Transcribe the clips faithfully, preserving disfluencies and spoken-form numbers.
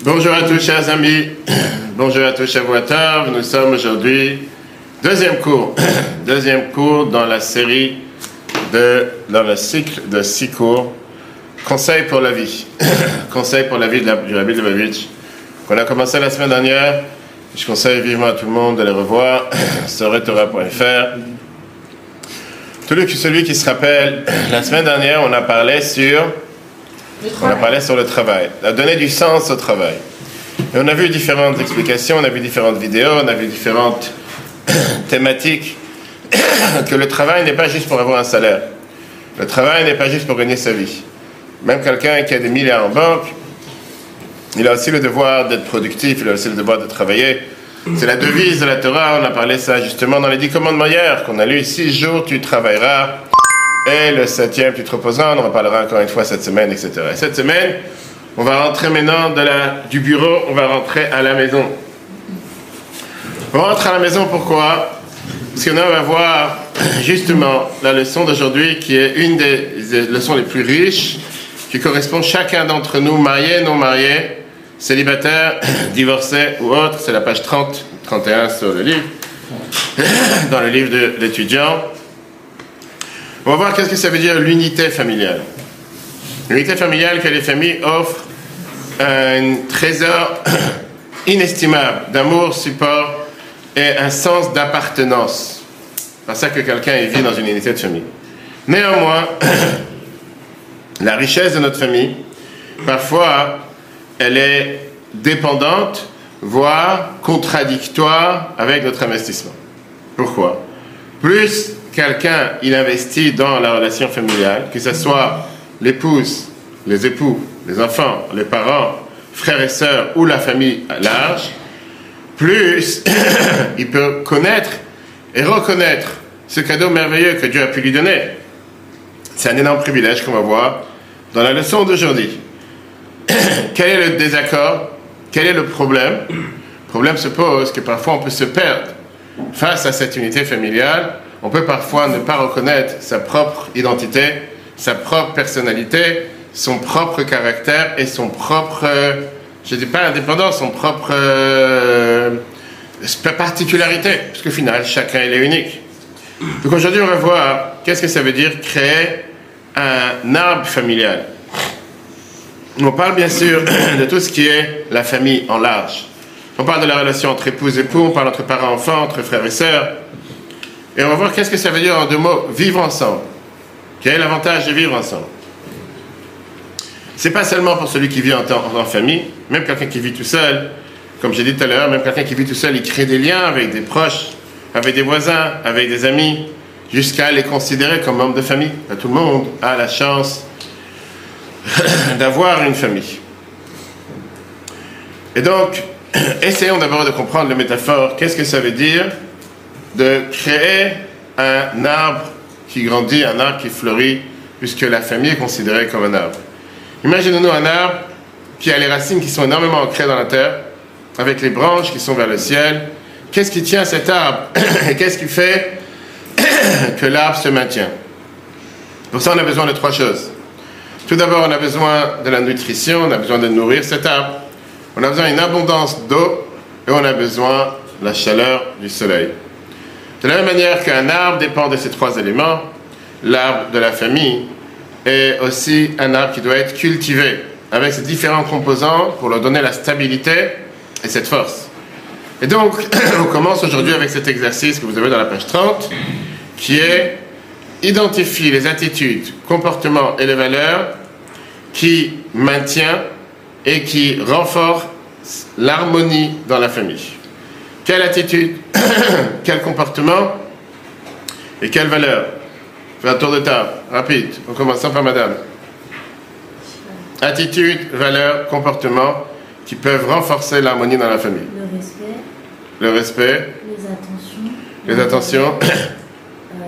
Bonjour à tous, chers amis. Bonjour à tous, chers voiteurs. Nous sommes aujourd'hui, deuxième cours, deuxième cours dans la série, de, dans le cycle de six cours, Conseil pour la vie. Conseil pour la vie de la, du Rabbi Lubavitch, qu'on a commencé la semaine dernière. Je conseille vivement à tout le monde de les revoir sur retora point f r. Tout le, celui qui se rappelle, la semaine dernière, on a parlé sur... On a parlé sur le travail, on a donné du sens au travail. Et on a vu différentes explications, on a vu différentes vidéos, on a vu différentes thématiques, que le travail n'est pas juste pour avoir un salaire. Le travail n'est pas juste pour gagner sa vie. Même quelqu'un qui a des milliards en banque, il a aussi le devoir d'être productif, il a aussi le devoir de travailler. C'est la devise de la Torah, on a parlé ça justement dans les dix commandements hier, qu'on a lu, six jours tu travailleras. Et le septième, tu te reposeras, on en reparlera encore une fois cette semaine, et cetera. Et cette semaine, on va rentrer maintenant de la, du bureau, on va rentrer à la maison. On rentre à la maison, pourquoi? Parce que nous, on va voir justement la leçon d'aujourd'hui qui est une des, des leçons les plus riches, qui correspond chacun d'entre nous, mariés, non mariés, célibataires, divorcés ou autres. C'est la page trente, trente et un sur le livre, dans le livre de l'étudiant. On va voir qu'est-ce que ça veut dire l'unité familiale. L'unité familiale que les familles offrent un trésor inestimable d'amour, support et un sens d'appartenance. C'est pour ça que quelqu'un vit dans une unité de famille. Néanmoins, la richesse de notre famille, parfois, elle est dépendante, voire contradictoire avec notre investissement. Pourquoi? Plus quelqu'un, il investit dans la relation familiale, que ce soit l'épouse, les époux, les enfants, les parents, frères et sœurs ou la famille large, plus il peut connaître et reconnaître ce cadeau merveilleux que Dieu a pu lui donner. C'est un énorme privilège qu'on va voir dans la leçon d'aujourd'hui. Quel est le désaccord? Quel est le problème? Le problème se pose que parfois on peut se perdre face à cette unité familiale. On peut parfois ne pas reconnaître sa propre identité, sa propre personnalité, son propre caractère et son propre, euh, je ne dis pas indépendance, son propre euh, particularité. Parce qu'au final, chacun il est unique. Donc aujourd'hui, on va voir qu'est-ce que ça veut dire créer un arbre familial. On parle bien sûr de tout ce qui est la famille en large. On parle de la relation entre époux et époux, on parle entre parents-enfants, entre frères et sœurs. Et on va voir qu'est-ce que ça veut dire en deux mots, vivre ensemble. Quel est l'avantage de vivre ensemble? C'est pas seulement pour celui qui vit en, en, en famille, même quelqu'un qui vit tout seul, comme j'ai dit tout à l'heure, même quelqu'un qui vit tout seul, il crée des liens avec des proches, avec des voisins, avec des amis, jusqu'à les considérer comme membres de famille. Tout le monde a la chance d'avoir une famille. Et donc, essayons d'abord de comprendre la métaphore. Qu'est-ce que ça veut dire de créer un arbre qui grandit, un arbre qui fleurit, puisque la famille est considérée comme un arbre. Imaginez-nous un arbre qui a les racines qui sont énormément ancrées dans la terre, avec les branches qui sont vers le ciel. Qu'est-ce qui tient cet arbre? Et qu'est-ce qui fait que l'arbre se maintient? Pour ça, on a besoin de trois choses. Tout d'abord, on a besoin de la nutrition, on a besoin de nourrir cet arbre. On a besoin d'une abondance d'eau et on a besoin de la chaleur du soleil. De la même manière qu'un arbre dépend de ces trois éléments, l'arbre de la famille est aussi un arbre qui doit être cultivé avec ses différents composants pour leur donner la stabilité et cette force. Et donc, on commence aujourd'hui avec cet exercice que vous avez dans la page trente, qui est identifier les attitudes, comportements et les valeurs qui maintiennent et qui renforcent l'harmonie dans la famille. Quelle attitude, quel comportement et quelle valeur? Fais un tour de table, rapide, en commençant par madame. Attitude, valeur, comportement qui peuvent renforcer l'harmonie dans la famille. Le respect. Le respect. Les attentions. Les attentions. Euh...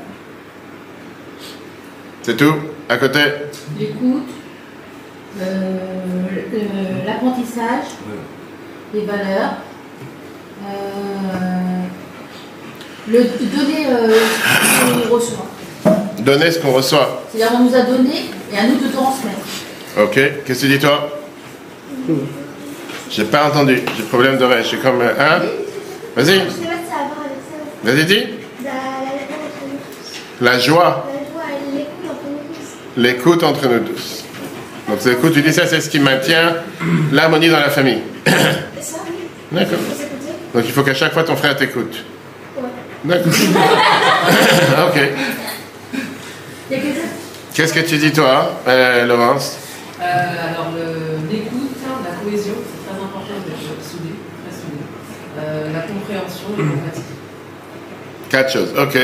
C'est tout? À côté? L'écoute. Euh, euh, L'apprentissage. Les valeurs. Euh, le donner euh, ce qu'on reçoit. Donner ce qu'on reçoit. C'est-à-dire on nous a donné et à nous de transmettre. Ok, qu'est-ce que tu dis toi? J'ai pas entendu. J'ai problème d'oreille. Je suis comme. euh, Hein? Vas-y. Je sais pas si ça a à voir avec ça. Vas-y, dis. La, la, la, La joie. la joie et l'écoute entre nous tous. L'écoute entre nous tous. Donc, l'écoute, tu dis ça, c'est ce qui maintient l'harmonie dans la famille. Et ça, oui. D'accord. Et ça peut dire Donc, il faut qu'à chaque fois ton frère t'écoute. Ouais. D'accord. Ok. Il y a que ça. Qu'est-ce que tu dis, toi, euh, Laurence? Euh, alors, le- l'écoute, hein, la cohésion, c'est très important d'être soudé, très soudé. Euh, la compréhension et l'empathie. Quatre choses. Ok.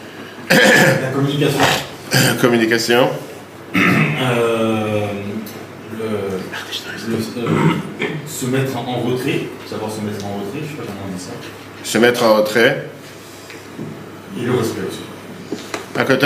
La communication. Communication. Euh, le, le- euh, se mettre en retrait, savoir se mettre en retrait, je sais pas comment on dit ça. Se mettre en retrait. Et le respect aussi. À côté.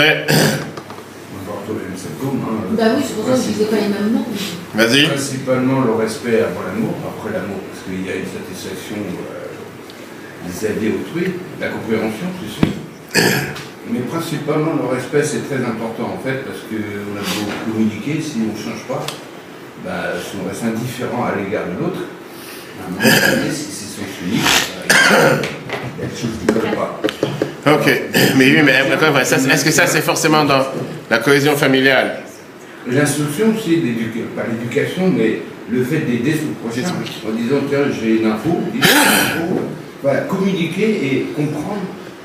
Encore toi, cette gomme, hein. Bah oui, c'est pour ça que je disais pas les mêmes noms. Vas-y. Principalement le respect avant l'amour, après l'amour, parce qu'il y a une satisfaction euh, vis-à-vis autrui, la compréhension, c'est sûr. Mais principalement le respect, c'est très important en fait, parce qu'on a beau communiquer, si on ne change pas, bah, si on reste indifférent à l'égard de l'autre, à un moment donné, si c'est sens unique, bah, il y a des choses qui ne collent pas. Ok. Mais oui, mais encore une fois, ça, est-ce que ça, c'est forcément dans la cohésion familiale? L'instruction aussi, d'éduquer, pas l'éducation, mais le fait d'aider son prochain en disant tiens, j'ai une info, dis une info. Voilà, communiquer et comprendre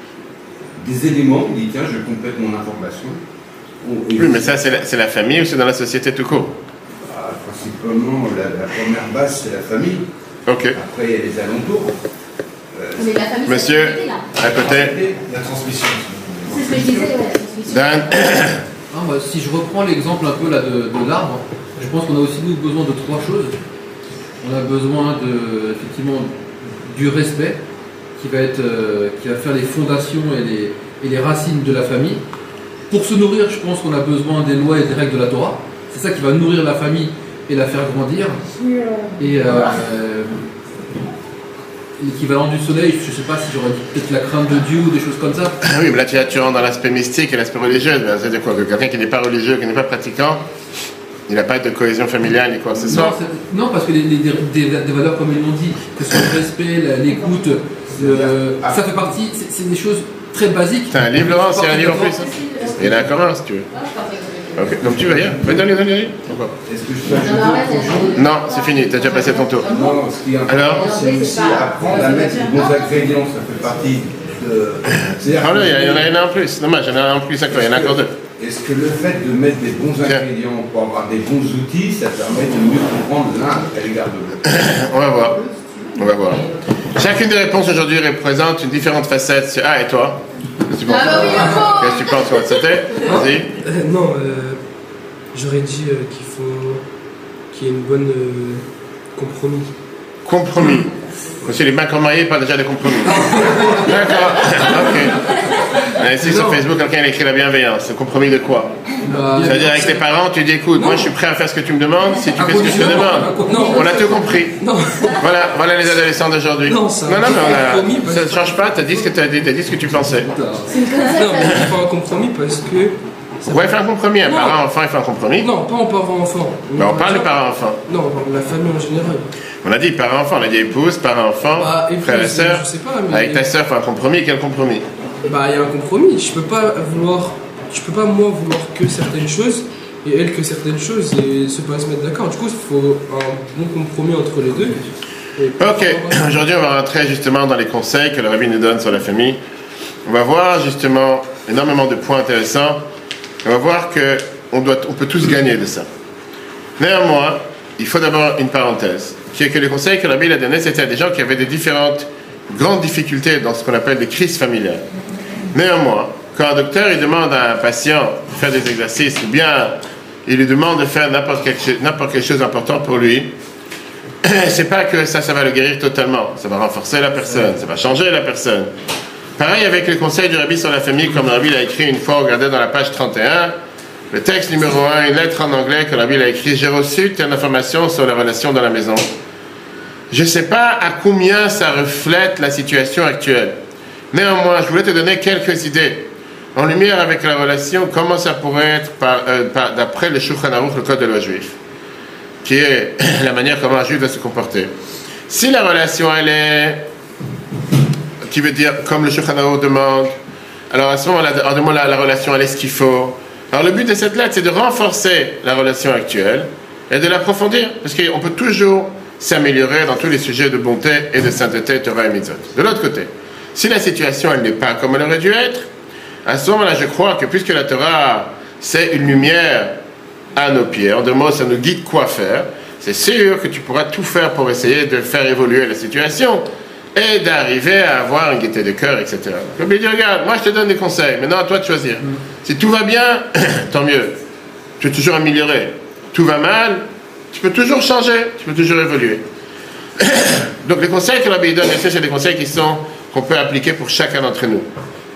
des éléments, on dit tiens, je complète mon information. Oui, mais ça, c'est la, c'est la famille ou c'est dans la société tout court? Ah, principalement, la, la première base, c'est la famille. Ok. Après, il y a les alentours. Euh, Mais la famille, Monsieur, c'est la société, là. à côté. La transmission. C'est ce que je disais, ouais, la transmission. Dan. Ah, bah, si je reprends l'exemple un peu là de, de l'arbre, je pense qu'on a aussi nous besoin de trois choses. On a besoin de, effectivement, du respect qui va être, euh, qui va faire les fondations et les, et les racines de la famille. Pour se nourrir, je pense qu'on a besoin des lois et des règles de la Torah. C'est ça qui va nourrir la famille et la faire grandir. Et euh, euh, l'équivalent du soleil, je ne sais pas si j'aurais dit peut-être la crainte de Dieu ou des choses comme ça. Ah oui, mais là, tu, tu rentres dans l'aspect mystique et l'aspect religieux. Ben, c'est-à-dire quoi? Que quelqu'un qui n'est pas religieux, qui n'est pas pratiquant, il n'a pas de cohésion familiale ni quoi que ce Non, soit. c'est- non, parce que les, les- des, des- des valeurs, comme ils l'ont dit, que ce soit le respect, la- l'écoute, le- ça fait partie, c'est c'est des choses très basiques. T'as un livre, Laurence? Il y a un livre en plus? D'accord. Il y en a encore un, si tu veux. Ok. Donc tu veux rien? Vas-y, donne-lui, donne-lui. Pourquoi pas? Est-ce que je peux ajouter Alors, arrête, autre chose? Non, c'est fini, t'as déjà passé ton tour. Non, ce qui est important, Alors c'est aussi apprendre à mettre les bons ingrédients, ça fait partie de... c'est-à-dire Ah là, il y, que- a- il y en a il y en a en plus. Dommage, il y en a un en plus encore. Il y en a encore deux. Est-ce que le fait de mettre des bons Tiens. ingrédients pour avoir des bons outils, ça permet de mieux comprendre l'un à l'égard de l'autre? On va voir. On va voir. Chacune des réponses aujourd'hui représente une différente facette. sur- Ah, et toi? Qu'est-ce que tu penses? Ah bah oui, Yoko. Qu'est-ce que tu penses, toi? C'était? Vas-y. Euh, non, euh, j'aurais dit euh, qu'il faut qu'il y ait une bonne euh, compromis. Compromis. Monsieur, les mains comme mariés parlent déjà de compromis. D'accord. Ok. Mais ici sur Non. Facebook, quelqu'un a écrit la bienveillance. Le compromis de quoi? Bah, C'est-à-dire avec tes parents, tu dis écoute, moi je suis prêt à faire ce que tu me demandes si tu À fais ce que je te condition- demande. Non. On a tout compris. Non, Voilà, voilà les adolescents d'aujourd'hui. Non, ça- non, non, mais on a- compromis, parce ça ne que- change pas, t'as dit ce que t'as dit, t'as dit ce que tu pensais. C'est une concept. non, mais il faut un compromis parce que. ça Ouais, fais un compromis. Un Non. parent-enfant, il fait un compromis. Non, pas en parent-enfant. Mais on parle de parents-enfants. Non, la famille en général. On a dit parents-enfants, on a dit épouse, parents-enfants, Bah, épouse, frère et sœur. je sais pas, mais- Avec ta sœur, fais un compromis. Quel compromis? Bah, il y a un compromis. Je peux pas vouloir. Je peux pas moi vouloir que certaines choses et elle que certaines choses et se pas se mettre d'accord. Du coup, il faut un bon compromis entre les deux. Et Ok, aujourd'hui on va rentrer justement dans les conseils que le rabbi nous donne sur la famille. On va voir justement énormément de points intéressants. On va voir que on, doit, on peut tous gagner de ça. Néanmoins, il faut d'abord une parenthèse, qui est que les conseils que le rabbi a donnés, c'était à des gens qui avaient des différentes grandes difficultés dans ce qu'on appelle des crises familiales. Néanmoins, quand un docteur il demande à un patient de faire des exercices, ou bien il lui demande de faire n'importe quelque, cho- n'importe quelle chose d'importante pour lui, c'est pas que ça, ça va le guérir totalement. Ça va renforcer la personne, ça va changer la personne. Pareil avec le conseil du rabbi sur la famille, comme le rabbi l'a écrit une fois, regardez dans la page trente et un, le texte numéro un, une lettre en anglais que le rabbi l'a écrit, j'ai reçu telle information sur les relations dans la maison. Je ne sais pas à combien ça reflète la situation actuelle. Néanmoins, je voulais te donner quelques idées en lumière avec la relation, comment ça pourrait être par, euh, par- d'après le Shulchan Aruch, le code de loi juif, qui est la manière comment un juif doit se comporter. Si la relation, elle est, qui veut dire, comme le Shulchan Aruch demande, alors à ce moment-là, en demandant la, la relation, elle est ce qu'il faut. Alors le but de cette lettre, c'est de renforcer la relation actuelle et de l'approfondir, parce qu'on peut toujours s'améliorer dans tous les sujets de bonté et de sainteté, Torah et Mitzvot. De l'autre côté, si la situation, elle n'est pas comme elle aurait dû être, à ce moment-là, je crois que puisque la Torah, c'est une lumière à nos pieds, en deux mots, ça nous guide quoi faire, c'est sûr que tu pourras tout faire pour essayer de faire évoluer la situation et d'arriver à avoir une gaieté de cœur, et cetera. Donc, il dit, regarde, moi je te donne des conseils, maintenant à toi de choisir. Mm. Si tout va bien, tant mieux. Tu peux toujours améliorer. Tout va mal, tu peux toujours changer, tu peux toujours évoluer. Donc les conseils que Rabbi donne, c'est des conseils qui sont, qu'on peut appliquer pour chacun d'entre nous.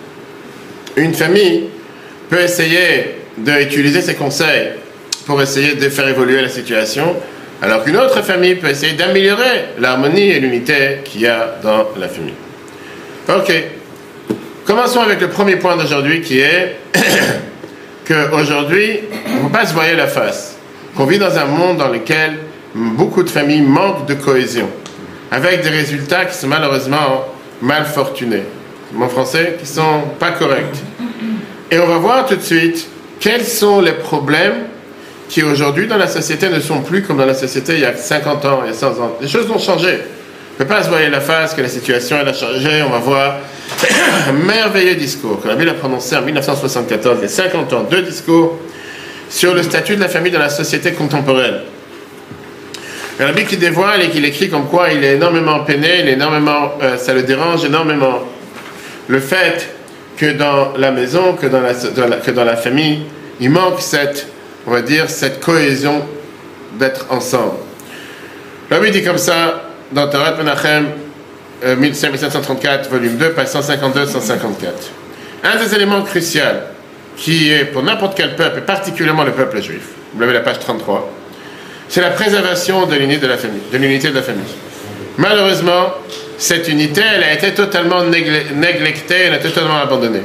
Une famille peut essayer d'utiliser ces conseils pour essayer de faire évoluer la situation, alors qu'une autre famille peut essayer d'améliorer l'harmonie et l'unité qu'il y a dans la famille. Ok. Commençons avec le premier point d'aujourd'hui qui est qu'aujourd'hui, on ne peut pas se voiler la face. Qu'on vit dans un monde dans lequel beaucoup de familles manquent de cohésion, avec des résultats qui sont malheureusement mal fortunés. Mon français, qui sont pas corrects. Et on va voir tout de suite quels sont les problèmes qui aujourd'hui dans la société ne sont plus comme dans la société il y a cinquante ans, il y a cent ans. Les choses ont changé. On ne peut pas se voiler la face que la situation elle a changé. On va voir un merveilleux discours que la Bible a prononcé en mille neuf cent soixante-quatorze, il y a cinquante ans, deux discours sur le statut de la famille dans la société contemporaine. Il y a la Bible qui dévoile et qui écrit comme quoi il est énormément peiné, il est énormément, euh, ça le dérange énormément. Le fait que dans la maison, que dans la, dans la, que dans la famille, il manque cette, on va dire, cette cohésion d'être ensemble. La Bible dit comme ça, dans Torah Menachem, euh, mille sept cent trente-quatre, volume deux, page cent cinquante-deux à cent cinquante-quatre. Un des éléments cruciaux qui est pour n'importe quel peuple, et particulièrement le peuple juif, vous l'avez la page trente-trois, c'est la préservation de l'unité de la famille, de l'unité de la famille. Malheureusement, cette unité, elle a été totalement néglectée, elle a été totalement abandonnée.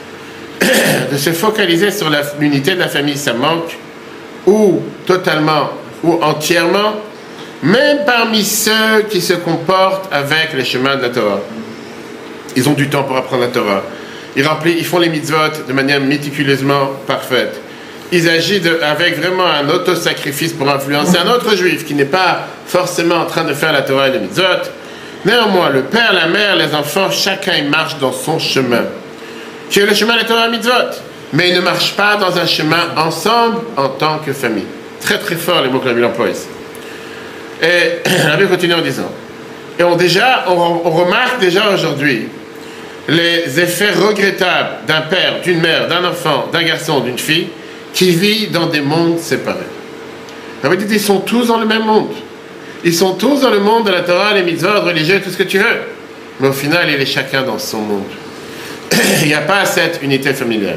De se focaliser sur la, l'unité de la famille, ça manque, ou totalement, ou entièrement, même parmi ceux qui se comportent avec les chemins de la Torah. Ils ont du temps pour apprendre la Torah. Ils, remplissent, ils font les mitzvot de manière méticuleusement parfaite. Ils agissent de, avec vraiment un auto-sacrifice pour influencer un autre juif qui n'est pas forcément en train de faire la Torah et les mitzvot. Néanmoins, le père, la mère, les enfants, chacun il marche dans son chemin, qui est le chemin de la Torah et mitzvot. Mais ils ne marchent pas dans un chemin ensemble en tant que famille. Très très fort les mots que la Bible emploie ici. Et la Bible continue en disant, et on, déjà, on, on remarque déjà aujourd'hui les effets regrettables d'un père, d'une mère, d'un enfant, d'un garçon, d'une fille, qui vit dans des mondes séparés. La Bible dit, ils sont tous dans le même monde. Ils sont tous dans le monde de la Torah, les mitzvot, religieux, tout ce que tu veux. Mais au final, il est chacun dans son monde. Il n'y a pas cette unité familiale.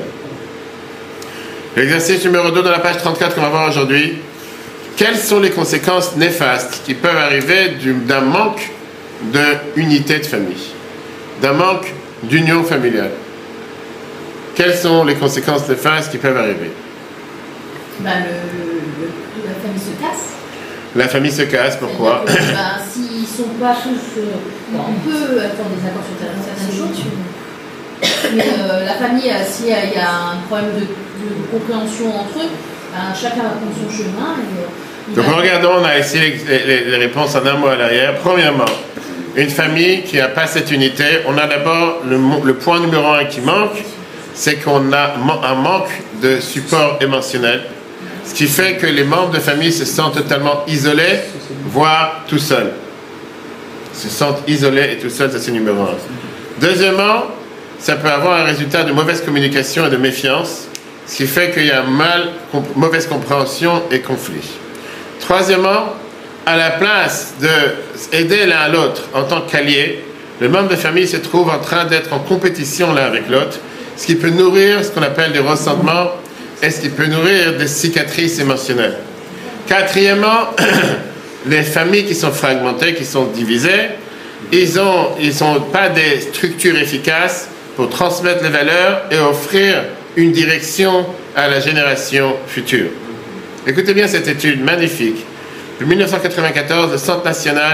L'exercice numéro deux dans la page trente-quatre qu'on va voir aujourd'hui. Quelles sont les conséquences néfastes qui peuvent arriver du, d'un manque d'unité de famille, d'un manque d'union familiale? Quelles sont les conséquences néfastes qui peuvent arriver? Ben, le, le, la famille se casse. La famille se casse, pourquoi? Que, ben, s'ils ne sont pas tous... Euh, bon, on peut être en désaccord sur certaines choses, mais euh, la famille, s'il y, y a un problème de, de compréhension entre eux, ben, chacun va prendre son chemin. Et, Donc regardons, on a ici les, les, les réponses en un mot à l'arrière. Premièrement, une famille qui n'a pas cette unité, on a d'abord le, le point numéro un qui manque, c'est qu'on a un manque de support émotionnel, ce qui fait que les membres de famille se sentent totalement isolés, voire tout seuls. Se sentent isolés et tout seuls, ça c'est numéro un. Deuxièmement, ça peut avoir un résultat de mauvaise communication et de méfiance, ce qui fait qu'il y a mal, comp- mauvaise compréhension et conflit. Troisièmement, à la place d'aider l'un à l'autre en tant qu'alliés, le membre de famille se trouve en train d'être en compétition l'un avec l'autre, ce qui peut nourrir ce qu'on appelle des ressentiments et ce qui peut nourrir des cicatrices émotionnelles. Quatrièmement, les familles qui sont fragmentées, qui sont divisées, ils n'ont ils ont pas des structures efficaces pour transmettre les valeurs et offrir une direction à la génération future. Écoutez bien cette étude magnifique. En mille neuf cent quatre-vingt-quatorze, le Centre national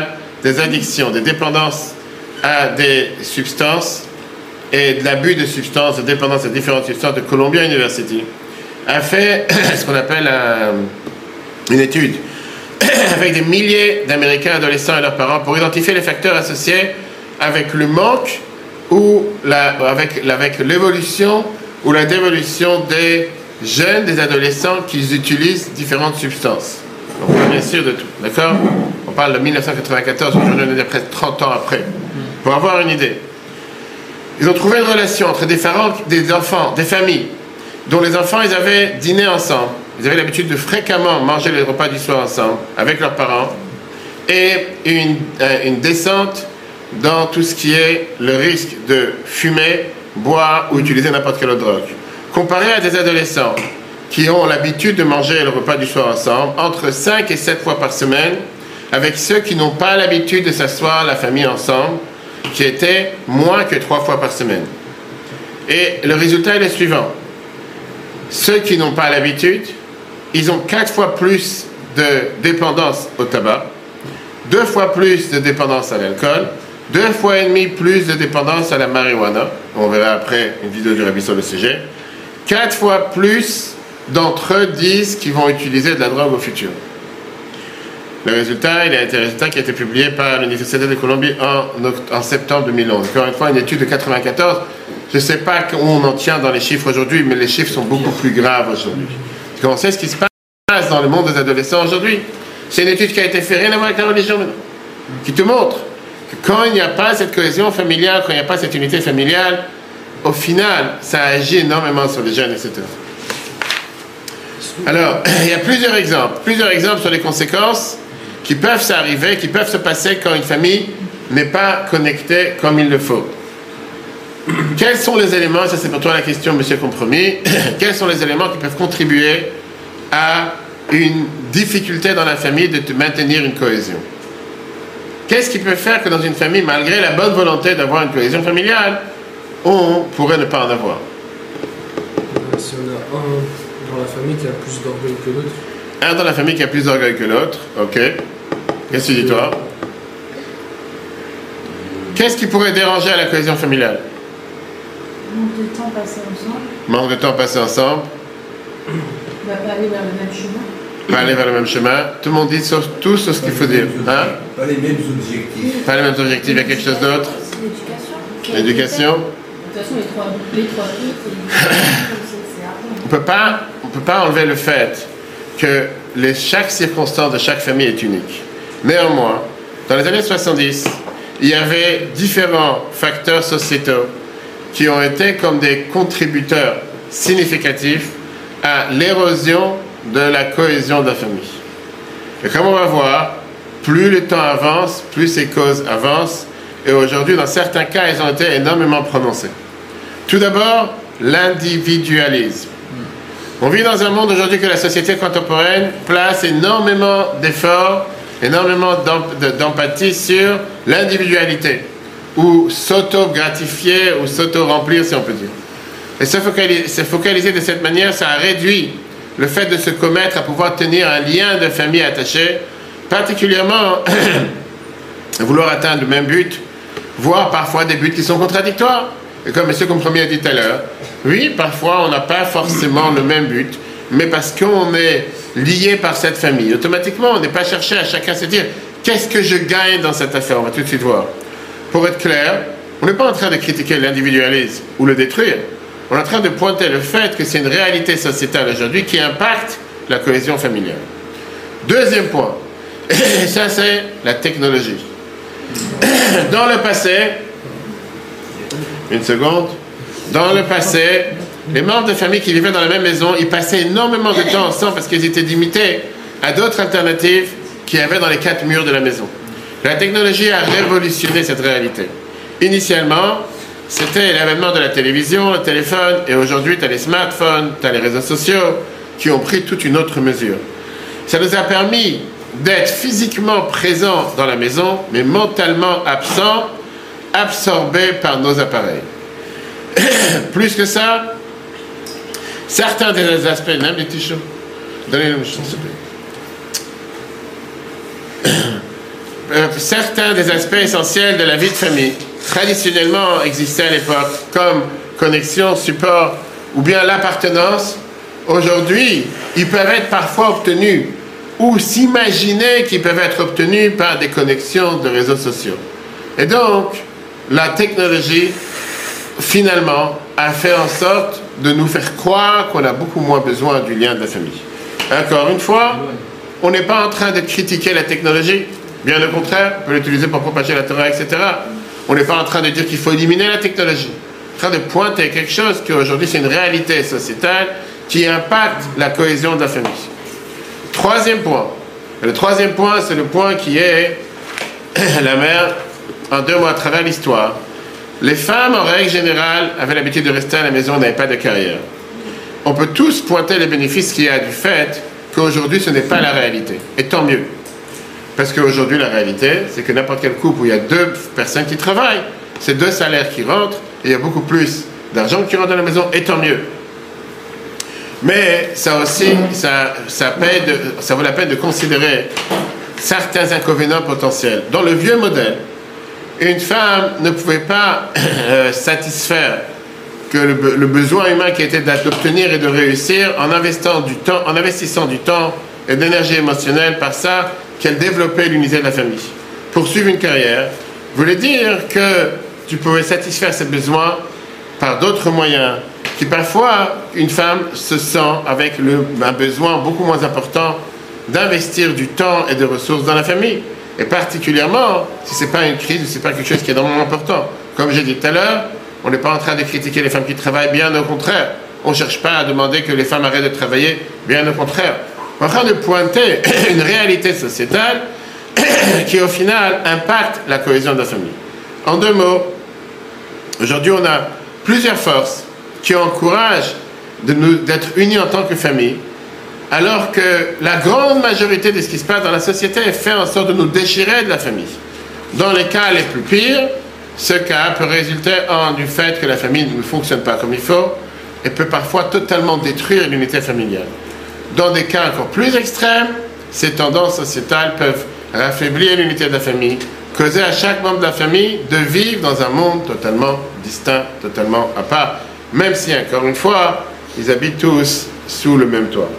des addictions, des dépendances à des substances et de l'abus de substances, de dépendance à différentes substances de Columbia University, a fait ce qu'on appelle un, une étude avec des milliers d'Américains adolescents et leurs parents pour identifier les facteurs associés avec le manque ou la, avec, avec l'évolution ou la dévolution des jeunes, des adolescents qui utilisent différentes substances. Donc, bien sûr de tout, d'accord? On parle de mille neuf cent quatre-vingt-quatorze, aujourd'hui on est presque trente ans après, pour avoir une idée. Ils ont trouvé une relation entre des, des enfants, des familles, dont les enfants, ils avaient dîné ensemble. Ils avaient l'habitude de fréquemment manger les repas du soir ensemble, avec leurs parents, et une, euh, une descente dans tout ce qui est le risque de fumer, boire ou utiliser n'importe quelle autre drogue. Comparé à des adolescents qui ont l'habitude de manger le repas du soir ensemble, entre cinq et sept fois par semaine, avec ceux qui n'ont pas l'habitude de s'asseoir la famille ensemble, qui était moins que trois fois par semaine. Et le résultat est le suivant. Ceux qui n'ont pas l'habitude, ils ont quatre fois plus de dépendance au tabac, deux fois plus de dépendance à l'alcool, deux fois et demi plus de dépendance à la marijuana, on verra après une vidéo du Rabbi sur le sujet, quatre fois plus d'entre eux disent qu'ils vont utiliser de la drogue au futur. Le résultat, il a été un résultat qui a été publié par l'Université de Colombie en, en septembre deux mille onze. Encore une fois, une étude de quatre-vingt-quatorze. Je ne sais pas où on en tient dans les chiffres aujourd'hui, mais les chiffres sont beaucoup plus graves aujourd'hui. Parce qu'on sait ce qui se passe dans le monde des adolescents aujourd'hui. C'est une étude qui a été faite, rien à voir avec la religion maintenant, qui te montre que quand il n'y a pas cette cohésion familiale, quand il n'y a pas cette unité familiale, au final, ça agit énormément sur les jeunes, et cetera. Alors, il y a plusieurs exemples, plusieurs exemples sur les conséquences qui peuvent s'arriver, qui peuvent se passer quand une famille n'est pas connectée comme il le faut. Quels sont les éléments, ça c'est pour toi la question, monsieur Compromis, quels sont les éléments qui peuvent contribuer à une difficulté dans la famille de te maintenir une cohésion? Qu'est-ce qui peut faire que dans une famille, malgré la bonne volonté d'avoir une cohésion familiale, on pourrait ne pas en avoir? Si on a un dans la famille qui a plus d'orgueil que l'autre. Un dans la famille qui a plus d'orgueil que l'autre, ok. Qu'est-ce que tu dis toi? Qu'est-ce qui pourrait déranger à la cohésion familiale? Manque de temps passé ensemble. Manque de temps passé ensemble. On va pas aller vers le même chemin. Pas aller vers le même chemin. Tout le monde dit sauf, tout sauf ce qu'il faut dire. Hein? Pas les mêmes objectifs. Pas les mêmes objectifs, il y a quelque chose d'autre? C'est l'éducation. L'éducation. De toute façon, les trois, les trois trucs, c'est après. On peut pas, on peut pas enlever le fait que les, chaque circonstance de chaque famille est unique. Néanmoins, dans les années soixante-dix, il y avait différents facteurs sociétaux qui ont été comme des contributeurs significatifs à l'érosion de la cohésion de la famille. Et comme on va voir, plus le temps avance, plus ces causes avancent, et aujourd'hui, dans certains cas, elles ont été énormément prononcées. Tout d'abord, l'individualisme. On vit dans un monde aujourd'hui que la société contemporaine place énormément d'efforts, énormément d'empathie sur l'individualité, ou s'auto-gratifier, ou s'auto-remplir, si on peut dire. Et se focaliser, se focaliser de cette manière, ça a réduit le fait de se commettre à pouvoir tenir un lien de famille attaché, particulièrement vouloir atteindre le même but, voire parfois des buts qui sont contradictoires. Et comme M. Compromis a dit tout à l'heure, oui, parfois on n'a pas forcément le même but, mais parce qu'on est lié par cette famille. Automatiquement, on n'est pas cherché à chacun se dire qu'est-ce que je gagne dans cette affaire. On va tout de suite voir. Pour être clair, on n'est pas en train de critiquer l'individualisme ou le détruire. On est en train de pointer le fait que c'est une réalité sociétale aujourd'hui qui impacte la cohésion familiale. Deuxième point, et ça c'est la technologie. Dans le passé, une seconde, dans le passé, les membres de famille qui vivaient dans la même maison, ils passaient énormément de temps ensemble parce qu'ils étaient limités à d'autres alternatives qu'il y avait dans les quatre murs de la maison. La technologie a révolutionné cette réalité. Initialement, c'était l'avènement de la télévision, le téléphone, et aujourd'hui, tu as les smartphones, tu as les réseaux sociaux qui ont pris toute une autre mesure. Ça nous a permis d'être physiquement présents dans la maison, mais mentalement absents, absorbés par nos appareils. Plus que ça, certains des aspects, même des petits chauds, donnez-le, s'il te plaît. euh, certains des aspects essentiels de la vie de famille, traditionnellement existaient à l'époque, comme connexion, support ou bien l'appartenance, aujourd'hui, ils peuvent être parfois obtenus ou s'imaginer qu'ils peuvent être obtenus par des connexions de réseaux sociaux. Et donc, la technologie, finalement, a fait en sorte de nous faire croire qu'on a beaucoup moins besoin du lien de la famille. Encore une fois, on n'est pas en train de critiquer la technologie, bien au contraire, on peut l'utiliser pour propager la Torah, et cetera. On n'est pas en train de dire qu'il faut éliminer la technologie. On est en train de pointer quelque chose qu'aujourd'hui c'est une réalité sociétale qui impacte la cohésion de la famille. Troisième point. Et le troisième point, c'est le point qui est la mère, en deux mots à travers l'histoire. Les femmes, en règle générale, avaient l'habitude de rester à la maison, n'avaient pas de carrière. On peut tous pointer les bénéfices qu'il y a du fait qu'aujourd'hui, ce n'est pas la réalité. Et tant mieux. Parce qu'aujourd'hui, la réalité, c'est que n'importe quel couple où il y a deux personnes qui travaillent, c'est deux salaires qui rentrent, et il y a beaucoup plus d'argent qui rentre dans la maison, et tant mieux. Mais ça aussi, ça, ça, paie de, ça vaut la peine de considérer certains inconvénients potentiels. Dans le vieux modèle, une femme ne pouvait pas euh, satisfaire que le, le besoin humain qui était d'obtenir et de réussir en investissant du temps, en investissant du temps et de l'énergie émotionnelle par ça qu'elle développait l'unité de la famille. Poursuivre une carrière voulait dire que tu pouvais satisfaire ces besoins par d'autres moyens qui parfois une femme se sent avec le, un besoin beaucoup moins important d'investir du temps et des ressources dans la famille. Et particulièrement, si ce n'est pas une crise ou si ce n'est pas quelque chose qui est vraiment important. Comme j'ai dit tout à l'heure, on n'est pas en train de critiquer les femmes qui travaillent, bien au contraire. On ne cherche pas à demander que les femmes arrêtent de travailler, bien au contraire. On est en train de pointer une réalité sociétale qui, au final, impacte la cohésion de la famille. En deux mots, aujourd'hui, on a plusieurs forces qui encouragent de nous, d'être unis en tant que famille, alors que la grande majorité de ce qui se passe dans la société fait en sorte de nous déchirer de la famille. Dans les cas les plus pires, ce cas peut résulter en, du fait que la famille ne fonctionne pas comme il faut et peut parfois totalement détruire l'unité familiale. Dans des cas encore plus extrêmes, ces tendances sociétales peuvent affaiblir l'unité de la famille, causer à chaque membre de la famille de vivre dans un monde totalement distinct, totalement à part, même si, encore une fois, ils habitent tous sous le même toit.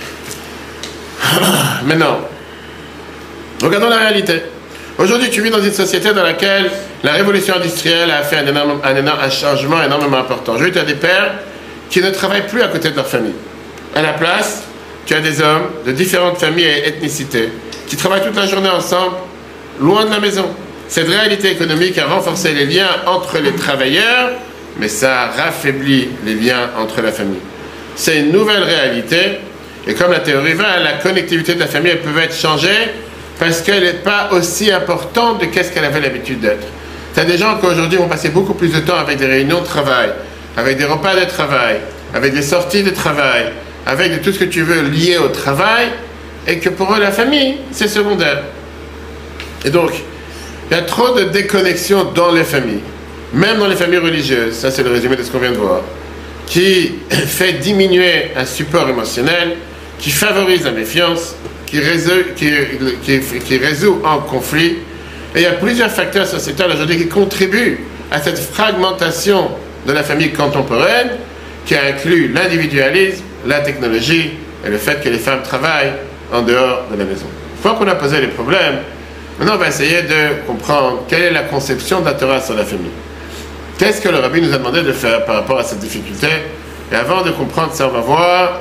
Maintenant, regardons la réalité. Aujourd'hui, tu vis dans une société dans laquelle la révolution industrielle a fait un, énorme, un, énorme, un changement énormément important. Aujourd'hui, tu as des pères qui ne travaillent plus à côté de leur famille. À la place, tu as des hommes de différentes familles et ethnicités qui travaillent toute la journée ensemble, loin de la maison. Cette réalité économique a renforcé les liens entre les travailleurs, mais ça a raffaibli les liens entre la famille. C'est une nouvelle réalité. Et comme la théorie va, la connectivité de la famille, elle peut être changée parce qu'elle n'est pas aussi importante de qu'est-ce qu'elle avait l'habitude d'être. Tu as des gens qui aujourd'hui vont passer beaucoup plus de temps avec des réunions de travail, avec des repas de travail, avec des sorties de travail, avec de tout ce que tu veux lié au travail, et que pour eux, la famille, c'est secondaire. Et donc, il y a trop de déconnexion dans les familles, même dans les familles religieuses, ça c'est le résumé de ce qu'on vient de voir, qui fait diminuer un support émotionnel, qui favorise la méfiance, qui résout, qui, qui, qui résout un conflit. Et il y a plusieurs facteurs sociétals aujourd'hui qui contribuent à cette fragmentation de la famille contemporaine, qui inclut l'individualisme, la technologie et le fait que les femmes travaillent en dehors de la maison. Une fois qu'on a posé les problèmes, maintenant on va essayer de comprendre quelle est la conception de la Torah sur la famille. Qu'est-ce que le rabbi nous a demandé de faire par rapport à cette difficulté? Et avant de comprendre ça, on va voir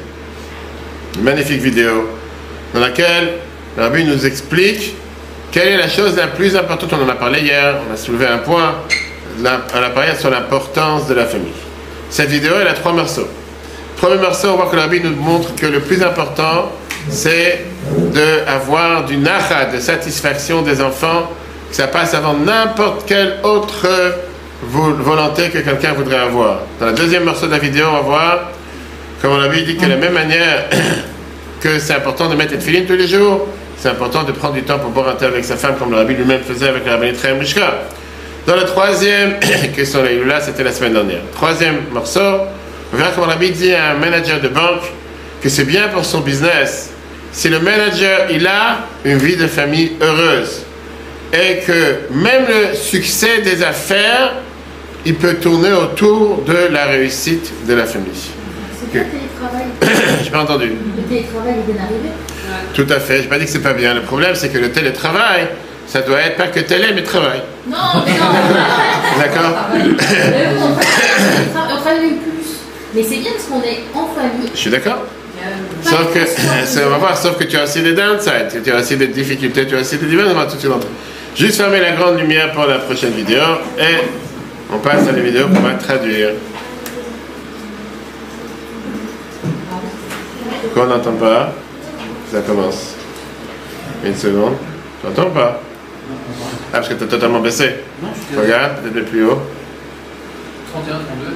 une magnifique vidéo dans laquelle le rabbi nous explique quelle est la chose la plus importante. On en a parlé hier, on a soulevé un point, on a parlé sur l'importance de la famille. Cette vidéo, elle a trois morceaux. Premier morceau, on voit que le rabbi nous montre que le plus important, c'est d'avoir du nacha, de satisfaction des enfants, que ça passe avant n'importe quelle autre volonté que quelqu'un voudrait avoir. Dans le deuxième morceau de la vidéo, on va voir comment la Bible dit que de la même manière que c'est important de mettre les tefilines tous les jours, c'est important de prendre du temps pour boire un thé avec sa femme, comme le rabbi lui-même faisait avec la rabbinite Chaim Rishka. Dans le troisième, qui sont les là, c'était la semaine dernière. Troisième morceau, on verra comment la Bible dit à un manager de banque que c'est bien pour son business si le manager il a une vie de famille heureuse. est que même le succès des affaires, il peut tourner autour de la réussite de la famille. C'est pas le télétravail. J'ai pas entendu. Le télétravail il vient d'arriver. Tout à fait. J'ai pas dit que c'est pas bien. Le problème, c'est que le télétravail, ça doit être pas que télé, mais travail. Non, mais non. D'accord. Mais bon, on tra- on travaille plus. Mais c'est bien parce qu'on est en famille. Je suis d'accord. Pas Sauf que, de ça, on va voir, sauf que tu as aussi des downsides, tu as aussi des difficultés, tu as aussi des divers, on va tout de suite entrer. Juste fermer la grande lumière pour la prochaine vidéo et on passe à la vidéo qu'on va traduire. Pourquoi on n'entend pas? Ça commence. Une seconde. Tu n'entends pas? Ah, parce que tu as totalement baissé. Regarde, peut-être plus haut. trente et un, trente-deux.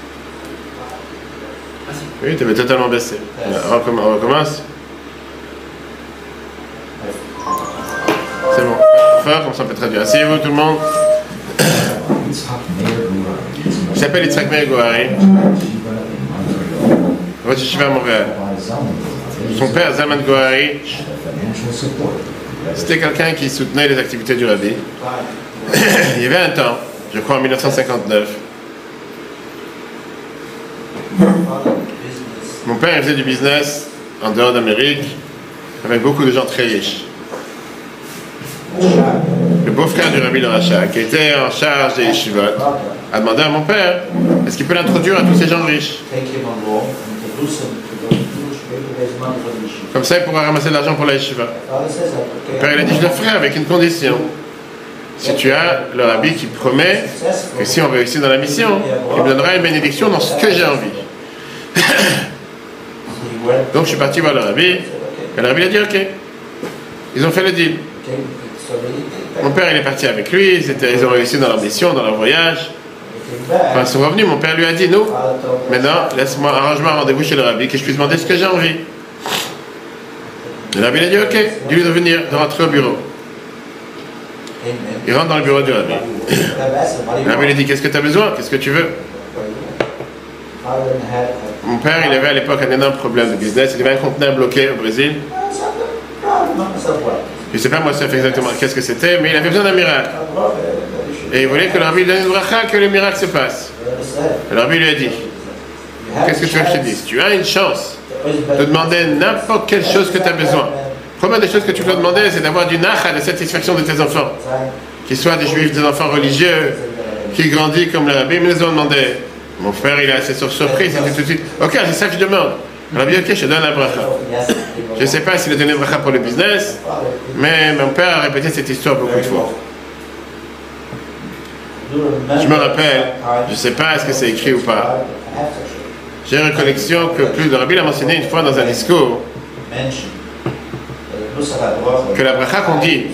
Ah si. Oui, tu avais totalement baissé. On recomm- on recommence. C'est bon. Fort, comme ça on peut traduire. Asseyez-vous tout le monde. Il s'appelle Yitzhak Meir Gohari. Rosh Yeshiva à Montréal. Son père, Zalman Gohari, c'était quelqu'un qui soutenait les activités du Rabbi. Il y avait un temps, je crois en mille neuf cent cinquante-neuf. Mon père il faisait du business en dehors d'Amérique avec beaucoup de gens très riches. Le beau-frère du Rabbi le Racha, qui était en charge des yeshivot, a demandé à mon père est-ce qu'il peut l'introduire à tous ces gens riches. Comme ça, il pourra ramasser de l'argent pour la yeshiva. Mon père il a dit je le ferai avec une condition. Si tu as le Rabbi qui promet que si on réussit dans la mission, il me donnera une bénédiction dans ce que j'ai envie. Donc je suis parti voir le Rabbi, et le Rabbi a dit ok. Ils ont fait le deal. Mon père il est parti avec lui, ils, étaient, ils ont réussi dans leur mission, dans leur voyage. Quand ils sont revenus, mon père lui a dit nous, maintenant laisse-moi arrange-moi un rendez-vous chez le Rabbi, que je puisse demander ce que j'ai envie. Le Rabbi a dit ok, dis-lui de venir, de rentrer au bureau. Il rentre dans le bureau du Rabbi. Le Rabbi lui dit qu'est-ce que tu as besoin, qu'est-ce que tu veux. Mon père, il avait à l'époque un énorme problème de business. Il avait un conteneur bloqué au Brésil. Je ne sais pas moi ça fait exactement qu'est-ce que c'était, mais il avait besoin d'un miracle. Et il voulait que le Rabbi lui donne une bracha, que le miracle se passe. Le Rabbi lui a dit qu'est-ce que tu veux que je te dise? Tu as une chance de demander n'importe quelle chose que tu as besoin. La première des choses que tu dois demander, c'est d'avoir du nacha, de satisfaction de tes enfants. Qu'ils soient des juifs, des enfants religieux, qui grandissent comme le Rabbi me les ont demandé. Mon frère, il est assez surpris, il dit tout de suite ok, c'est ça que je demande. Le Rabbi, ok, je te donne la bracha. Je ne sais pas s'il a donné une bracha pour le business, mais mon père a répété cette histoire beaucoup de fois. Je me rappelle, je ne sais pas est-ce que c'est écrit ou pas. J'ai une recollection que plus le Rabbi l'a mentionné une fois dans un discours que la bracha qu'on dit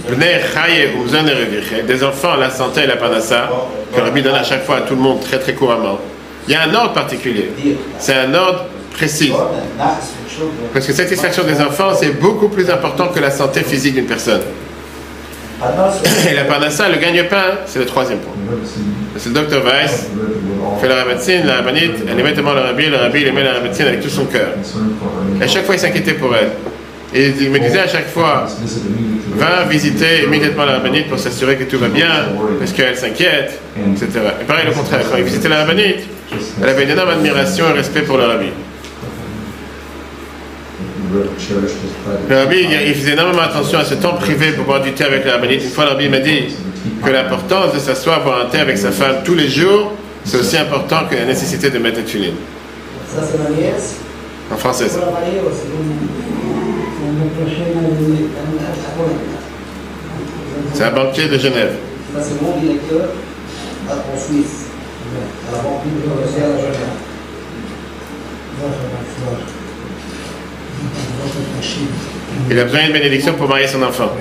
des enfants, la santé et la parnassa, que le Rabbi donne à chaque fois à tout le monde très très couramment. Il y a un ordre particulier. C'est un ordre précis. Parce que la satisfaction des enfants, c'est beaucoup plus important que la santé physique d'une personne. Et la parnassa, le gagne-pain, c'est le troisième point. C'est le docteur Weiss, fait la médecine, la rabbinite, elle aimait tellement le Rabbi, le Rabbi il aimait la médecine avec tout son cœur. Et à chaque fois, il s'inquiétait pour elle. Et il me disait à chaque fois, va visiter immédiatement la rabbinite pour s'assurer que tout va bien, parce qu'elle s'inquiète, et cetera. Et pareil, le contraire, quand il visitait la rabbinite, elle avait une énorme admiration et respect pour le Rabbi. Le Rabbi, il faisait énormément attention à ce temps privé pour boire du thé avec la rabbinite. Une fois, le Rabbi m'a dit que l'importance de s'asseoir boire un thé avec sa femme tous les jours, c'est aussi important que la nécessité de mettre une tuline. En français, ça. C'est un banquier de Genève. Il a besoin d'une bénédiction pour marier son enfant.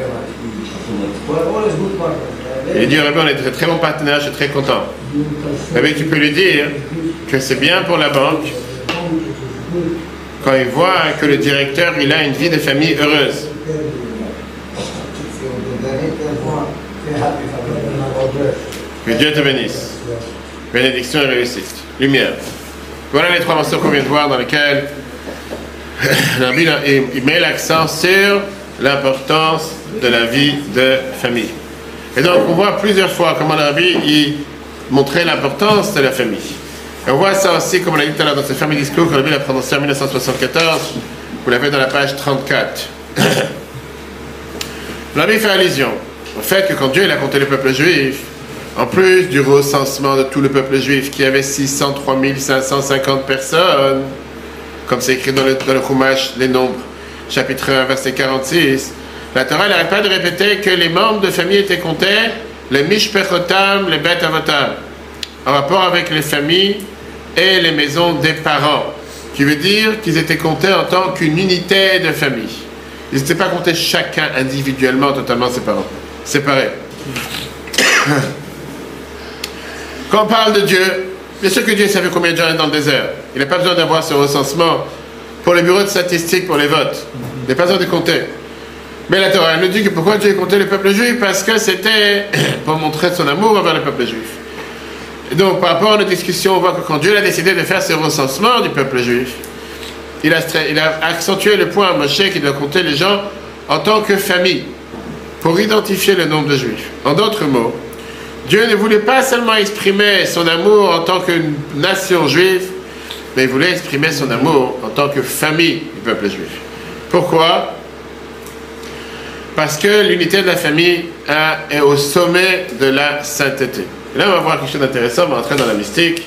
Il dit au Rabbi, on est de très bons partenaires, je suis très content. Rabbi, tu peux lui dire que c'est bien pour la banque quand il voit que le directeur il a une vie de famille heureuse. Que Dieu te bénisse. Bénédiction et réussite. Lumière. Voilà les trois morceaux qu'on vient de voir dans lesquels il met l'accent sur l'importance de la vie de famille. Et donc on voit plusieurs fois comment le Rabbi il montrait l'importance de la famille. Et on voit ça aussi, comme on l'a dit tout à l'heure dans ce fameux discours que le Rabbi a prononcé en mille neuf cent soixante-quatorze, vous l'avez dans la page trente-quatre. Le Rabbi fait allusion au fait que quand Dieu il a compté le peuple juif, en plus du recensement de tout le peuple juif qui avait six cent trois mille cinq cent cinquante personnes, comme c'est écrit dans le, dans le Chumash, les nombres, chapitre un, verset quarante-six, la Torah n'arrête pas de répéter que les membres de famille étaient comptés, les mishpechotam, les bet avotam, en rapport avec les familles et les maisons des parents, qui veut dire qu'ils étaient comptés en tant qu'une unité de famille. Ils n'étaient pas comptés chacun individuellement, totalement séparés. séparés. Quand on parle de Dieu, bien sûr que Dieu savait combien de gens étaient dans le désert. Il n'a pas besoin d'avoir ce recensement pour le bureau de statistiques, pour les votes. Il n'a pas besoin de compter. Mais la Torah nous dit que pourquoi Dieu a compté le peuple juif? Parce que c'était pour montrer son amour envers le peuple juif. Et donc, par rapport à nos discussions, on voit que quand Dieu a décidé de faire ce recensement du peuple juif, il a, il a accentué le point à Moshe qui doit compter les gens en tant que famille, pour identifier le nombre de juifs. En d'autres mots, Dieu ne voulait pas seulement exprimer son amour en tant que nation juive, mais il voulait exprimer son amour en tant que famille du peuple juif. Pourquoi? Parce que l'unité de la famille hein, est au sommet de la sainteté. Et là, on va voir quelque chose d'intéressant, on va entrer dans la mystique.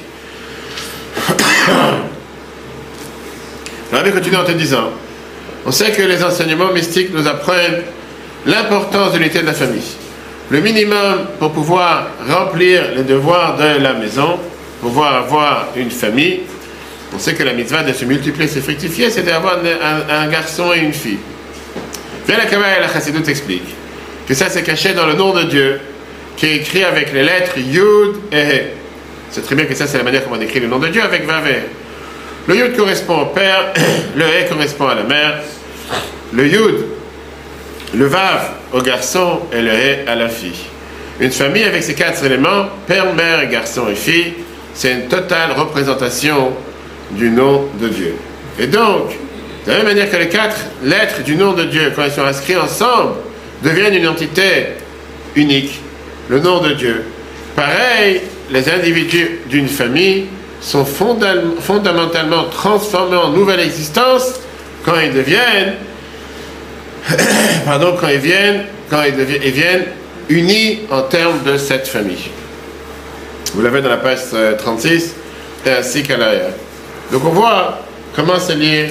On va continuer en te disant, on sait que les enseignements mystiques nous apprennent l'importance de l'unité de la famille. Le minimum pour pouvoir remplir les devoirs de la maison, pouvoir avoir une famille, on sait que la mitzvah de se multiplier, se fructifier, c'est d'avoir un, un, un garçon et une fille. Bien la Kabbalah et la Chassidut explique que ça c'est caché dans le nom de Dieu, qui est écrit avec les lettres Yud et He. C'est très bien que ça c'est la manière comment on écrit le nom de Dieu avec Vav et He. Le Yud correspond au père, le He correspond à la mère, le Yud, le Vav au garçon et le He à la fille. Une famille avec ces quatre éléments, père, mère, garçon et fille, c'est une totale représentation du nom de Dieu. Et donc, de la même manière que les quatre lettres du nom de Dieu, quand elles sont inscrites ensemble, deviennent une entité unique, le nom de Dieu. Pareil, les individus d'une famille sont fondam- fondamentalement transformés en nouvelle existence quand ils deviennent, pardon, quand ils viennent, quand ils, deviennent, ils viennent unis en termes de cette famille. Vous l'avez dans la page trente-six et ainsi qu'à l'arrière. Donc on voit comment c'est lié.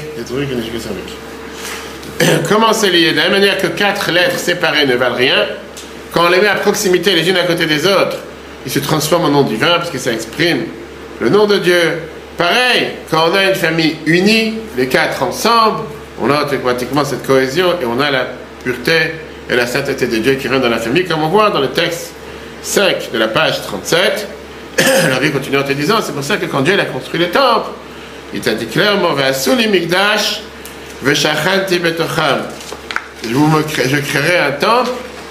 Comment c'est lié? De la même manière que quatre lettres séparées ne valent rien, quand on les met à proximité les unes à côté des autres, ils se transforment en nom divin parce que ça exprime le nom de Dieu. Pareil, quand on a une famille unie, les quatre ensemble, on a automatiquement cette cohésion et on a la pureté et la sainteté de Dieu qui rentre dans la famille, comme on voit dans le texte cinq de la page trente-sept. La vie continue en te disant, c'est pour ça que quand Dieu a construit le temple, il t'a dit clairement, Ve'asuli migdash, ve'shachanti betocham. Je vous me cré... je créerai un temple.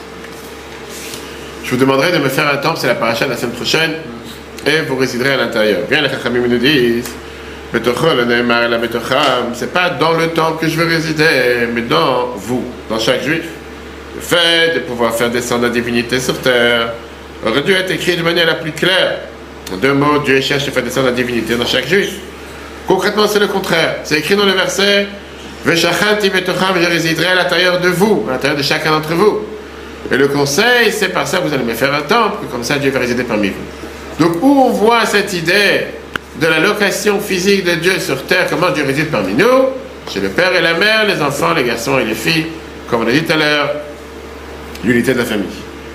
Je vous demanderai de me faire un temple, c'est la paracha de la semaine prochaine, et vous résiderez à l'intérieur. Bien, les chachamim nous disent, betochol, ne'emar la betocham, c'est pas dans le temple que je veux résider, mais dans vous, dans chaque juif. Le fait de pouvoir faire descendre la divinité sur terre aurait dû être écrit de manière la plus claire. En deux mots, Dieu cherche à faire descendre la divinité dans chaque juif. Concrètement, c'est le contraire. C'est écrit dans le verset Veshachanti betocham, je résiderai à l'intérieur de vous, à l'intérieur de chacun d'entre vous. Et le conseil, c'est par ça que vous allez me faire un temple, comme ça Dieu va résider parmi vous. Donc, où on voit cette idée de la location physique de Dieu sur terre, comment Dieu réside parmi nous, chez le père et la mère, les enfants, les garçons et les filles, comme on a dit tout à l'heure, l'unité de la famille.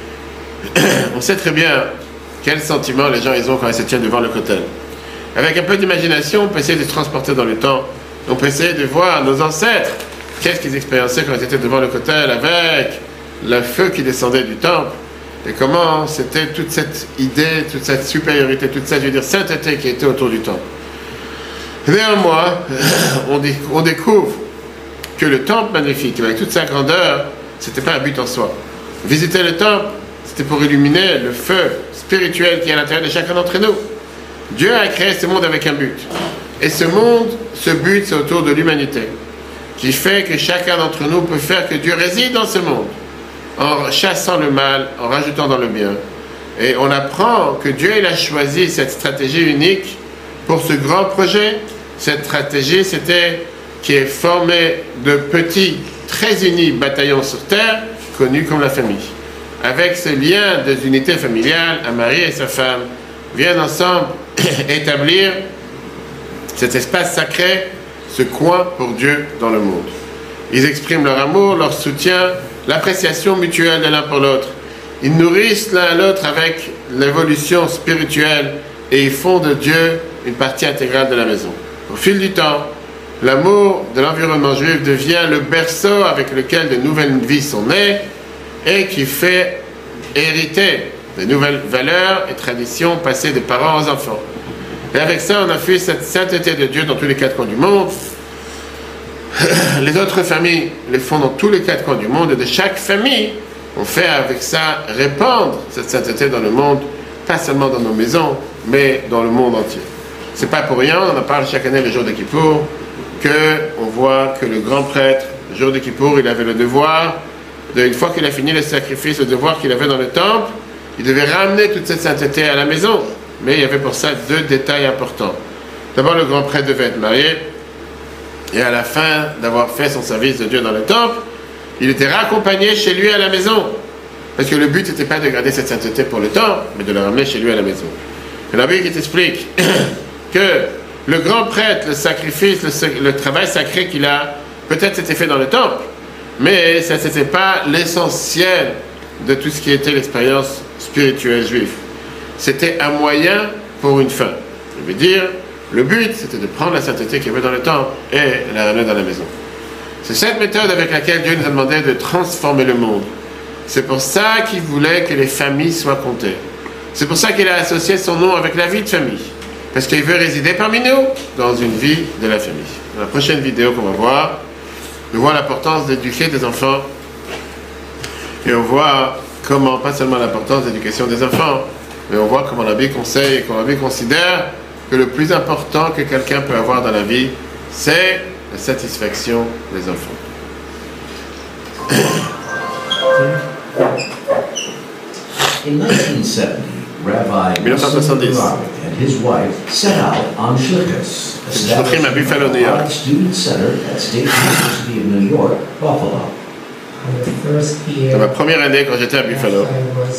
On sait très bien quels sentiments les gens ils ont quand ils se tiennent devant le cotel. Avec un peu d'imagination, on peut essayer de se transporter dans le temps. On peut essayer de voir nos ancêtres, qu'est-ce qu'ils expériençaient quand ils étaient devant le cotel avec le feu qui descendait du temple, et comment c'était toute cette idée, toute cette supériorité, toute cette, je veux dire, sainteté qui était autour du temple. Néanmoins, on, dé- on découvre que le temple magnifique, avec toute sa grandeur, c'était pas un but en soi. Visiter le temple, c'était pour illuminer le feu spirituel qui est à l'intérieur de chacun d'entre nous. Dieu a créé ce monde avec un but. Et ce monde, ce but, c'est autour de l'humanité, qui fait que chacun d'entre nous peut faire que Dieu réside dans ce monde. en chassant le mal, en rajoutant dans le bien. Et on apprend que Dieu il a choisi cette stratégie unique pour ce grand projet. Cette stratégie, c'était qui est formée de petits, très unis bataillons sur terre, connus comme la famille. Avec ce lien des unités familiales, un mari et sa femme viennent ensemble établir cet espace sacré, ce coin pour Dieu dans le monde. Ils expriment leur amour, leur soutien, l'appréciation mutuelle de l'un pour l'autre. Ils nourrissent l'un l'autre avec l'évolution spirituelle et ils font de Dieu une partie intégrale de la maison. Au fil du temps, l'amour de l'environnement juif devient le berceau avec lequel de nouvelles vies sont nées et qui fait hériter de nouvelles valeurs et traditions passées des parents aux enfants. Et avec ça, on a fait cette sainteté de Dieu dans tous les quatre coins du monde. Les autres familles les font dans tous les quatre coins du monde et de chaque famille, on fait avec ça répandre cette sainteté dans le monde, pas seulement dans nos maisons, mais dans le monde entier. C'est pas pour rien, on en parle chaque année le jour de Kippour, qu'on voit que le grand prêtre, le jour de Kippour, il avait le devoir, de, une fois qu'il a fini le sacrifice, le devoir qu'il avait dans le temple, il devait ramener toute cette sainteté à la maison. Mais il y avait pour ça deux détails importants. D'abord, le grand prêtre devait être marié, et à la fin d'avoir fait son service de Dieu dans le temple, il était raccompagné chez lui à la maison. Parce que le but n'était pas de garder cette sainteté pour le temps, mais de le ramener chez lui à la maison. Et la Bible qui t'explique que le grand prêtre, le sacrifice, le, le travail sacré qu'il a, peut-être c'était fait dans le temple, mais ça n'était pas l'essentiel de tout ce qui était l'expérience spirituelle juive. C'était un moyen pour une fin. Je veux dire, le but, c'était de prendre la sainteté qu'il y avait dans le temple et la ramener dans la maison. C'est cette méthode avec laquelle Dieu nous a demandé de transformer le monde. C'est pour ça qu'il voulait que les familles soient comptées. C'est pour ça qu'il a associé son nom avec la vie de famille. Parce qu'il veut résider parmi nous dans une vie de la famille. Dans la prochaine vidéo qu'on va voir, nous voyons l'importance d'éduquer des enfants. Et on voit comment, pas seulement l'importance de l'éducation des enfants, mais on voit comment la Bible conseille et comment la Bible considère que le plus important que quelqu'un peut avoir dans la vie, c'est la satisfaction des enfants. In nineteen seventy, Rabbi Nassim and his wife set out on Shlichus, establishing a large student center at State University of New York, Buffalo. C'est ma première année quand j'étais à Buffalo.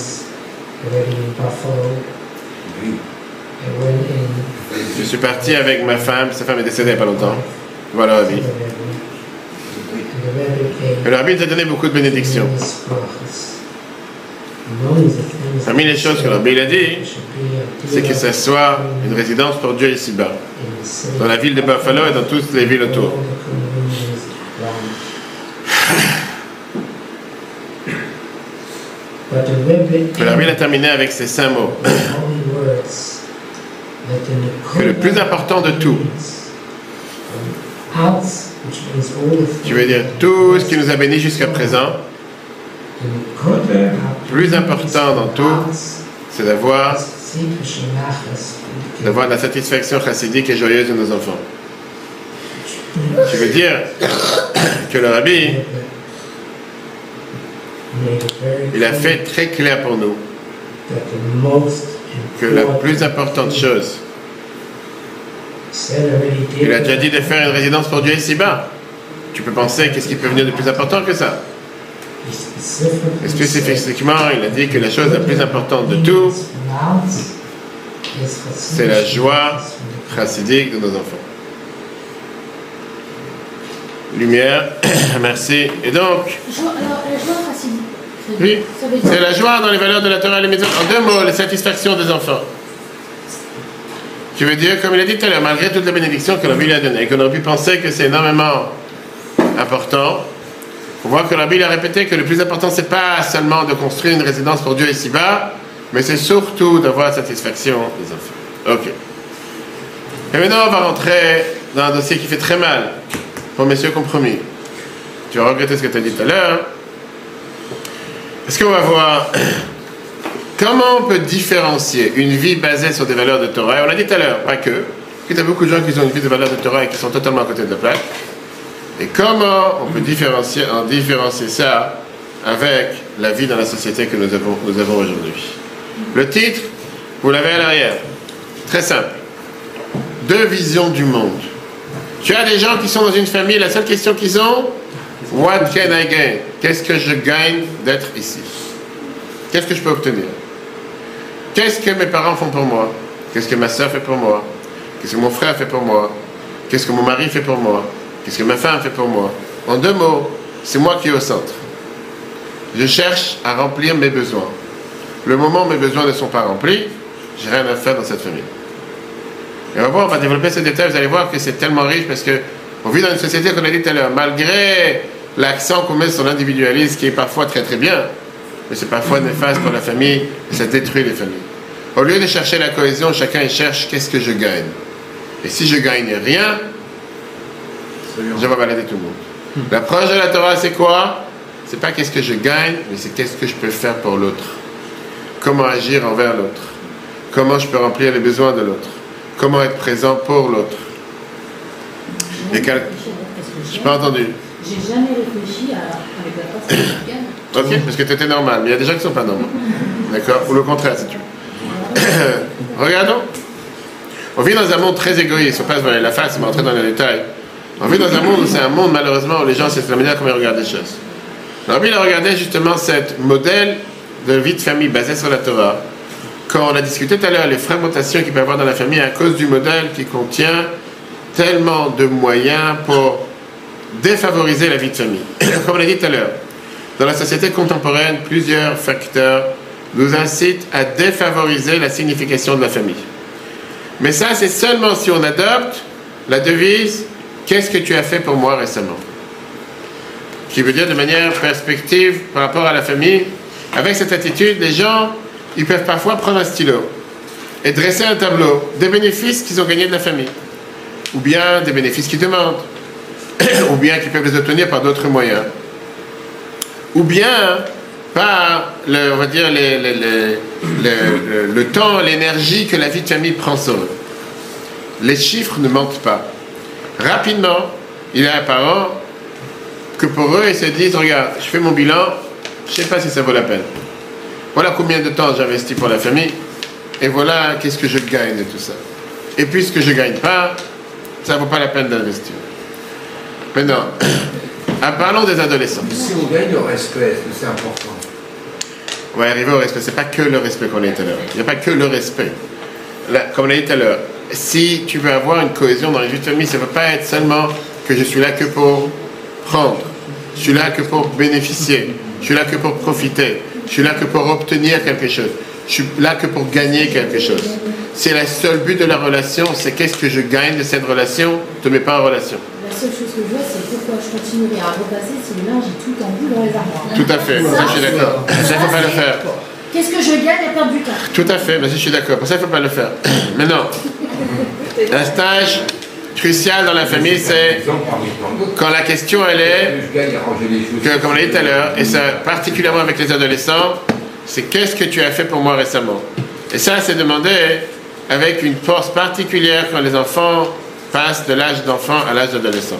Je suis parti avec ma femme, sa femme est décédée il n'y a pas longtemps. Voilà, Rabbi. Et le Rabbi nous a donné beaucoup de bénédictions. Parmi les choses que le Rabbi a dit, c'est que ce soit une résidence pour Dieu ici-bas, dans la ville de Buffalo et dans toutes les villes autour. Le Rabbi a terminé avec ces cinq mots. Que le plus important de tout, qui veut dire tout ce qui nous a bénis jusqu'à présent, le plus important dans tout, c'est d'avoir d'avoir de la satisfaction chassidique et joyeuse de nos enfants. Qui veut dire que le Rabbi, il a fait très clair pour nous que la plus importante chose, il a déjà dit de faire une résidence pour Dieu ici-bas. Tu peux penser qu'est-ce qui peut venir de plus important que ça? Et spécifiquement, il a dit que la chose la plus importante de tout, c'est la joie chassidique de nos enfants. Lumière, merci. Et donc, alors, la joie chassidique. Oui, c'est la joie dans les valeurs de la Torah et les méthodes. En deux mots, la satisfaction des enfants. Qui veut dire, comme il a dit tout à l'heure, malgré toutes les bénédictions que la Bible a données, et qu'on aurait pu penser que c'est énormément important, on voit que la Bible a répété que le plus important, c'est pas seulement de construire une résidence pour Dieu ici-bas, mais c'est surtout d'avoir la satisfaction des enfants. Ok. Et maintenant, on va rentrer dans un dossier qui fait très mal pour messieurs compromis. Tu vas regretter ce que tu as dit tout à l'heure. Est-ce qu'on va voir comment on peut différencier une vie basée sur des valeurs de Torah? On l'a dit tout à l'heure, pas que. Il y a beaucoup de gens qui ont une vie de valeurs de Torah et qui sont totalement à côté de la plaque. Et comment on peut différencier, en différencier ça avec la vie dans la société que nous avons, nous avons aujourd'hui. Le titre, vous l'avez à l'arrière. Très simple. Deux visions du monde. Tu as des gens qui sont dans une famille, la seule question qu'ils ont, what can I gain? Qu'est-ce que je gagne d'être ici? Qu'est-ce que je peux obtenir? Qu'est-ce que mes parents font pour moi? Qu'est-ce que ma soeur fait pour moi? Qu'est-ce que mon frère fait pour moi? Qu'est-ce que mon mari fait pour moi? Qu'est-ce que ma femme fait pour moi? En deux mots, c'est moi qui est au centre. Je cherche à remplir mes besoins. Le moment où mes besoins ne sont pas remplis, j'ai rien à faire dans cette famille. Et on va voir, on va développer ce détail, vous allez voir que c'est tellement riche parce que on vit dans une société qu'on a dit tout à l'heure, malgré l'accent qu'on met sur l'individualisme qui est parfois très très bien, mais c'est parfois néfaste pour la famille et ça détruit les familles. Au lieu de chercher la cohésion, chacun il cherche qu'est-ce que je gagne. Et si je gagne rien, je vais balader tout le monde. L'approche de la Torah, c'est quoi? C'est pas qu'est-ce que je gagne, mais c'est qu'est-ce que je peux faire pour l'autre. Comment agir envers l'autre. Comment je peux remplir les besoins de l'autre. Comment être présent pour l'autre. Et quel... Je n'ai pas entendu. J'ai jamais réfléchi à, avec la force que je gagne. Ok, parce que tu étais normal, mais il y a des gens qui ne sont pas normaux. D'accord? Ou le contraire, si tu veux. Regardons. On vit dans un monde très égoïste. On passe dans la face, on va rentrer dans les détails. On vit dans un monde où c'est un monde, malheureusement, où les gens, c'est la manière comment ils regardent les choses. Alors, il a regardé justement cette modèle de vie de famille basée sur la Torah. Quand on a discuté tout à l'heure, les fragmentations qu'il peut y avoir dans la famille à cause du modèle qui contient tellement de moyens pour défavoriser la vie de famille. Comme on l'a dit tout à l'heure, dans la société contemporaine, plusieurs facteurs nous incitent à défavoriser la signification de la famille. Mais ça, c'est seulement si on adopte la devise « Qu'est-ce que tu as fait pour moi récemment ?» qui veut dire de manière perspective par rapport à la famille. Avec cette attitude, les gens, ils peuvent parfois prendre un stylo et dresser un tableau des bénéfices qu'ils ont gagnés de la famille, ou bien des bénéfices qu'ils demandent, ou bien qu'ils peuvent les obtenir par d'autres moyens, ou bien par, le, on va dire, les, les, les, les, le, le temps, l'énergie que la vie de famille prend sur eux. Les chiffres ne mentent pas. Rapidement, il y a un parent que pour eux, ils se disent, regarde, je fais mon bilan, je ne sais pas si ça vaut la peine. Voilà combien de temps j'investis pour la famille, et voilà qu'est-ce que je gagne de tout ça. Et puisque je ne gagne pas, ça ne vaut pas la peine d'investir. Maintenant, parlons des adolescents. Si on gagne le respect, est-ce que c'est important? On va arriver au respect. Ce n'est pas que le respect qu'on a dit tout à l'heure. Il n'y a pas que le respect. Là, comme on l'a dit tout à l'heure, si tu veux avoir une cohésion dans les vie de famille, ça ne veut pas être seulement que je suis là que pour prendre. Je suis là que pour bénéficier. Je suis là que pour profiter. Je suis là que pour obtenir quelque chose. Je suis là que pour gagner quelque chose. C'est le seul but de la relation, c'est qu'est-ce que je gagne de cette relation, ne te mets pas en relation. La seule chose que je vois, c'est pourquoi je continuerai à repasser si le linge est tout en bout dans les armoires. Tout à fait, ça, je suis d'accord. Ça, il ne faut pas le faire. Qu'est-ce que je gagne à perdre du temps? Tout à fait, mais je suis d'accord. Pour ça, il ne faut pas le faire. Maintenant, un stage crucial dans la famille, c'est quand la question, elle est, que, comme on l'a dit tout à l'heure, et ça, particulièrement avec les adolescents, c'est qu'est-ce que tu as fait pour moi récemment? Et ça, c'est demandé avec une force particulière quand les enfants passent de l'âge d'enfant à l'âge d'adolescent.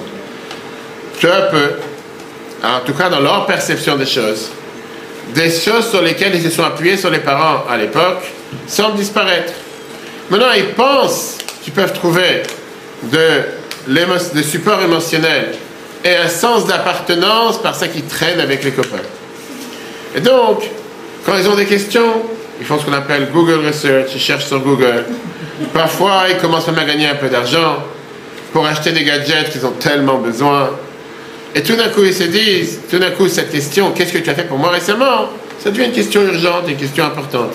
Peu à peu, en tout cas dans leur perception des choses, des choses sur lesquelles ils se sont appuyés sur les parents à l'époque semblent disparaître. Maintenant, ils pensent qu'ils peuvent trouver de, de support émotionnel et un sens d'appartenance par ça qu'ils traînent avec les copains. Et donc, quand ils ont des questions, ils font ce qu'on appelle Google Research, ils cherchent sur Google. Parfois, ils commencent même à gagner un peu d'argent pour acheter des gadgets qu'ils ont tellement besoin. Et tout d'un coup, ils se disent, tout d'un coup, cette question, qu'est-ce que tu as fait pour moi récemment? Ça devient une question urgente, une question importante.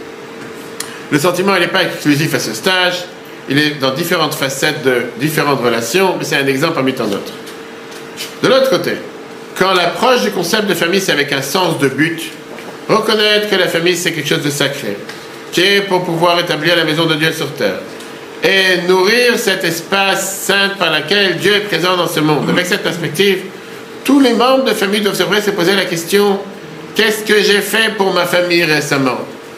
Le sentiment, il n'est pas exclusif à ce stage, il est dans différentes facettes de différentes relations, mais c'est un exemple parmi tant d'autres. De l'autre côté, quand l'approche du concept de famille, c'est avec un sens de but, reconnaître que la famille, c'est quelque chose de sacré, qui est pour pouvoir établir la maison de Dieu sur terre, et nourrir cet espace saint par lequel Dieu est présent dans ce monde. Avec cette perspective, tous les membres de famille doivent se poser la question, qu'est-ce que j'ai fait pour ma famille récemment?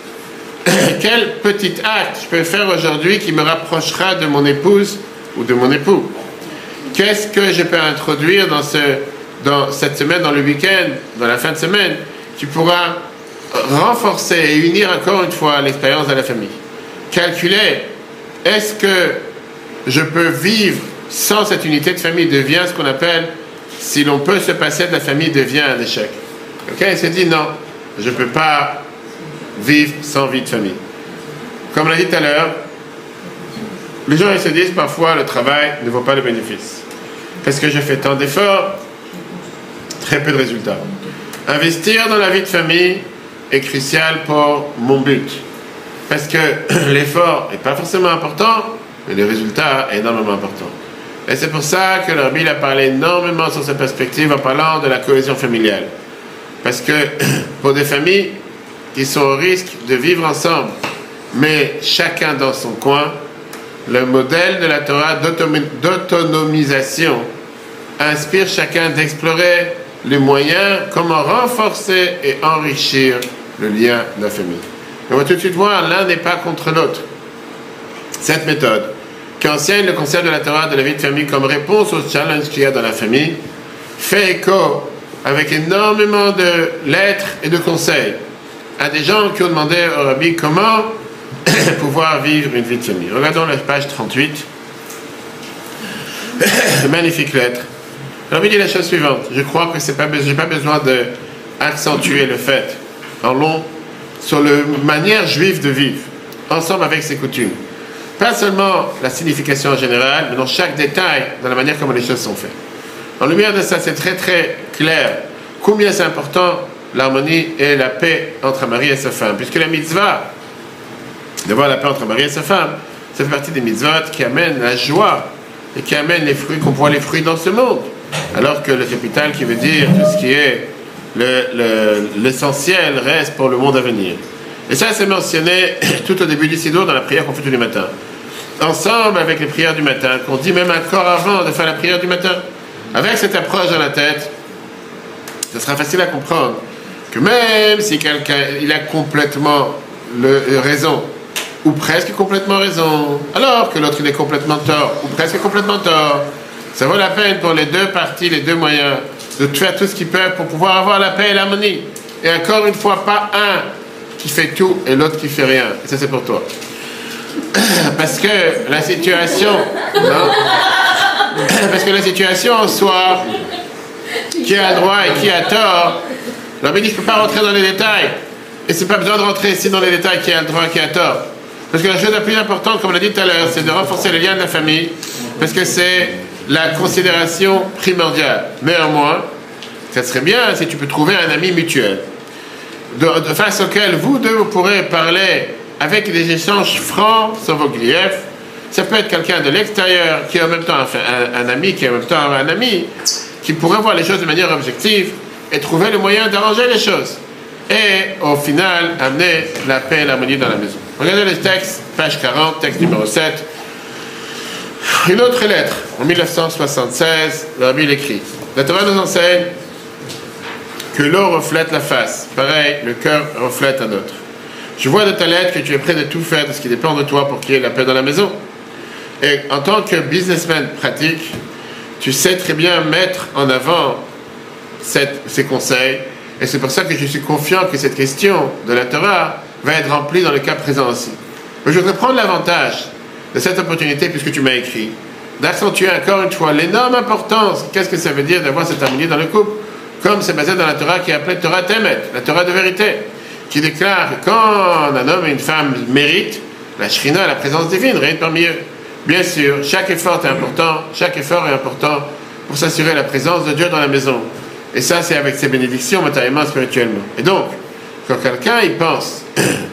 Quel petit acte je peux faire aujourd'hui qui me rapprochera de mon épouse ou de mon époux? Qu'est-ce que je peux introduire dans ce dans cette semaine, dans le week-end, dans la fin de semaine, tu pourras renforcer et unir encore une fois l'expérience de la famille. Calculer, est-ce que je peux vivre sans cette unité de famille, devient ce qu'on appelle, si l'on peut se passer de la famille, devient un échec. Ok, il s'est dit non, je ne peux pas vivre sans vie de famille. Comme on l'a dit tout à l'heure, les gens ils se disent parfois le travail ne vaut pas le bénéfice. Parce que je fais tant d'efforts, très peu de résultats. Investir dans la vie de famille est crucial pour mon but. Parce que l'effort n'est pas forcément important, mais le résultat est énormément important. Et c'est pour ça que le Rabbi a parlé énormément sur cette perspective en parlant de la cohésion familiale. Parce que pour des familles qui sont au risque de vivre ensemble, mais chacun dans son coin, le modèle de la Torah d'autonomisation inspire chacun d'explorer les moyens, comment renforcer et enrichir le lien de la famille. On va tout de suite voir, l'un n'est pas contre l'autre. Cette méthode, qui enseigne le concept de la Torah de la vie de famille comme réponse aux challenges qu'il y a dans la famille, fait écho avec énormément de lettres et de conseils à des gens qui ont demandé au Rabbi comment pouvoir vivre une vie de famille. Regardons la page trente-huit. Magnifique lettre. Le Rabbi dit la chose suivante. Je crois que c'est pas, j'ai pas besoin d'accentuer le fait en long sur la manière juive de vivre, ensemble avec ses coutumes. Pas seulement la signification en général, mais dans chaque détail, dans la manière comment les choses sont faites. En lumière de ça, c'est très très clair combien c'est important l'harmonie et la paix entre un mari et sa femme. Puisque la mitzvah d'avoir la paix entre un mari et sa femme, ça fait partie des mitzvot qui amènent la joie et qui amènent les fruits, qu'on voit les fruits dans ce monde. Alors que le capital, qui veut dire tout ce qui est le, le, l'essentiel, reste pour le monde à venir. Et ça, c'est mentionné tout au début du Sidour dans la prière qu'on fait tous les matins. Ensemble avec les prières du matin, qu'on dit même encore avant de faire la prière du matin. Avec cette approche dans la tête, ce sera facile à comprendre que même si quelqu'un il a complètement le, le raison, ou presque complètement raison, alors que l'autre il est complètement tort, ou presque complètement tort, ça vaut la peine pour les deux parties, les deux moyens, de faire tout ce qu'ils peuvent pour pouvoir avoir la paix et l'harmonie. Et encore une fois, pas un qui fait tout et l'autre qui fait rien. Et ça, c'est pour toi. Parce que la situation... Non, parce que la situation en soi, qui a droit et qui a tort, l'homme dit, je ne peux pas rentrer dans les détails. Et c'est pas besoin de rentrer ici dans les détails qui a le droit et qui a tort. Parce que la chose la plus importante, comme on l'a dit tout à l'heure, c'est de renforcer les liens de la famille, parce que c'est la considération primordiale. Néanmoins, ça serait bien si tu peux trouver un ami mutuel, de, de face auquel vous deux vous pourrez parler avec des échanges francs sur vos griefs. Ça peut être quelqu'un de l'extérieur qui est en même temps un, un, un ami, qui est en même temps un ami, qui pourrait voir les choses de manière objective et trouver le moyen d'arranger les choses. Et au final, amener la paix et l'harmonie dans la maison. Regardez le texte, page quarante, texte numéro sept. Une autre lettre, en mille neuf cent soixante-seize, le Rabbi l'écrit. La Torah nous enseigne que l'eau reflète la face. Pareil, le cœur reflète un autre. Je vois de ta lettre que tu es prêt de tout faire de ce qui dépend de toi pour qu'il y ait la paix dans la maison. Et en tant que businessman pratique, tu sais très bien mettre en avant cette, ces conseils. Et c'est pour ça que je suis confiant que cette question de la Torah va être remplie dans le cas présent aussi. Mais je voudrais prendre l'avantage de cette opportunité, puisque tu m'as écrit, d'accentuer encore une fois l'énorme importance. Qu'est-ce que ça veut dire d'avoir cette harmonie dans le couple? Comme c'est basé dans la Torah qui est appelée Torah Temet, la Torah de vérité, qui déclare que quand un homme et une femme méritent, la Shrina, la présence divine, règne parmi eux. Bien sûr, chaque effort est important, chaque effort est important pour s'assurer la présence de Dieu dans la maison. Et ça, c'est avec ses bénédictions, matériellement, spirituellement. Et donc, quand quelqu'un il pense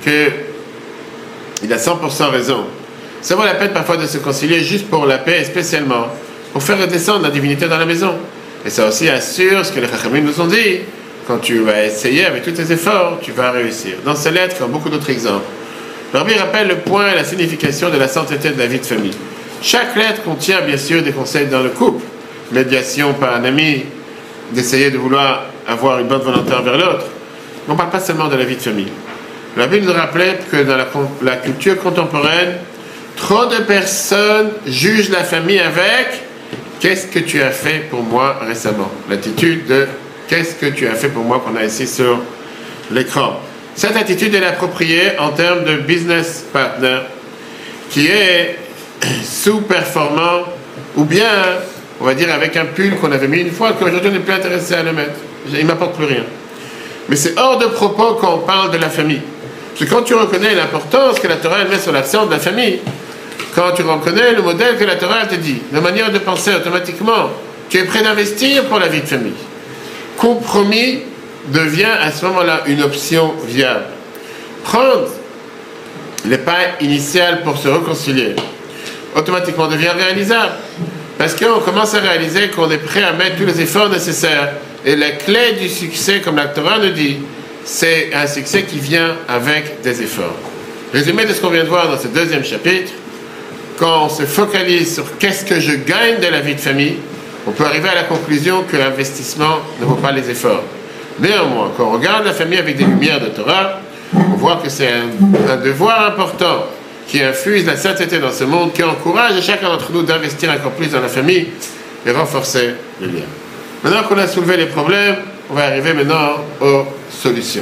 qu'il a cent pour cent raison, ça vaut la peine parfois de se concilier juste pour la paix, et spécialement pour faire redescendre la divinité dans la maison. Et ça aussi assure ce que les Chachamim nous ont dit. Quand tu vas essayer avec tous tes efforts, tu vas réussir. Dans ces lettres, comme beaucoup d'autres exemples, le Rabbi rappelle le point et la signification de la sainteté de la vie de famille. Chaque lettre contient bien sûr des conseils dans le couple, médiation par un ami, d'essayer de vouloir avoir une bonne volonté envers l'autre. On ne parle pas seulement de la vie de famille. Le Rabbi nous rappelait que dans la, la culture contemporaine, trop de personnes jugent la famille avec qu'est-ce que tu as fait pour moi récemment? L'attitude de qu'est-ce que tu as fait pour moi qu'on a ici sur l'écran. Cette attitude est appropriée en termes de business partner qui est sous-performant ou bien, on va dire, avec un pull qu'on avait mis une fois qu'aujourd'hui on n'est plus intéressé à le mettre. Il ne m'apporte plus rien. Mais c'est hors de propos quand on parle de la famille. Parce que quand tu reconnais l'importance que la Torah elle met sur l'action de la famille, quand tu reconnais le modèle que la Torah te dit, la manière de penser automatiquement, tu es prêt d'investir pour la vie de famille. Compromis devient à ce moment-là une option viable. Prendre les pas initiales pour se réconcilier, automatiquement devient réalisable. Parce qu'on commence à réaliser qu'on est prêt à mettre tous les efforts nécessaires. Et la clé du succès, comme la Torah nous dit, c'est un succès qui vient avec des efforts. Résumé de ce qu'on vient de voir dans ce deuxième chapitre, quand on se focalise sur qu'est-ce que je gagne de la vie de famille, on peut arriver à la conclusion que l'investissement ne vaut pas les efforts. Néanmoins, quand on regarde la famille avec des lumières de Torah, on voit que c'est un, un devoir important qui infuse la sainteté dans ce monde, qui encourage chacun d'entre nous d'investir encore plus dans la famille et renforcer les liens. Maintenant qu'on a soulevé les problèmes, on va arriver maintenant aux solutions.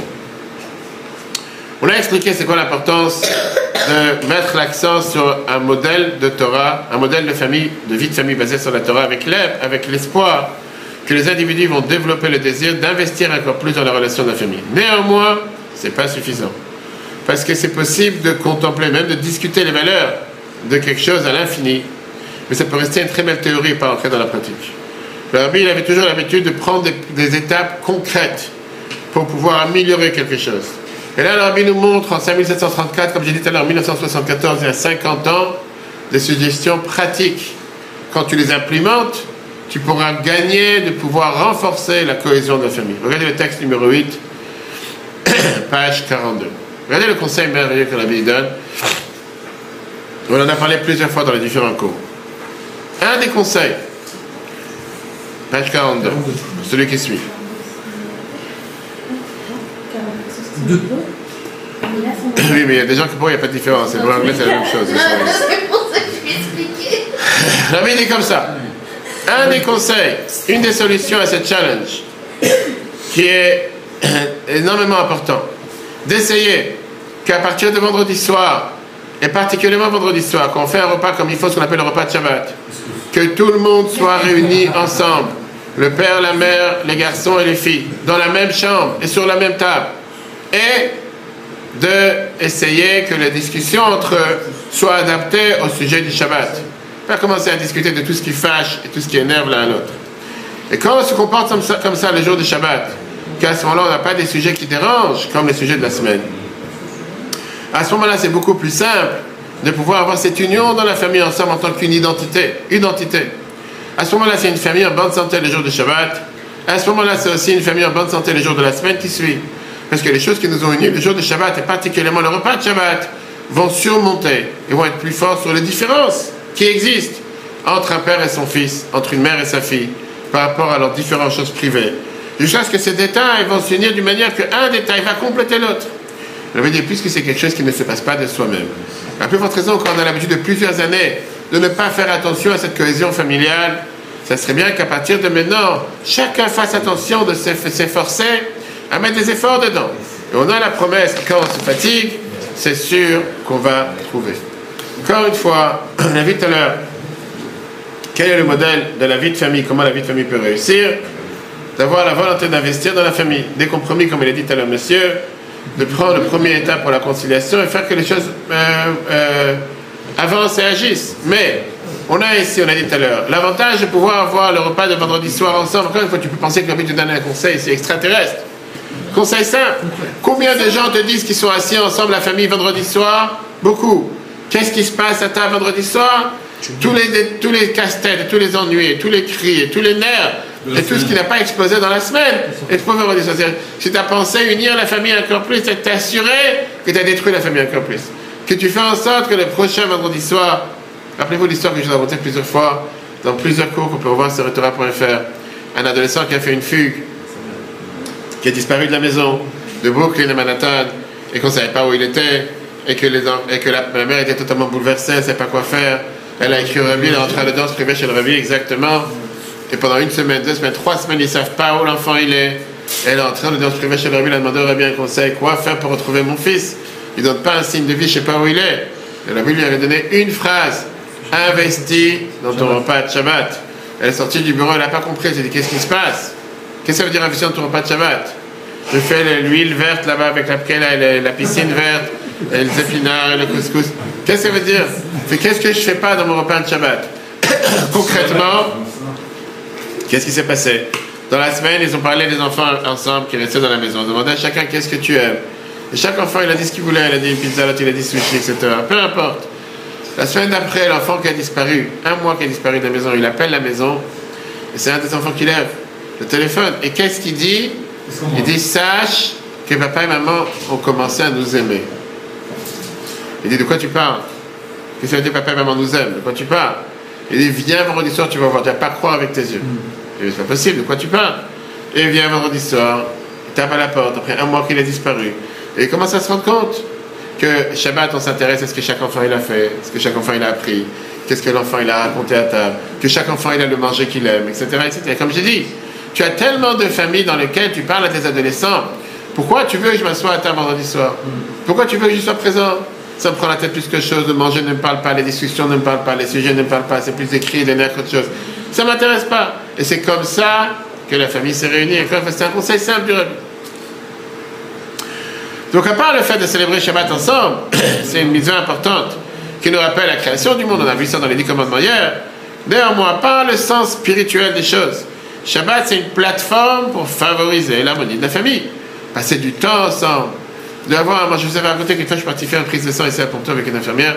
On a expliqué c'est quoi l'importance de mettre l'accent sur un modèle de Torah, un modèle de famille, de vie de famille basé sur la Torah, avec l'aide, avec l'espoir que les individus vont développer le désir d'investir encore plus dans la relation de la famille. Néanmoins, c'est pas suffisant. Parce que c'est possible de contempler, même de discuter les valeurs de quelque chose à l'infini, mais ça peut rester une très belle théorie et pas entrer dans la pratique. Le Rabbi, il avait toujours l'habitude de prendre des, des étapes concrètes pour pouvoir améliorer quelque chose. Et là, le Rabbi nous montre en cinq mille sept cent trente-quatre, comme j'ai dit tout à l'heure, en mille neuf cent soixante-quatorze, il y a cinquante ans, des suggestions pratiques. Quand tu les implémentes, tu pourras gagner de pouvoir renforcer la cohésion de la famille. Regardez le texte numéro huit, page quarante-deux. Regardez le conseil merveilleux que la Bible donne. On en a parlé plusieurs fois dans les différents cours. Un des conseils, page quarante-deux, celui qui suit. Deux. Oui, mais il y a des gens qui pourraient, il n'y a pas de différence. C'est l'anglais, c'est la même chose. C'est pour ça que je vais expliquer. La Bible dit comme ça. Un des conseils, une des solutions à ce challenge, qui est énormément important, d'essayer qu'à partir de vendredi soir, et particulièrement vendredi soir, quand on fait un repas comme il faut, ce qu'on appelle le repas de Shabbat, que tout le monde soit réuni ensemble, le père, la mère, les garçons et les filles, dans la même chambre et sur la même table, et d'essayer que les discussions entre eux soient adaptées au sujet du Shabbat. Pas commencer à discuter de tout ce qui fâche et tout ce qui énerve l'un à l'autre. Et quand on se comporte comme ça, comme ça le jour du Shabbat, qu'à ce moment-là, on n'a pas des sujets qui dérangent, comme les sujets de la semaine. À ce moment-là, c'est beaucoup plus simple de pouvoir avoir cette union dans la famille ensemble en tant qu'une identité. Identité. À ce moment-là, c'est une famille en bonne santé le jour du Shabbat. À ce moment-là, c'est aussi une famille en bonne santé le jour de la semaine qui suit. Parce que les choses qui nous ont unis le jour du Shabbat, et particulièrement le repas de Shabbat, vont surmonter et vont être plus forts sur les différences qui existent entre un père et son fils, entre une mère et sa fille, par rapport à leurs différentes choses privées. Jusqu'à ce que ces détails vont s'unir d'une manière qu'un détail va compléter l'autre. Je veux dire, puisque c'est quelque chose qui ne se passe pas de soi-même. La plus forte raison, quand on a l'habitude de plusieurs années de ne pas faire attention à cette cohésion familiale, ça serait bien qu'à partir de maintenant, chacun fasse attention de s'efforcer à mettre des efforts dedans. Et on a la promesse que quand on se fatigue, c'est sûr qu'on va trouver. Encore une fois, on a vu tout à l'heure, quel est le modèle de la vie de famille, comment la vie de famille peut réussir, d'avoir la volonté d'investir dans la famille, des compromis, comme il a dit tout à l'heure, monsieur, de prendre le premier étape pour la conciliation et faire que les choses euh, euh, avancent et agissent. Mais, on a ici, on a dit tout à l'heure, l'avantage de pouvoir avoir le repas de vendredi soir ensemble. Encore une fois, tu peux penser que l'envie de donner un conseil, c'est extraterrestre. Conseil simple. Combien de gens te disent qu'ils sont assis ensemble, la famille, vendredi soir? Beaucoup. Qu'est-ce qui se passe à table vendredi soir? Tous les, tous les casse-têtes, tous les ennuis, tous les cris, tous les nerfs, et tout ce qui n'a pas explosé dans la semaine. Explosé vendredi soir. Si tu as pensé unir la famille encore plus, c'est t'assurer que tu as détruit la famille encore plus. Que tu fais en sorte que le prochain vendredi soir, rappelez-vous l'histoire que je vous ai racontée plusieurs fois, dans plusieurs cours qu'on peut revoir sur Torah point F R, un adolescent qui a fait une fugue, qui a disparu de la maison, de Brooklyn à Manhattan, et qu'on ne savait pas où il était, et que, les, et que la, la mère était totalement bouleversée, elle ne savait pas quoi faire. Elle a écrit au rabbi, elle est rentrée à l'audience privée chez le rabbi, exactement. Et pendant une semaine, deux semaines, trois semaines, ils ne savent pas où l'enfant il est. Elle est entrée en audience privée chez le rabbi, elle a demandé au rabbi un conseil. Quoi faire pour retrouver mon fils? Il ne donne pas un signe de vie, je ne sais pas où il est. Le rabbi lui avait donné une phrase. Investis dans ton repas de Shabbat. Elle est sortie du bureau, elle n'a pas compris. Elle s'est dit, qu'est-ce qui se passe? Qu'est-ce que ça veut dire investir dans ton repas de Shabbat? Je fais l'huile verte là-bas avec la, la, la piscine verte, et les épinards et le couscous. Qu'est-ce que ça veut dire? Qu'est-ce que je ne fais pas dans mon repas de Shabbat? Concrètement, qu'est-ce qui s'est passé? Dans la semaine, ils ont parlé des enfants ensemble qui restaient dans la maison. Ils demandaient à chacun qu'est-ce que tu aimes. Et chaque enfant, il a dit ce qu'il voulait. Il a dit pizza, l'autre, il a dit sushi, et cetera. Peu importe. La semaine d'après, l'enfant qui a disparu, un mois qui a disparu de la maison, il appelle la maison, et c'est un des enfants qui lève le téléphone. Et qu'est-ce qu'il dit? Il dit, sache que papa et maman ont commencé à nous aimer. Il dit, de quoi tu parles? Qu'est-ce que ça veut dire papa et maman nous aiment? De quoi tu parles? Il dit, viens vendredi soir, tu vas voir, tu vas pas croire avec tes yeux. Il dit, c'est pas possible, de quoi tu parles? Et il vient vendredi soir, il tape à la porte, après un mois qu'il a disparu. Et il commence à se rendre compte que Shabbat, on s'intéresse à ce que chaque enfant il a fait, ce que chaque enfant il a appris, qu'est-ce que l'enfant il a raconté à table, que chaque enfant il a le manger qu'il aime, et cetera, et cetera. Comme j'ai dit, tu as tellement de familles dans lesquelles tu parles à tes adolescents. Pourquoi tu veux que je m'assoie à table vendredi soir? Pourquoi tu veux que je sois présent? Ça me prend la tête plus que chose, de manger ne me parle pas, les discussions ne me parlent pas, les sujets ne me parlent pas, c'est plus écrit, des nerfs qu'autre chose. Ça ne m'intéresse pas. Et c'est comme ça que la famille s'est réunie. C'est un conseil simple du rabbi. Donc à part le fait de célébrer Shabbat ensemble, c'est une mise importante qui nous rappelle la création du monde. On a vu ça dans les dix commandements hier. Néanmoins, par le sens spirituel des choses, Shabbat c'est une plateforme pour favoriser l'harmonie de la famille. Passer du temps ensemble. De avoir, moi je vous avais raconté qu'une fois je suis parti faire une prise de sang ici à Ponto avec une infirmière.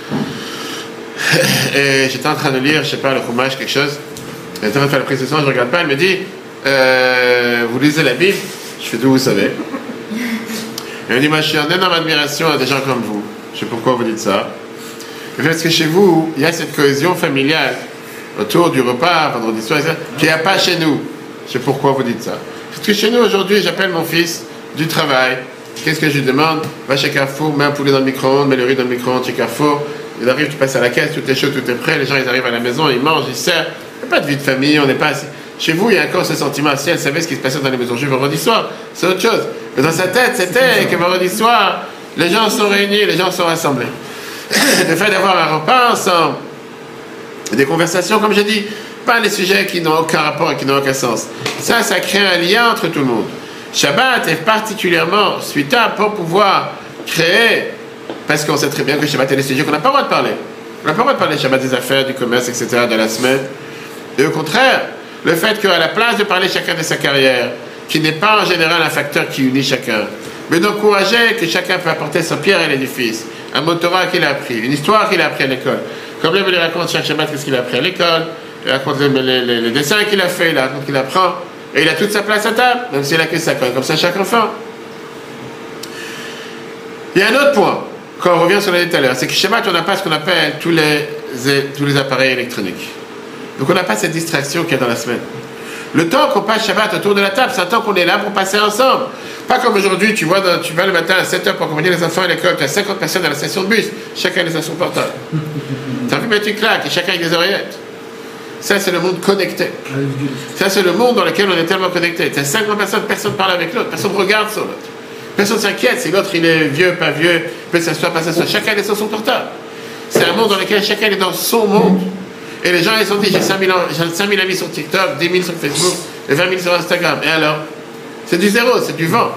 Et j'étais en train de lire, je sais pas, le Chumash, quelque chose. Elle était en train de faire la prise de sang, je regarde pas, elle me dit euh, vous lisez la Bible? Je fais d'où vous savez? Elle me dit moi je suis en énorme admiration à des gens comme vous. Je sais pourquoi vous dites ça. Et parce que chez vous, il y a cette cohésion familiale autour du repas, vendredi soir, qu'il n'y a pas chez nous. Je sais pourquoi vous dites ça. Parce que chez nous aujourd'hui, j'appelle mon fils du travail. Qu'est-ce que je lui demande? Va chez Carrefour, mets un poulet dans le micro-ondes, mets le riz dans le micro-ondes chez Carrefour. Il arrive, tu passes à la caisse, tout est chaud, tout est prêt. Les gens, ils arrivent à la maison, ils mangent, ils servent. Il n'y a pas de vie de famille, on n'est pas assis. Chez vous, il y a encore ce sentiment. Si elle savait ce qui se passait dans les maisons juives vendredi soir, c'est autre chose. Mais dans sa tête, c'était que vendredi soir, les gens sont réunis, les gens sont rassemblés. Le fait d'avoir un repas ensemble, des conversations, comme j'ai dit, pas les sujets qui n'ont aucun rapport et qui n'ont aucun sens. Ça, ça crée un lien entre tout le monde. Shabbat est particulièrement suitable pour pouvoir créer, parce qu'on sait très bien que Shabbat est des sujets qu'on n'a pas le droit de parler. On n'a pas le droit de parler Shabbat des affaires, du commerce, et cetera, de la semaine. Et au contraire, le fait qu'à la place de parler chacun de sa carrière, qui n'est pas en général un facteur qui unit chacun, mais d'encourager que chacun peut apporter sa pierre à l'édifice, un mot Torah qu'il a appris, une histoire qu'il a appris à l'école. Comme là, il lui raconte chaque Shabbat qu'est-ce qu'il a appris à l'école, il raconte les, les, les, les dessins qu'il a fait, il raconte qu'il apprend, et il a toute sa place à table, même s'il a que ça, comme ça chaque enfant. Il y a un autre point, quand on revient sur l'année tout à l'heure, c'est que Shabbat, on n'a pas ce qu'on appelle tous les, tous les appareils électroniques. Donc on n'a pas cette distraction qu'il y a dans la semaine. Le temps qu'on passe Shabbat autour de la table, c'est un temps qu'on est là pour passer ensemble. Pas comme aujourd'hui, tu vois, dans, tu vas le matin à sept heures pour accompagner les enfants à l'école, tu as cinquante personnes dans la station de bus, chacun les a son portable. Tu as envie de mettre une claque et chacun avec des oreillettes. Ça, c'est le monde connecté. Ça, c'est le monde dans lequel on est tellement connecté. Tu as cinquante personnes, personne ne parle avec l'autre, personne ne regarde sur l'autre. Personne ne s'inquiète si l'autre il est vieux, pas vieux, peut s'asseoir, pas s'asseoir. Chacun est sur son portable. C'est un monde dans lequel chacun est dans son monde. Et les gens, ils ont dit, j'ai cinq mille amis sur TikTok, dix mille sur Facebook, et vingt mille sur Instagram. Et alors? C'est du zéro, c'est du vent.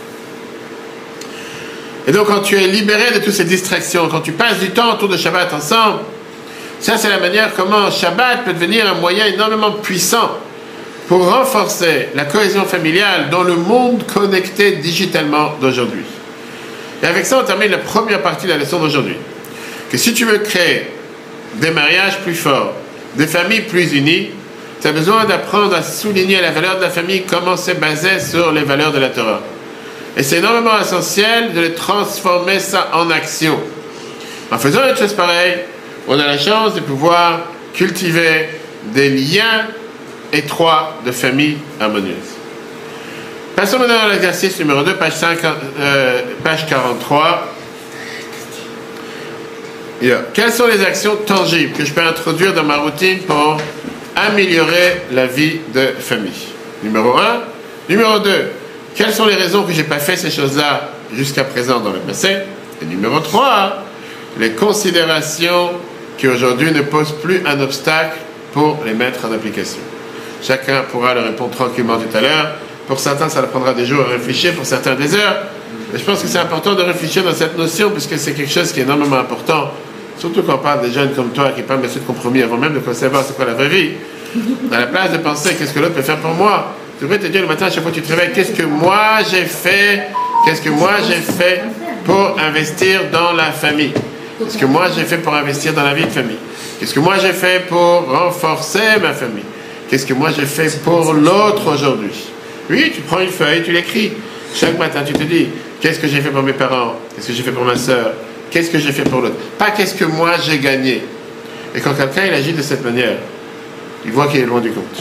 Et donc, quand tu es libéré de toutes ces distractions, quand tu passes du temps autour de Shabbat ensemble, ça, c'est la manière comment Shabbat peut devenir un moyen énormément puissant pour renforcer la cohésion familiale dans le monde connecté digitalement d'aujourd'hui. Et avec ça, on termine la première partie de la leçon d'aujourd'hui. Que si tu veux créer des mariages plus forts, des familles plus unies, tu as besoin d'apprendre à souligner la valeur de la famille, comment c'est basé sur les valeurs de la Torah. Et c'est énormément essentiel de transformer ça en action. En faisant une chose pareille, on a la chance de pouvoir cultiver des liens étroits de famille harmonieuse. Passons maintenant à l'exercice numéro deux, page, cinquante, euh, page quarante-trois. Yeah. Quelles sont les actions tangibles que je peux introduire dans ma routine pour améliorer la vie de famille? Numéro un. Numéro deux. Quelles sont les raisons que je n'ai pas fait ces choses-là jusqu'à présent dans le passé? Et numéro trois. Les considérations qui aujourd'hui ne posent plus un obstacle pour les mettre en application. Chacun pourra le répondre tranquillement tout à l'heure. Pour certains, ça prendra des jours à réfléchir, pour certains des heures. Mais je pense que c'est important de réfléchir dans cette notion, puisque c'est quelque chose qui est énormément important, surtout quand on parle des jeunes comme toi qui parlent de compromis avant même de savoir c'est quoi la vraie vie. À la place de penser qu'est-ce que l'autre peut faire pour moi, tu devrais te dire le matin à chaque fois que tu te réveilles, qu'est-ce que moi j'ai fait, qu'est-ce que moi j'ai fait pour investir dans la famille, qu'est-ce que moi j'ai fait pour investir dans la vie de famille, qu'est-ce que moi j'ai fait pour renforcer ma famille, qu'est-ce que moi j'ai fait pour l'autre aujourd'hui. Oui, tu prends une feuille, tu l'écris. Chaque matin, tu te dis, qu'est-ce que j'ai fait pour mes parents? Qu'est-ce que j'ai fait pour ma soeur? Qu'est-ce que j'ai fait pour l'autre? Pas qu'est-ce que moi j'ai gagné. Et quand quelqu'un il agit de cette manière, il voit qu'il est loin du compte.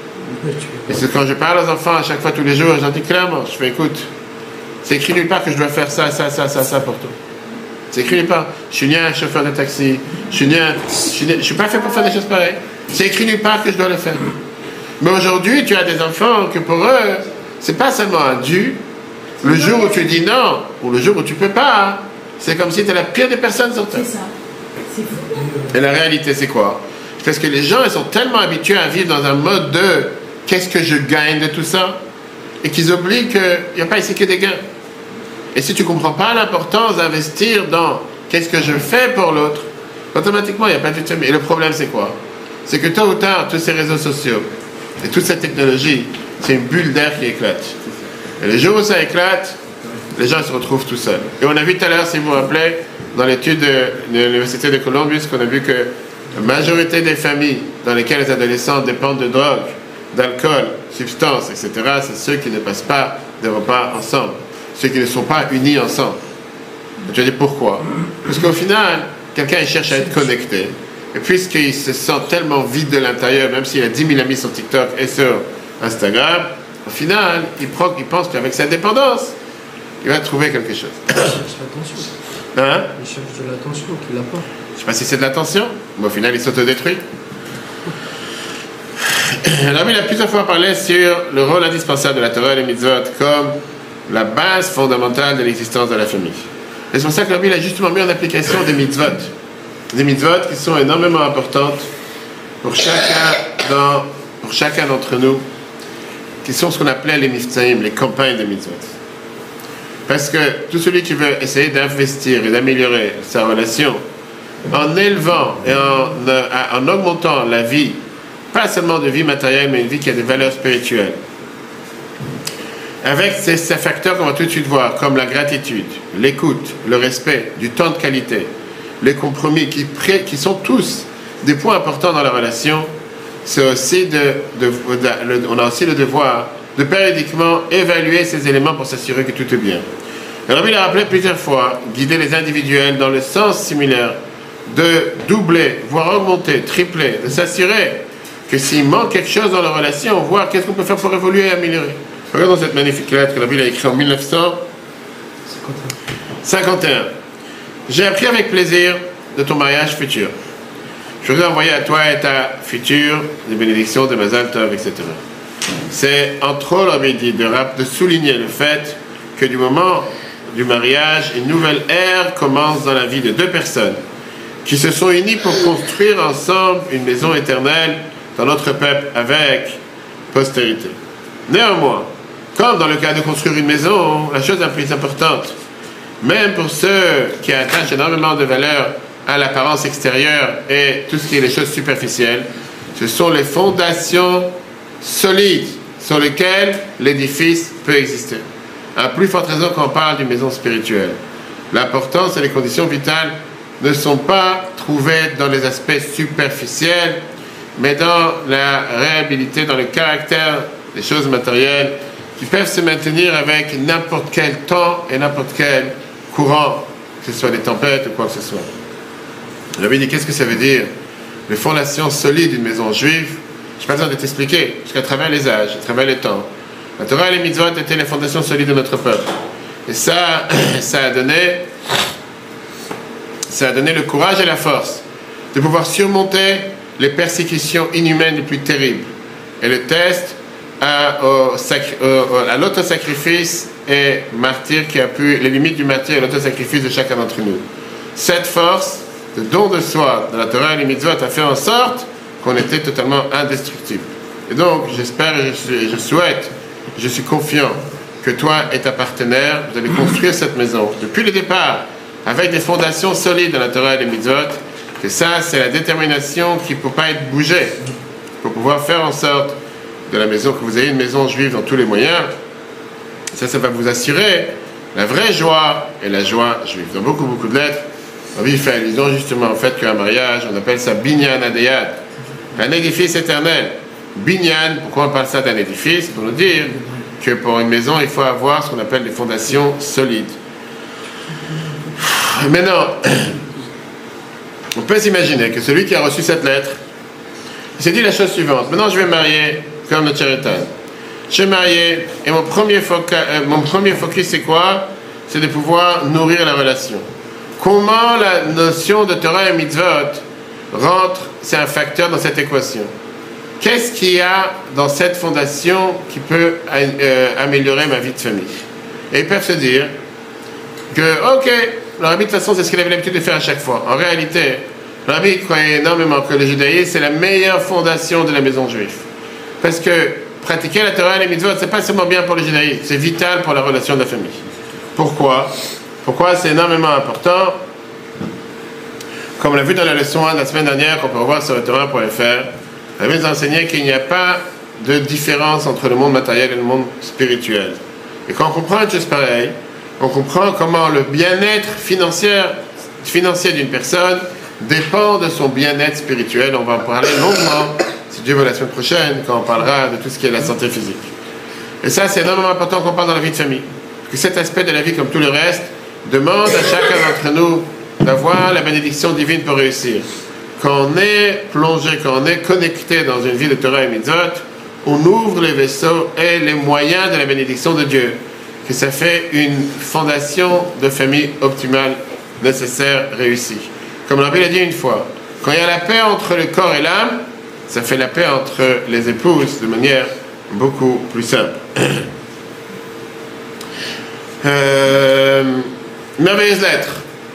Et c'est quand je parle aux enfants à chaque fois, tous les jours, j'en dis clairement, je fais, écoute, c'est écrit nulle part que je dois faire ça, ça, ça, ça, ça pour toi. C'est écrit nulle part. Je suis ni un chauffeur de taxi, je suis ni un, je suis, ni, je suis pas fait pour faire des choses pareilles. C'est écrit nulle part que je dois le faire. Mais aujourd'hui, tu as des enfants que pour eux, c'est pas seulement un dû. Le jour où tu dis non, ou le jour où tu peux pas, c'est comme si tu es la pire des personnes sur terre. C'est ça. C'est fou. Et la réalité, c'est quoi? Parce que les gens, ils sont tellement habitués à vivre dans un mode de qu'est-ce que je gagne de tout ça, et qu'ils oublient qu'il n'y a pas ici que des gains. Et si tu ne comprends pas l'importance d'investir dans qu'est-ce que je fais pour l'autre, automatiquement, il n'y a pas de thème. Et le problème, c'est quoi? C'est que tôt ou tard, tous ces réseaux sociaux et toute cette technologie, c'est une bulle d'air qui éclate. Et le jour où ça éclate, les gens se retrouvent tout seuls. Et on a vu tout à l'heure, si vous vous rappelez, dans l'étude de, de l'Université de Columbus, qu'on a vu que la majorité des familles dans lesquelles les adolescents dépendent de drogue, d'alcool, substances, et cetera, c'est ceux qui ne passent pas des repas ensemble, ceux qui ne sont pas unis ensemble. Et tu vas dire pourquoi? Parce qu'au final, quelqu'un il cherche à être connecté. Et puisqu'il se sent tellement vide de l'intérieur, même s'il a dix mille amis sur TikTok et sur Instagram, au final, il, prend, il pense qu'avec sa dépendance, il va trouver quelque chose. Il cherche l'attention. Hein? Il cherche de l'attention qu'il n'a pas. Je ne sais pas si c'est de l'attention, mais au final, il s'autodétruit. Alors, il a plusieurs fois parlé sur le rôle indispensable de la Torah et les mitzvot comme la base fondamentale de l'existence de la famille. Et c'est pour ça que la Bible a justement mis en application des mitzvot. Des mitzvot qui sont énormément importantes pour chacun, dans, pour chacun d'entre nous, qui sont ce qu'on appelait les miftaïm, les campagnes de mitzvot. Parce que tout celui qui veut essayer d'investir et d'améliorer sa relation, en élevant et en, en augmentant la vie, pas seulement de vie matérielle, mais une vie qui a des valeurs spirituelles, avec ces, ces facteurs qu'on va tout de suite voir, comme la gratitude, l'écoute, le respect, du temps de qualité, les compromis qui, qui sont tous des points importants dans la relation, c'est aussi de, de, de, de, on a aussi le devoir de périodiquement évaluer ces éléments pour s'assurer que tout est bien. Alors il a rappelé plusieurs fois, guider les individuels dans le sens similaire de doubler, voire augmenter, tripler, de s'assurer que s'il manque quelque chose dans la relation, voir qu'est-ce qu'on peut faire pour évoluer et améliorer. Regardons cette magnifique lettre que la Bible a écrite en mille neuf cent cinquante et un. J'ai appris avec plaisir de ton mariage futur. Je voudrais envoyer à toi et ta future des bénédictions de Mazal Tov, et cetera. C'est entre autres, on dit, de, de souligner le fait que du moment du mariage, une nouvelle ère commence dans la vie de deux personnes qui se sont unies pour construire ensemble une maison éternelle dans notre peuple avec postérité. Néanmoins, comme dans le cas de construire une maison, la chose la plus importante, même pour ceux qui attachent énormément de valeur à l'apparence extérieure et tout ce qui est les choses superficielles, ce sont les fondations solides sur lesquelles l'édifice peut exister. À plus forte raison quand on parle d'une maison spirituelle. L'importance et les conditions vitales ne sont pas trouvées dans les aspects superficiels, mais dans la réhabilité, dans le caractère des choses matérielles qui peuvent se maintenir avec n'importe quel temps et n'importe quel courant, que ce soit des tempêtes ou quoi que ce soit. J'avais dit, qu'est-ce que ça veut dire? Les fondations solides d'une maison juive, je n'ai pas besoin de t'expliquer, parce qu'à travers les âges, à travers les temps, la Torah et les mitzvot étaient les fondations solides de notre peuple. Et ça, ça a donné ça a donné le courage et la force de pouvoir surmonter les persécutions inhumaines les plus terribles. Et le test à, au, à l'autosacrifice et martyr qui a pu, les limites du martyr et l'autosacrifice de chacun d'entre nous. Cette force, le don de soi de la Torah et les mitzvot a fait en sorte qu'on était totalement indestructible. Et donc, j'espère et je, je souhaite, je suis confiant que toi et ta partenaire, vous allez construire cette maison depuis le départ avec des fondations solides de la Torah et les mitzvot, que ça, c'est la détermination qui ne peut pas être bougée pour pouvoir faire en sorte de la maison, que vous ayez une maison juive dans tous les moyens. Ça, ça va vous assurer la vraie joie et la joie juive. Dans beaucoup, beaucoup de lettres, Rabbi fait allusion justement au fait qu'un mariage, on appelle ça binyan adeyad, un édifice éternel. Binyan, pourquoi on parle ça d'un édifice? Pour nous dire que pour une maison, il faut avoir ce qu'on appelle des fondations solides. Maintenant, on peut s'imaginer que celui qui a reçu cette lettre, il s'est dit la chose suivante. Maintenant, je vais me marier comme notre Chérital. Je vais me marier et mon premier, foca, euh, mon premier focus, c'est quoi? C'est de pouvoir nourrir la relation. Comment la notion de Torah et Mitzvot rentre, c'est un facteur dans cette équation. Qu'est-ce qu'il y a dans cette fondation qui peut euh, améliorer ma vie de famille? Et ils peuvent se dire que, ok, le rabbi de toute façon c'est ce qu'il avait l'habitude de faire à chaque fois. En réalité, le rabbi croyait énormément que le judaïsme c'est la meilleure fondation de la maison juive. Parce que pratiquer la Torah et les mitzvot, c'est pas seulement bien pour le judaïsme, c'est vital pour la relation de la famille. Pourquoi? Pourquoi c'est énormément important? Comme on l'a vu dans la leçon un de la semaine dernière, qu'on peut revoir sur le Torah point F R, le rabbi nous a enseigné qu'il n'y a pas de différence entre le monde matériel et le monde spirituel. Et quand on comprend une chose pareille, on comprend comment le bien-être financier, financier d'une personne dépend de son bien-être spirituel. On va en parler longuement, si Dieu veut, la semaine prochaine, quand on parlera de tout ce qui est la santé physique. Et ça, c'est énormément important qu'on parle dans la vie de famille. Parce que cet aspect de la vie, comme tout le reste, demande à chacun d'entre nous d'avoir la bénédiction divine pour réussir. Quand on est plongé, quand on est connecté dans une vie de Torah et Mitzvot, on ouvre les vaisseaux et les moyens de la bénédiction de Dieu. Que ça fait une fondation de famille optimale, nécessaire, réussie. Comme Rabbi l'a dit une fois, quand il y a la paix entre le corps et l'âme, ça fait la paix entre les épouses de manière beaucoup plus simple. euh, merveilleuse lettre.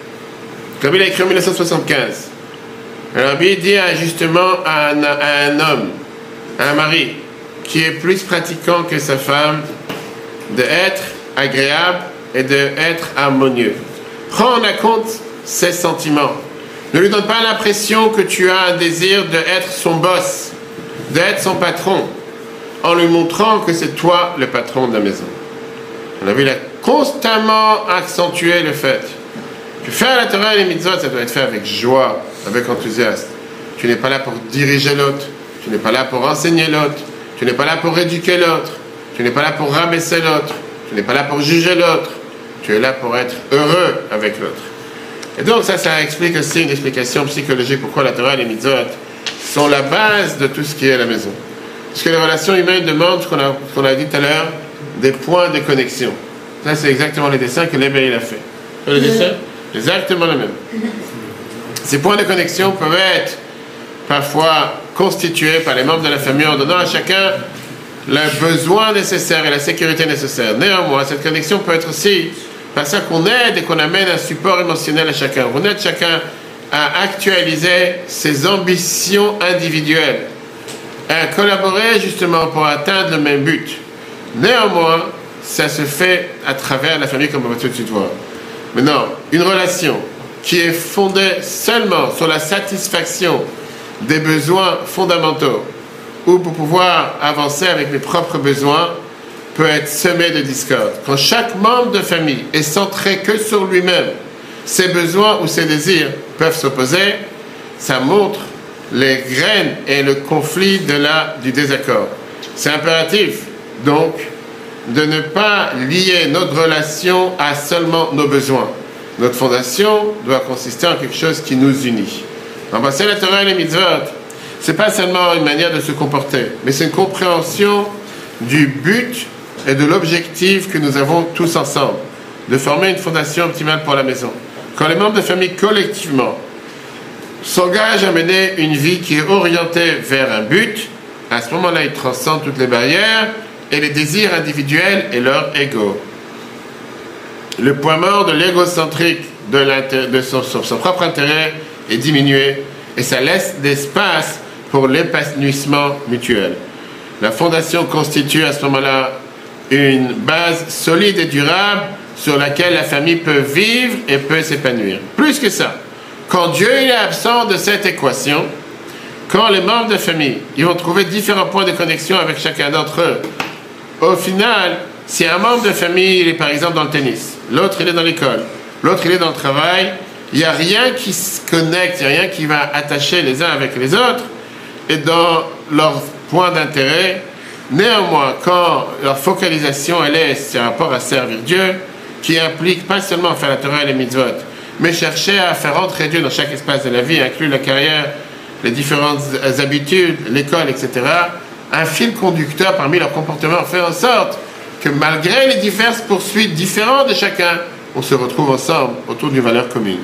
Rabbi l'a écrit en mille neuf cent soixante-quinze. Rabbi dit justement à un, à un homme, à un mari, qui est plus pratiquant que sa femme, d'être agréable et d'être harmonieux. Prends en compte ses sentiments. Ne lui donne pas l'impression que tu as un désir d'être son boss, d'être son patron, en lui montrant que c'est toi le patron de la maison. On a vu, il a constamment accentué le fait que faire la Torah et les mitzvot, ça doit être fait avec joie, avec enthousiasme. Tu n'es pas là pour diriger l'autre, tu n'es pas là pour enseigner l'autre, tu n'es pas là pour éduquer l'autre, tu n'es pas là pour rabaisser l'autre, tu n'es pas là pour juger l'autre, tu es là pour être heureux avec l'autre. Et donc ça, ça explique aussi une explication psychologique pourquoi la Torah et les mitzvot sont la base de tout ce qui est à la maison. Parce que les relations humaines demandent, ce qu'on a, qu'on a dit tout à l'heure, des points de connexion. Ça, c'est exactement le dessin que l'Ébé a fait. Le dessin, exactement le même. Ces points de connexion peuvent être parfois constitués par les membres de la famille en donnant à chacun le besoin nécessaire et la sécurité nécessaire. Néanmoins, cette connexion peut être aussi par ça qu'on aide et qu'on amène un support émotionnel à chacun. On aide chacun à actualiser ses ambitions individuelles, à collaborer justement pour atteindre le même but. Néanmoins, ça se fait à travers la famille, comme on va tout de suite voir. Maintenant, une relation qui est fondée seulement sur la satisfaction des besoins fondamentaux, ou pour pouvoir avancer avec mes propres besoins, peut être semé de discorde. Quand chaque membre de famille est centré que sur lui-même, ses besoins ou ses désirs peuvent s'opposer, ça montre les graines et le conflit de la, du désaccord. C'est impératif, donc, de ne pas lier notre relation à seulement nos besoins. Notre fondation doit consister en quelque chose qui nous unit. Embrasser la Torah et les mitzvot, c'est pas seulement une manière de se comporter, mais c'est une compréhension du but et de l'objectif que nous avons tous ensemble, de former une fondation optimale pour la maison. quand les membres de famille collectivement s'engagent à mener une vie qui est orientée vers un but, à ce moment-là, ils transcendent toutes les barrières et les désirs individuels et leur ego. Le point mort de l'égocentrique de, de son, son, son propre intérêt est diminué et ça laisse d'espace pour l'épanouissement mutuel. La fondation constitue à ce moment-là une base solide et durable sur laquelle la famille peut vivre et peut s'épanouir. Plus que ça, quand Dieu est absent de cette équation, quand les membres de famille ils vont trouver différents points de connexion avec chacun d'entre eux, au final, si un membre de famille il est par exemple dans le tennis, l'autre il est dans l'école, l'autre il est dans le travail, il n'y a rien qui se connecte, il n'y a rien qui va attacher les uns avec les autres, et dans leur point d'intérêt, néanmoins, quand leur focalisation elle est sur rapport à servir Dieu, qui implique pas seulement faire la Torah et les mitzvot, mais chercher à faire entrer Dieu dans chaque espace de la vie, inclus la carrière, les différentes habitudes, l'école, et cetera, un fil conducteur parmi leurs comportements fait en sorte que malgré les diverses poursuites différentes de chacun, on se retrouve ensemble autour d'une valeur commune.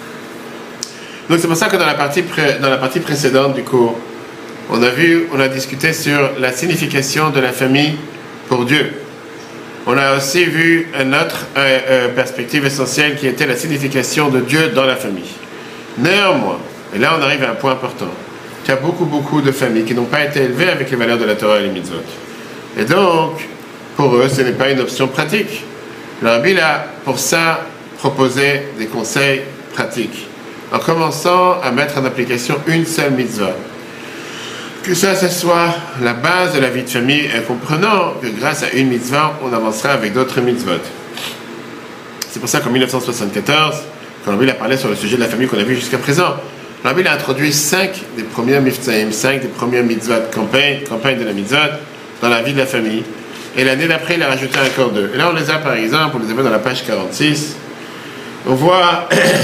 Donc c'est pour ça que dans la partie, pré, dans la partie précédente du cours, on a vu, on a discuté sur la signification de la famille pour Dieu. On a aussi vu une autre euh, euh, perspective essentielle qui était la signification de Dieu dans la famille. Néanmoins, et là on arrive à un point important, il y a beaucoup beaucoup de familles qui n'ont pas été élevées avec les valeurs de la Torah et les mitzvot. Et donc, pour eux, ce n'est pas une option pratique. Le Rabbi a pour ça proposé des conseils pratiques, en commençant à mettre en application une seule mitzvah. Que ça, ce soit la base de la vie de famille, et comprenant que grâce à une mitzvah, on avancera avec d'autres mitzvot. C'est pour ça qu'en mille neuf cent soixante-quatorze, quand Rabbi a parlé sur le sujet de la famille qu'on a vu jusqu'à présent, Rabbi a introduit cinq des premiers mifzaïm, cinq des premiers mitzvot, campagne, campagne de la mitzvot, dans la vie de la famille. Et l'année d'après, il a rajouté encore deux. Et là, on les a par exemple, on les avait dans la page quarante-six. On voit,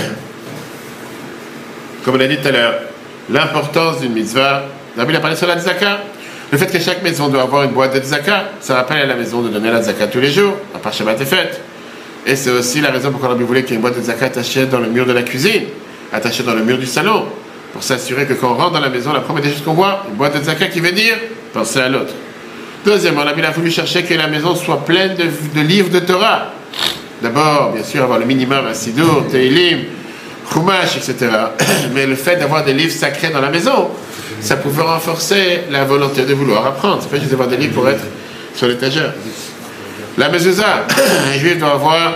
comme on l'a dit tout à l'heure, l'importance d'une mitzvah. Rabbi a parlé sur la tzaka. Le fait que chaque maison doit avoir une boîte de tzaka, ça rappelle à la maison de donner la tzaka tous les jours, à part Shabbat et fête. Et c'est aussi la raison pour laquelle Rabbi voulait qu'il y ait une boîte de tzaka attachée dans le mur de la cuisine, attachée dans le mur du salon, pour s'assurer que quand on rentre dans la maison, la première des choses qu'on voit, une boîte de tzaka qui veut dire penser à l'autre. Deuxièmement, Rabbi a voulu chercher que la maison soit pleine de, de livres de Torah. D'abord, bien sûr, avoir le minimum, un Sidour, Teilim, Chumash, et cetera. Mais le fait d'avoir des livres sacrés dans la maison, ça pouvait renforcer la volonté de vouloir apprendre. C'est pas juste d'avoir des livres pour être sur l'étagère. La mezuzah, un juif doit avoir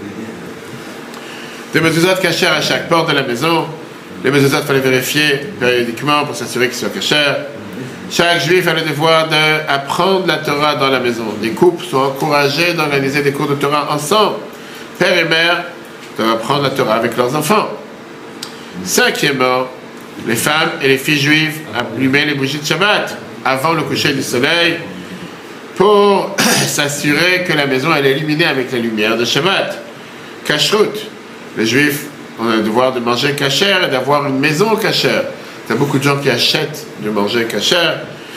des mezuzahs cachères à chaque porte de la maison. Les mezuzahs, il fallait vérifier périodiquement pour s'assurer qu'ils soient cachères. Chaque juif a le devoir d'apprendre la Torah dans la maison. Les couples sont encouragés d'organiser des cours de Torah ensemble. Père et mère doivent apprendre la Torah avec leurs enfants. Cinquièmement, les femmes et les filles juives allumaient les bougies de Shabbat avant le coucher du soleil pour s'assurer que la maison est illuminée avec la lumière de Shabbat. Kashrut, les juifs ont le devoir de manger kasher et d'avoir une maison kasher. Il y a beaucoup de gens qui achètent de manger kasher,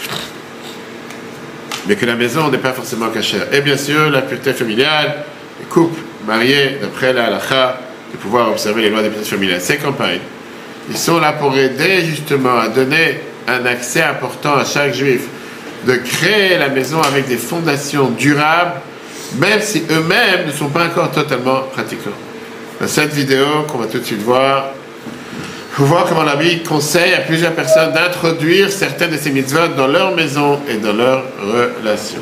mais que la maison n'est pas forcément kasher. Et bien sûr, la pureté familiale, les couples mariés d'après la halakha, de pouvoir observer les lois des puretés familiales. Ces campagnes, ils sont là pour aider justement à donner un accès important à chaque juif, de créer la maison avec des fondations durables, même si eux-mêmes ne sont pas encore totalement pratiquants. Dans cette vidéo qu'on va tout de suite voir, il faut voir comment la Bible conseille à plusieurs personnes d'introduire certaines de ces mitzvot dans leur maison et dans leurs relations.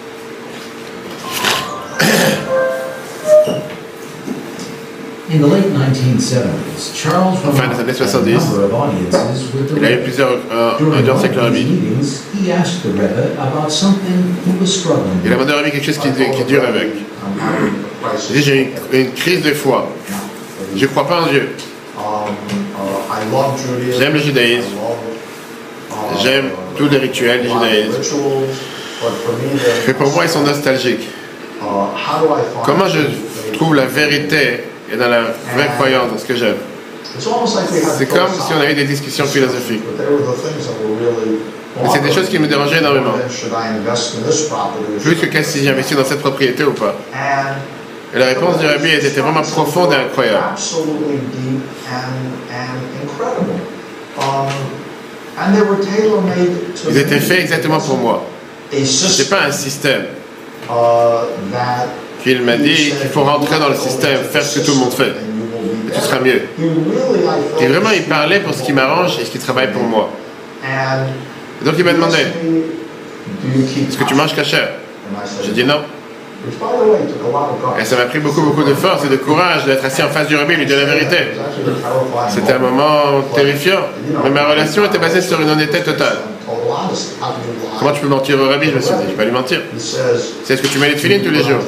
In the late nineteen seventies, Charles hung out with a number of audiences with the Rebbe. During one of these meetings, he asked the Rebbe about something he was struggling with. Il a demandé à Rabbi quelque chose qui, qui dure avec. Il dit, j'ai une, une crise de foi. Je ne crois pas en Dieu. J'aime le judaïsme. J'aime tous les rituels du judaïsme. Mais pour moi, ils sont nostalgiques. Comment je trouve la vérité et dans la vraie croyance dans ce que j'aime? C'est comme si on avait des discussions philosophiques. Mais c'est des choses qui me dérangeaient énormément. Plus que si j'investis dans cette propriété ou pas. Et la réponse du rabbi était vraiment profonde et incroyable. Absolutely deep and, and incredible. Um, and they were tailor-made to Ils étaient faits exactement pour moi. a Ce n'est system pas un système uh, that qu'il m'a dit qu'il faut rentrer dans le système, faire ce que tout le monde fait, et tu seras mieux. he really, I felt, Et vraiment, il parlait pour ce qui m'arrange et ce qui travaille pour moi. and Et donc il m'a demandé, do you keep est-ce que tu manges kasher? And I said, J'ai dit non. which by the way took a lot of guts. Et ça m'a pris beaucoup, beaucoup de force et de courage d'être assis en face du rabbi et lui dire la vérité. It was actually a terrifying C'était un moment terrifiant, mais ma relation était basée sur une honnêteté totale. total honesty. How can you lie? Comment tu peux mentir au rabbi? Je me suis dit, je vais pas lui mentir. He says, C'est est-ce que tu mets les tefilines tous les jours?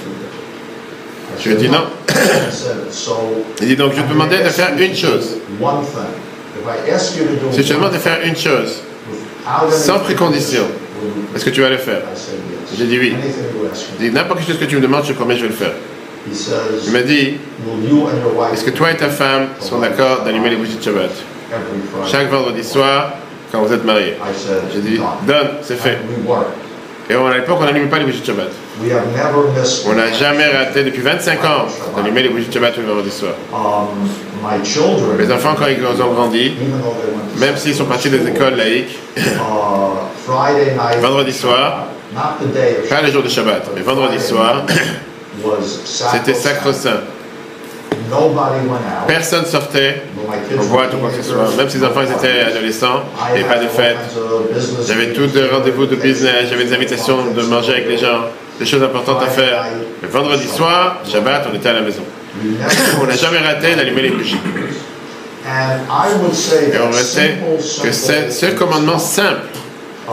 Je lui ai dit non. I said, so Il dit donc, je te demandais de faire une chose. one thing. If I ask you to do Si je te one demande de faire une chose, without any- sans précondition, est-ce que tu vas le faire? I said yes. J'ai dit oui. Anything you ask me. Il dit n'importe quelle chose que tu me demandes, je te promets, je vais le faire. He says, Il m'a dit, will you and your wife est-ce que toi et ta femme sont d'accord d'allumer les bougies de Shabbat? every Friday? Chaque vendredi soir, quand vous êtes mariés. I said, J'ai dit, done. donne, c'est fait. And we work. Et à l'époque, on n'allumait pas les bougies de Shabbat. We have never missed. On n'a jamais raté depuis vingt-cinq ans d'allumer les bougies de Shabbat tous les vendredis soirs. Um, my children, Les enfants, quand ils ont grandi, even though they went to même s'ils sont partis des écoles laïques, uh, Friday night, vendredi soir, not the day of pas les jours de Shabbat, mais vendredi soir, was c'était sacro-saint. Nobody went out. Personne sortait When my en kids boîte were ou quoi que ce teenagers, soit. Même si les enfants ils étaient adolescents, il n'y avait pas de fête. J'avais tout de rendez-vous de business, j'avais des invitations de manger avec les gens, des choses importantes à faire. Mais vendredi soir, Shabbat, on était à la maison. On n'a jamais raté d'allumer les bougies. And I would say Et on that restait simple, que simple, ce, ce commandement simple, um,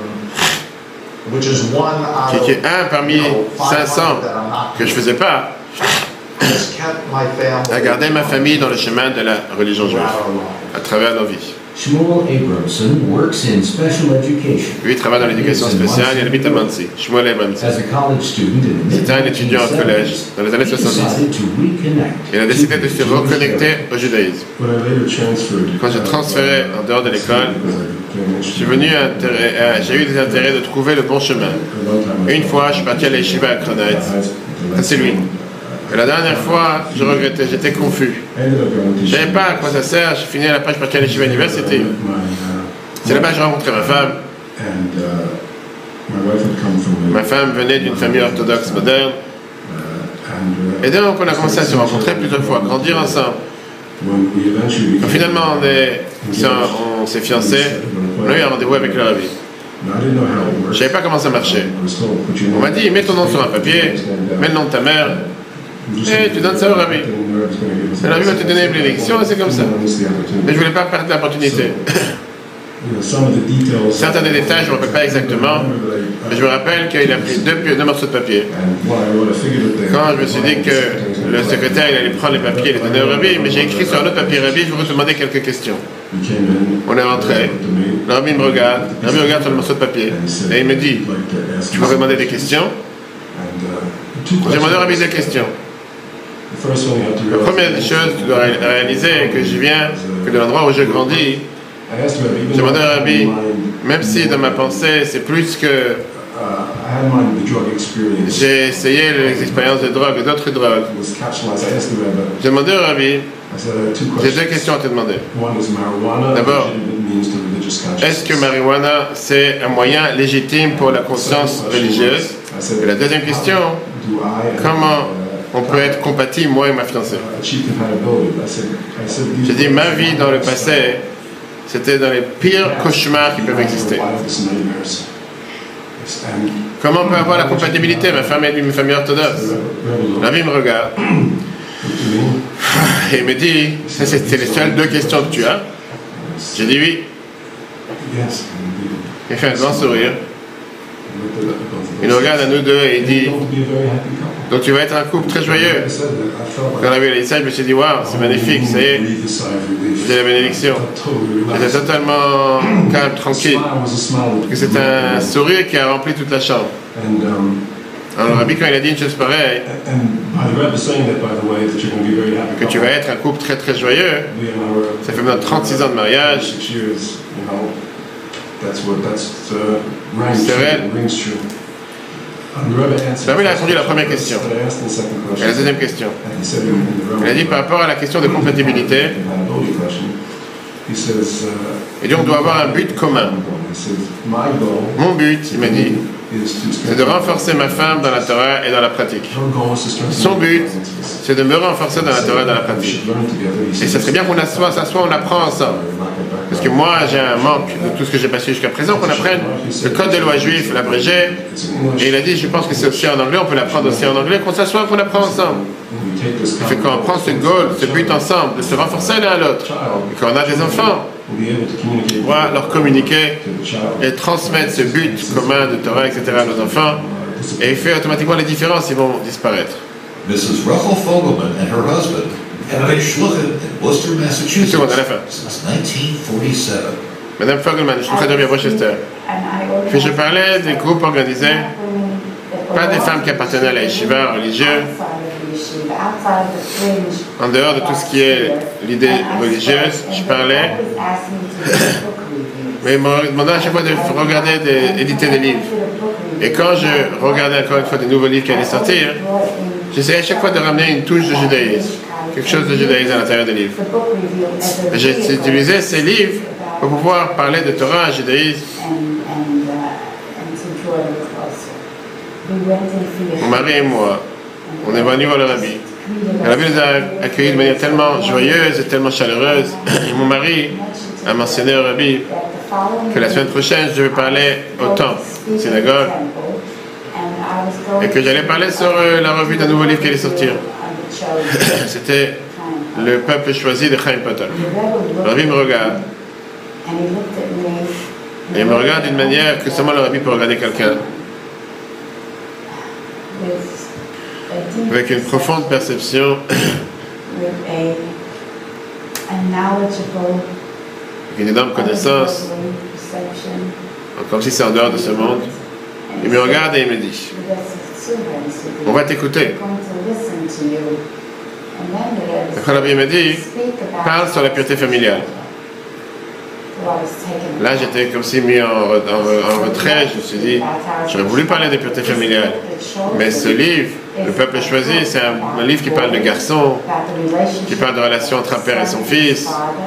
which is one out qui, of, qui est un parmi you know, cinq cents five hundred that I'm not que je ne faisais pas, has kept my family a gardé ma famille dans le chemin de la religion juive, à travers nos vies. Shmuel Abramson works in special education. Lui, il travaille dans l'éducation spéciale, il habite à Monsey. Shmuel Abramson. As a college student in the C'était un étudiant au collège dans les années soixante-dix. Il a décidé de se reconnecter au judaïsme. Quand j'ai transféré en dehors de l'école, j'ai venu intérêt- euh, j'ai eu des intérêts de trouver le bon chemin. Une fois, je suis parti à l'Yeshiva à Cronite. Ça, c'est lui. Et la dernière fois, je regrettais, j'étais confus. Je ne savais pas à quoi ça sert. J'ai fini à la page, je suis parti à l'Yeshiva University. C'est là-bas que j'ai rencontré ma femme. Ma femme venait d'une famille orthodoxe moderne. Et donc, on a commencé à se rencontrer plusieurs fois, grandir ensemble. Donc, finalement, on est- on s'est fiancés. On a eu un rendez-vous avec le rabbi. Je ne savais pas comment ça marchait. On m'a dit, mets ton nom sur un papier, mets le nom de ta mère, et tu donnes ça au rabbi. Le rabbi va te donner une bénédiction, et c'est comme ça. Mais je ne voulais pas perdre l'opportunité. Certains des détails, je ne me rappelle pas exactement, mais je me rappelle qu'il a pris deux, deux morceaux de papier. Quand je me suis dit que le secrétaire il allait prendre les papiers et les donner au rabbi, mais j'ai écrit sur un autre papier rabbi, je voudrais te demander quelques questions. On est rentré, le rabbi me regarde, le rabbi regarde sur le morceau de papier, et il me dit, tu peux demander des questions? J'ai demandé au rabbi des questions. La première des choses que tu dois ré- réaliser, que je viens, que de l'endroit où j'ai grandi, j'ai demandé au rabbi, même si dans ma pensée c'est plus que j'ai essayé les expériences de drogue et d'autres drogues, j'ai demandé au rabbi, j'ai deux questions à te demander. D'abord, est-ce que marijuana c'est un moyen légitime pour la conscience religieuse? Et la deuxième question, comment on peut être compatible, moi et ma fiancée? J'ai dit, ma vie dans le passé, c'était dans les pires cauchemars qui peuvent exister. Comment on peut avoir la compatibilité? Ma femme est d'une famille orthodoxe. La vie me regarde. Et il me dit, ça c'était les seules deux questions que tu as. J'ai dit oui. Il fait un grand sourire. Il nous regarde à nous deux et il dit, donc tu vas être un couple très joyeux. Quand on a vu les ça, je me suis dit, waouh, c'est magnifique, ça y est, j'ai la bénédiction. J'étais totalement calme, tranquille. Et c'est un sourire qui a rempli toute la chambre. Alors, le rabbi, quand il a dit une chose pareille, que tu vas être un couple très très joyeux, ça fait maintenant trente-six ans de mariage. C'est vrai. Rabbi a répondu à la première question. Et la deuxième question. Il a dit par rapport à la question de compatibilité, et donc on doit avoir un but commun. Mon but, il m'a dit, c'est de renforcer ma femme dans la Torah et dans la pratique. Son but, c'est de me renforcer dans la Torah et dans la pratique. Et ça serait bien qu'on s'assoie, on apprend ensemble. Parce que moi, j'ai un manque de tout ce que j'ai passé jusqu'à présent, qu'on apprenne le code des lois juives, l'abrégé. Et il a dit, je pense que c'est aussi en anglais, on peut l'apprendre aussi en anglais, qu'on s'assoie, qu'on apprend ensemble. Il fait qu'on prend ce goal, ce but ensemble, de se renforcer l'un à l'autre. Et quand on a des enfants, on va leur communiquer et transmettre ce but commun de Torah, et cetera à nos enfants. Et il fait automatiquement les différences, ils vont disparaître. Missus Russell Fogelman and her husband have been shluchim in Worcester, Massachusetts since nineteen forty-seven. Madame Fogelman, je suis très bien Rochester. Puis je parlais des groupes organisés, pas des femmes qui appartenaient à la yeshiva religieuse, en dehors de tout ce qui est l'idée religieuse. Je parlais, mais ils m'ont demandé à chaque fois de regarder, d'éditer des livres. Et quand je regardais encore une fois des nouveaux livres qui allaient sortir, j'essayais à chaque fois de ramener une touche de judaïsme, quelque chose de judaïsme à l'intérieur des livres. J'ai utilisé ces livres pour pouvoir parler de Torah, judaïsme. Mon mari et moi, on est venus voir le Rabbi. Le Rabbi nous a accueillis de manière tellement joyeuse et tellement chaleureuse. Et mon mari a mentionné au Rabbi que la semaine prochaine, je vais parler au temple, synagogue, et que j'allais parler sur euh, la revue d'un nouveau livre qui allait sortir. C'était Le peuple choisi de Chaim Potok. Le Rabbi me regarde, et il me regarde d'une manière que seulement le Rabbi peut regarder quelqu'un, avec une profonde perception, avec une énorme connaissance, comme si c'est en dehors de ce monde. Il me regarde et il me dit, on va t'écouter. Après, la Bible me dit, parle sur la pureté familiale. Là, j'étais comme si mis en, en, en retrait. Je me suis dit, j'aurais voulu parler de pureté familiale. Mais ce livre, Le peuple choisi, c'est un, un livre qui parle de garçons, qui parle de relations entre un père et son fils.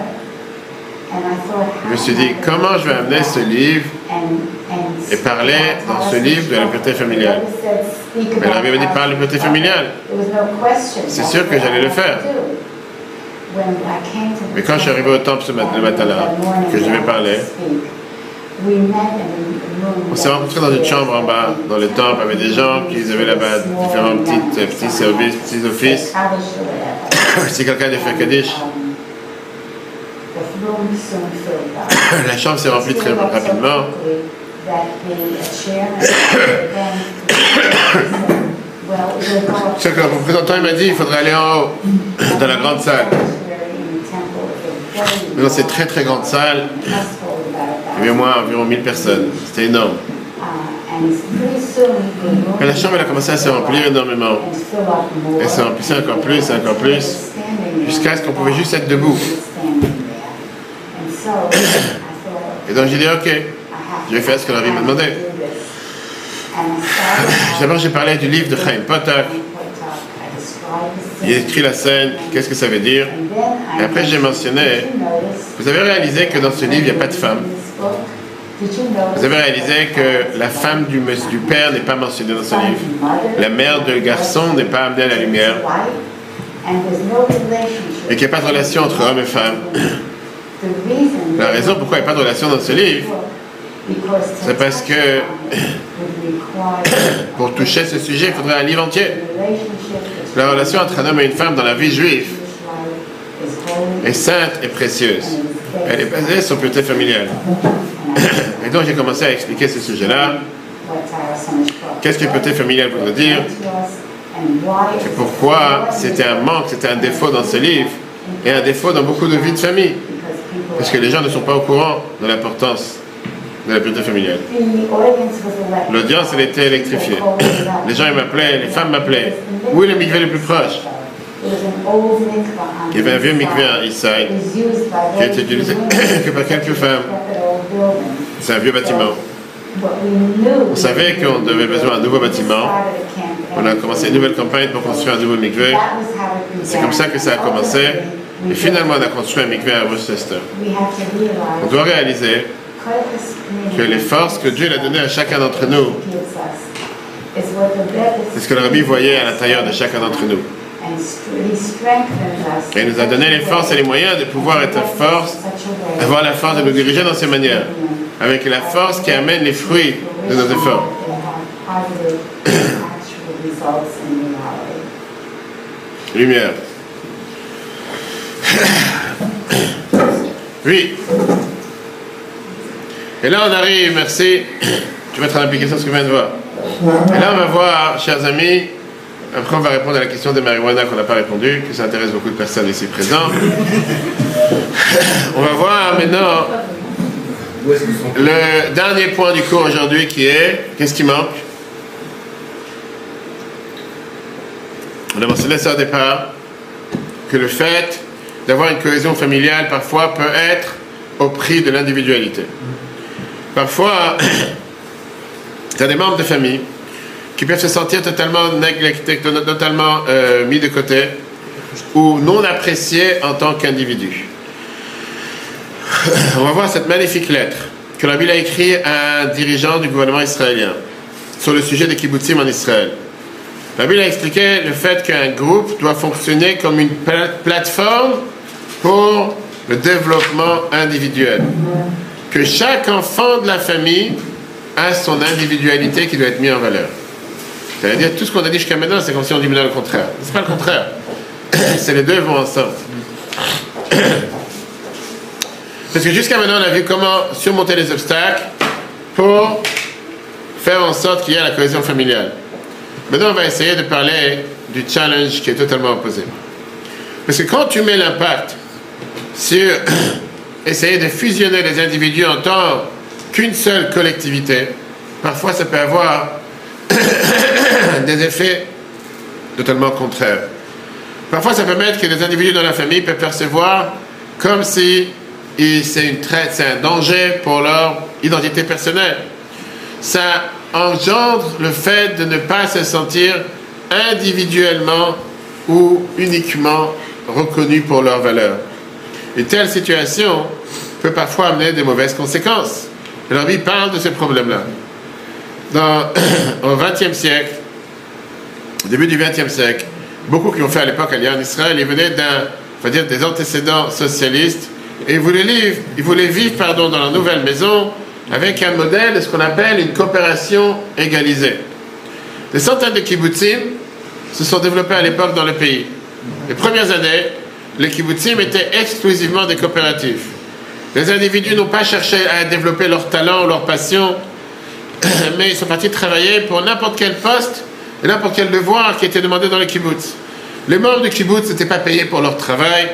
Je me suis dit, comment je vais amener ce livre et parler dans ce livre de la pureté familiale? Mais la Bible dit, parle de pureté familiale. C'est sûr que j'allais le faire. Mais quand je suis arrivé au temple ce matin, le matin-là, que je devais parler, on s'est rencontrés dans une chambre en bas, dans le temple, avec des gens qui avaient là-bas différents petits, petits services, petits offices. Si quelqu'un devait faire Kaddish, la chambre s'est remplie très rapidement. Ce que le représentant m'a dit, il faudrait aller en haut, dans la grande salle. Mais dans cette très très grande salle, il y avait au moins environ mille personnes. C'était énorme. Et la chambre elle a commencé à se remplir énormément. Elle s'est remplissait encore plus, encore plus, jusqu'à ce qu'on pouvait juste être debout. Et donc j'ai dit, ok, je vais faire ce que la vie m'a demandé. D'abord j'ai parlé du livre de Chaim Potok. Il a écrit la scène, qu'est-ce que ça veut dire. Et après j'ai mentionné, vous avez réalisé que dans ce livre il n'y a pas de femme. Vous avez réalisé que la femme du, du père n'est pas mentionnée dans ce livre. La mère de garçon n'est pas amenée à la lumière. Et qu'il n'y a pas de relation entre homme et femme. La raison pourquoi il n'y a pas de relation dans ce livre, c'est parce que pour toucher ce sujet, il faudrait un livre entier. La relation entre un homme et une femme dans la vie juive est sainte et précieuse. Elle est basée sur pureté familiale. Et donc j'ai commencé à expliquer ce sujet-là. Qu'est-ce que pureté familiale voudrait dire? Et pourquoi c'était un manque, c'était un défaut dans ce livre, et un défaut dans beaucoup de vies de famille. Parce que les gens ne sont pas au courant de l'importance de la pureté familiale. L'audience, elle était électrifiée. Les gens, ils m'appelaient, les femmes m'appelaient. Où est le mikvé le plus proche? Il y avait un vieux mikvé à Eastside qui a été utilisé que par quelques femmes. C'est un vieux bâtiment. On savait qu'on avait besoin d'un nouveau bâtiment. On a commencé une nouvelle campagne pour construire un nouveau mikvé. C'est comme ça que ça a commencé. Et finalement, on a construit un mikvé à Rochester. On doit réaliser que les forces que Dieu a données à chacun d'entre nous, c'est ce que le Rabbi voyait à l'intérieur de chacun d'entre nous. Et il nous a donné les forces et les moyens de pouvoir être force, avoir la force de nous diriger dans ces manières, avec la force qui amène les fruits de nos efforts. Lumière. Oui. Et là, on arrive, merci. Je vais mettre en application ce que je viens de voir. Et là, on va voir, chers amis, après on va répondre à la question de marijuana qu'on n'a pas répondu, que ça intéresse beaucoup de personnes ici présentes. On va voir maintenant le dernier point du cours aujourd'hui qui est, qu'est-ce qui manque? On a mentionné ça au départ, que le fait d'avoir une cohésion familiale parfois peut être au prix de l'individualité. Parfois, il y a des membres de famille qui peuvent se sentir totalement néglectés, totalement euh, mis de côté ou non appréciés en tant qu'individus. On va voir cette magnifique lettre que la Bible a écrite à un dirigeant du gouvernement israélien sur le sujet des kibbutzim en Israël. La Bible a expliqué le fait qu'un groupe doit fonctionner comme une plateforme pour le développement individuel. Que chaque enfant de la famille a son individualité qui doit être mise en valeur. C'est-à-dire tout ce qu'on a dit jusqu'à maintenant, c'est comme si on dit maintenant le contraire. C'est pas le contraire. C'est les deux vont ensemble. Parce que jusqu'à maintenant, on a vu comment surmonter les obstacles pour faire en sorte qu'il y ait la cohésion familiale. Maintenant, on va essayer de parler du challenge qui est totalement opposé. Parce que quand tu mets l'impact sur essayer de fusionner les individus en tant qu'une seule collectivité, parfois ça peut avoir des effets totalement contraires. Parfois ça peut mettre que les individus dans la famille peuvent percevoir comme si c'est une traite, c'est un danger pour leur identité personnelle. Ça engendre le fait de ne pas se sentir individuellement ou uniquement reconnus pour leurs valeurs. Une telle situation peut parfois amener des mauvaises conséquences. Le Rabbi parle de ce problème-là. Dans, au vingtième siècle, au début du vingtième siècle, beaucoup qui ont fait à l'époque Aliyah en Israël, ils venaient d'un, on va dire, des antécédents socialistes et ils voulaient vivre, ils voulaient vivre pardon, dans la nouvelle maison avec un modèle de ce qu'on appelle une coopération égalisée. Des centaines de kibbutzim se sont développés à l'époque dans le pays. Les premières années, les kibbutzim étaient exclusivement des coopératives. Les individus n'ont pas cherché à développer leur talent ou leur passion, mais ils sont partis travailler pour n'importe quel poste et n'importe quel devoir qui était demandé dans le kibbutz. Les membres du kibbutz n'étaient pas payés pour leur travail.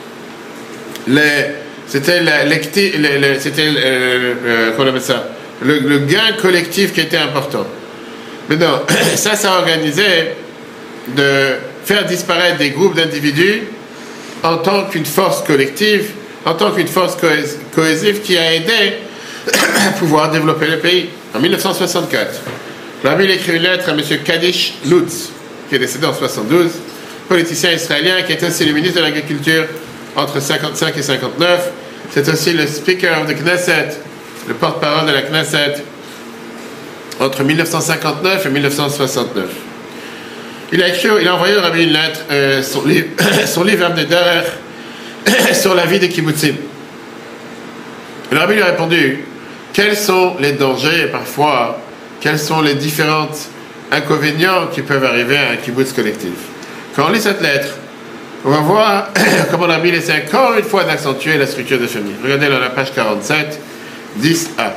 Les, c'était la, les, les, c'était euh, euh, qu'on appelle ça, le, le gain collectif qui était important. Mais non, ça, ça a organisé de faire disparaître des groupes d'individus en tant qu'une force collective, en tant qu'une force cohés- cohésive qui a aidé à pouvoir développer le pays. En mille neuf cent soixante-quatre, la Bible écrit une lettre à M. Kadish Lutz, qui est décédé en soixante-douze, politicien israélien qui était aussi le ministre de l'Agriculture entre cinquante-cinq et cinquante-neuf. C'est aussi le Speaker de Knesset, le porte-parole de la Knesset, entre mille neuf cent cinquante-neuf et mille neuf cent soixante-neuf. Il a écrit, il a envoyé au Rabbi une lettre, euh, son livre, son livre Avnei Derech, sur la vie des kibbutzim. Le Rabbi lui a répondu quels sont les dangers et parfois quels sont les différents inconvénients qui peuvent arriver à un kibbutz collectif. Quand on lit cette lettre, on va voir comment le Rabbi essaie encore une fois d'accentuer la structure de famille. Regardez dans la page quarante-sept, dix a.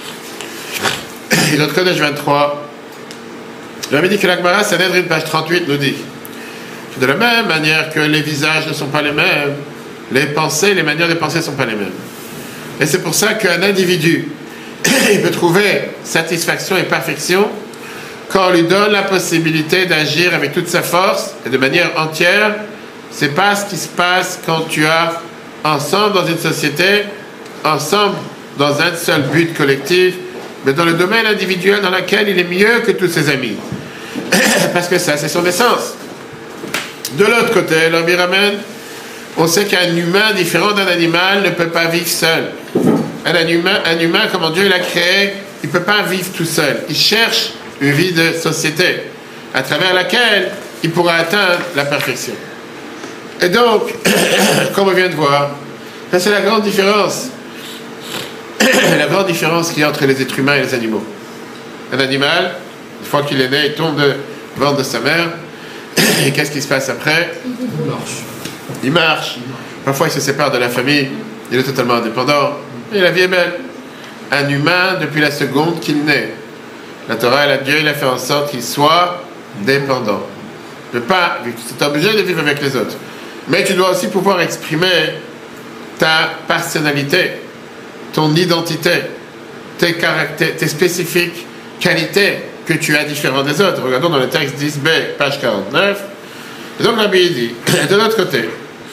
Et notre Kodesh vingt-trois, le Rabbi dit que l'Agmara, Sanhedrin, page trente-huit, nous dit de la même manière que les visages ne sont pas les mêmes, les pensées, les manières de penser ne sont pas les mêmes. Et c'est pour ça qu'un individu, il peut trouver satisfaction et perfection quand on lui donne la possibilité d'agir avec toute sa force et de manière entière. C'est pas ce qui se passe quand tu as ensemble dans une société, ensemble dans un seul but collectif, mais dans le domaine individuel dans lequel il est mieux que tous ses amis. Parce que ça, c'est son essence. De l'autre côté, le Rabbi ramène, on sait qu'un humain différent d'un animal ne peut pas vivre seul. Un humain, un humain, comment Dieu l'a créé, il ne peut pas vivre tout seul. Il cherche une vie de société à travers laquelle il pourra atteindre la perfection. Et donc, comme on vient de voir, ça c'est la grande différence. La grande différence qu'il y a entre les êtres humains et les animaux. Un animal, une fois qu'il est né, il tombe de ventre de sa mère. Et qu'est-ce qui se passe après? Il marche. Il marche. Parfois, il se sépare de la famille. Il est totalement indépendant. Et la vie est belle. Un humain, depuis la seconde qu'il naît, la Torah, la Dieu, il a fait en sorte qu'il soit dépendant. Tu ne peux pas, tu es obligé de vivre avec les autres. Mais tu dois aussi pouvoir exprimer ta personnalité, ton identité, tes caractères, tes spécifiques qualités que tu as différentes des autres. Regardons dans le texte dix b, page quarante-neuf. Et donc, Rabbi dit, de l'autre côté,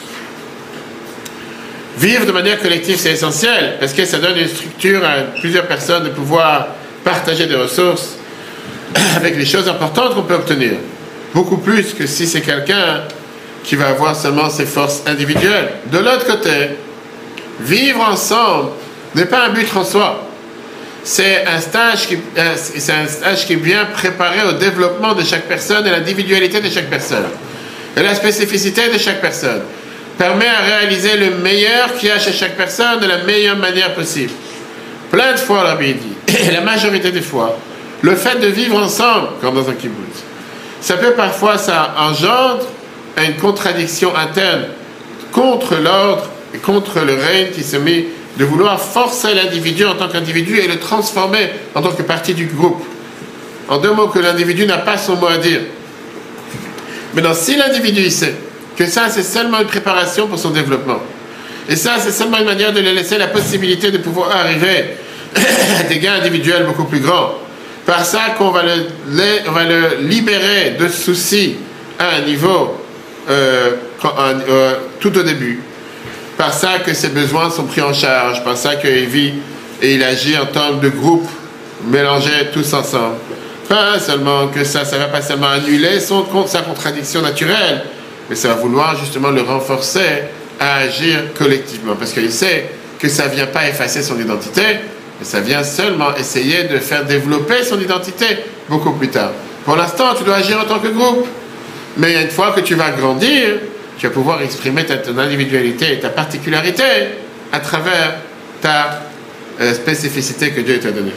vivre de manière collective, c'est essentiel, parce que ça donne une structure à plusieurs personnes de pouvoir partager des ressources avec les choses importantes qu'on peut obtenir. Beaucoup plus que si c'est quelqu'un qui va avoir seulement ses forces individuelles. De l'autre côté, vivre ensemble n'est pas un but en soi. C'est un stage qui, c'est un stage qui est bien préparé au développement de chaque personne et l'individualité de chaque personne. Et la spécificité de chaque personne permet à réaliser le meilleur qu'il y a chez chaque personne de la meilleure manière possible. Plein de fois, la Bible dit, et la majorité des fois, le fait de vivre ensemble, comme dans un kibbutz, ça peut parfois, ça engendre une contradiction interne contre l'ordre et contre le règne qui se met de vouloir forcer l'individu en tant qu'individu et le transformer en tant que partie du groupe. En deux mots, que l'individu n'a pas son mot à dire. Maintenant, si l'individu il sait que ça, c'est seulement une préparation pour son développement, et ça, c'est seulement une manière de lui laisser la possibilité de pouvoir arriver à des gains individuels beaucoup plus grands, par ça qu'on va le, on va le libérer de soucis à un niveau euh, euh, tout au début, par ça que ses besoins sont pris en charge, par ça qu'il vit et il agit en tant que de groupe, mélangés tous ensemble. Pas seulement que ça, ça va pas seulement annuler son, sa contradiction naturelle, mais ça va vouloir justement le renforcer à agir collectivement, parce qu'il sait que ça ne vient pas effacer son identité, mais ça vient seulement essayer de faire développer son identité beaucoup plus tard. Pour l'instant, tu dois agir en tant que groupe, mais une fois que tu vas grandir, tu vas pouvoir exprimer ta, ton individualité et ta particularité à travers ta euh, spécificité que Dieu t'a donnée.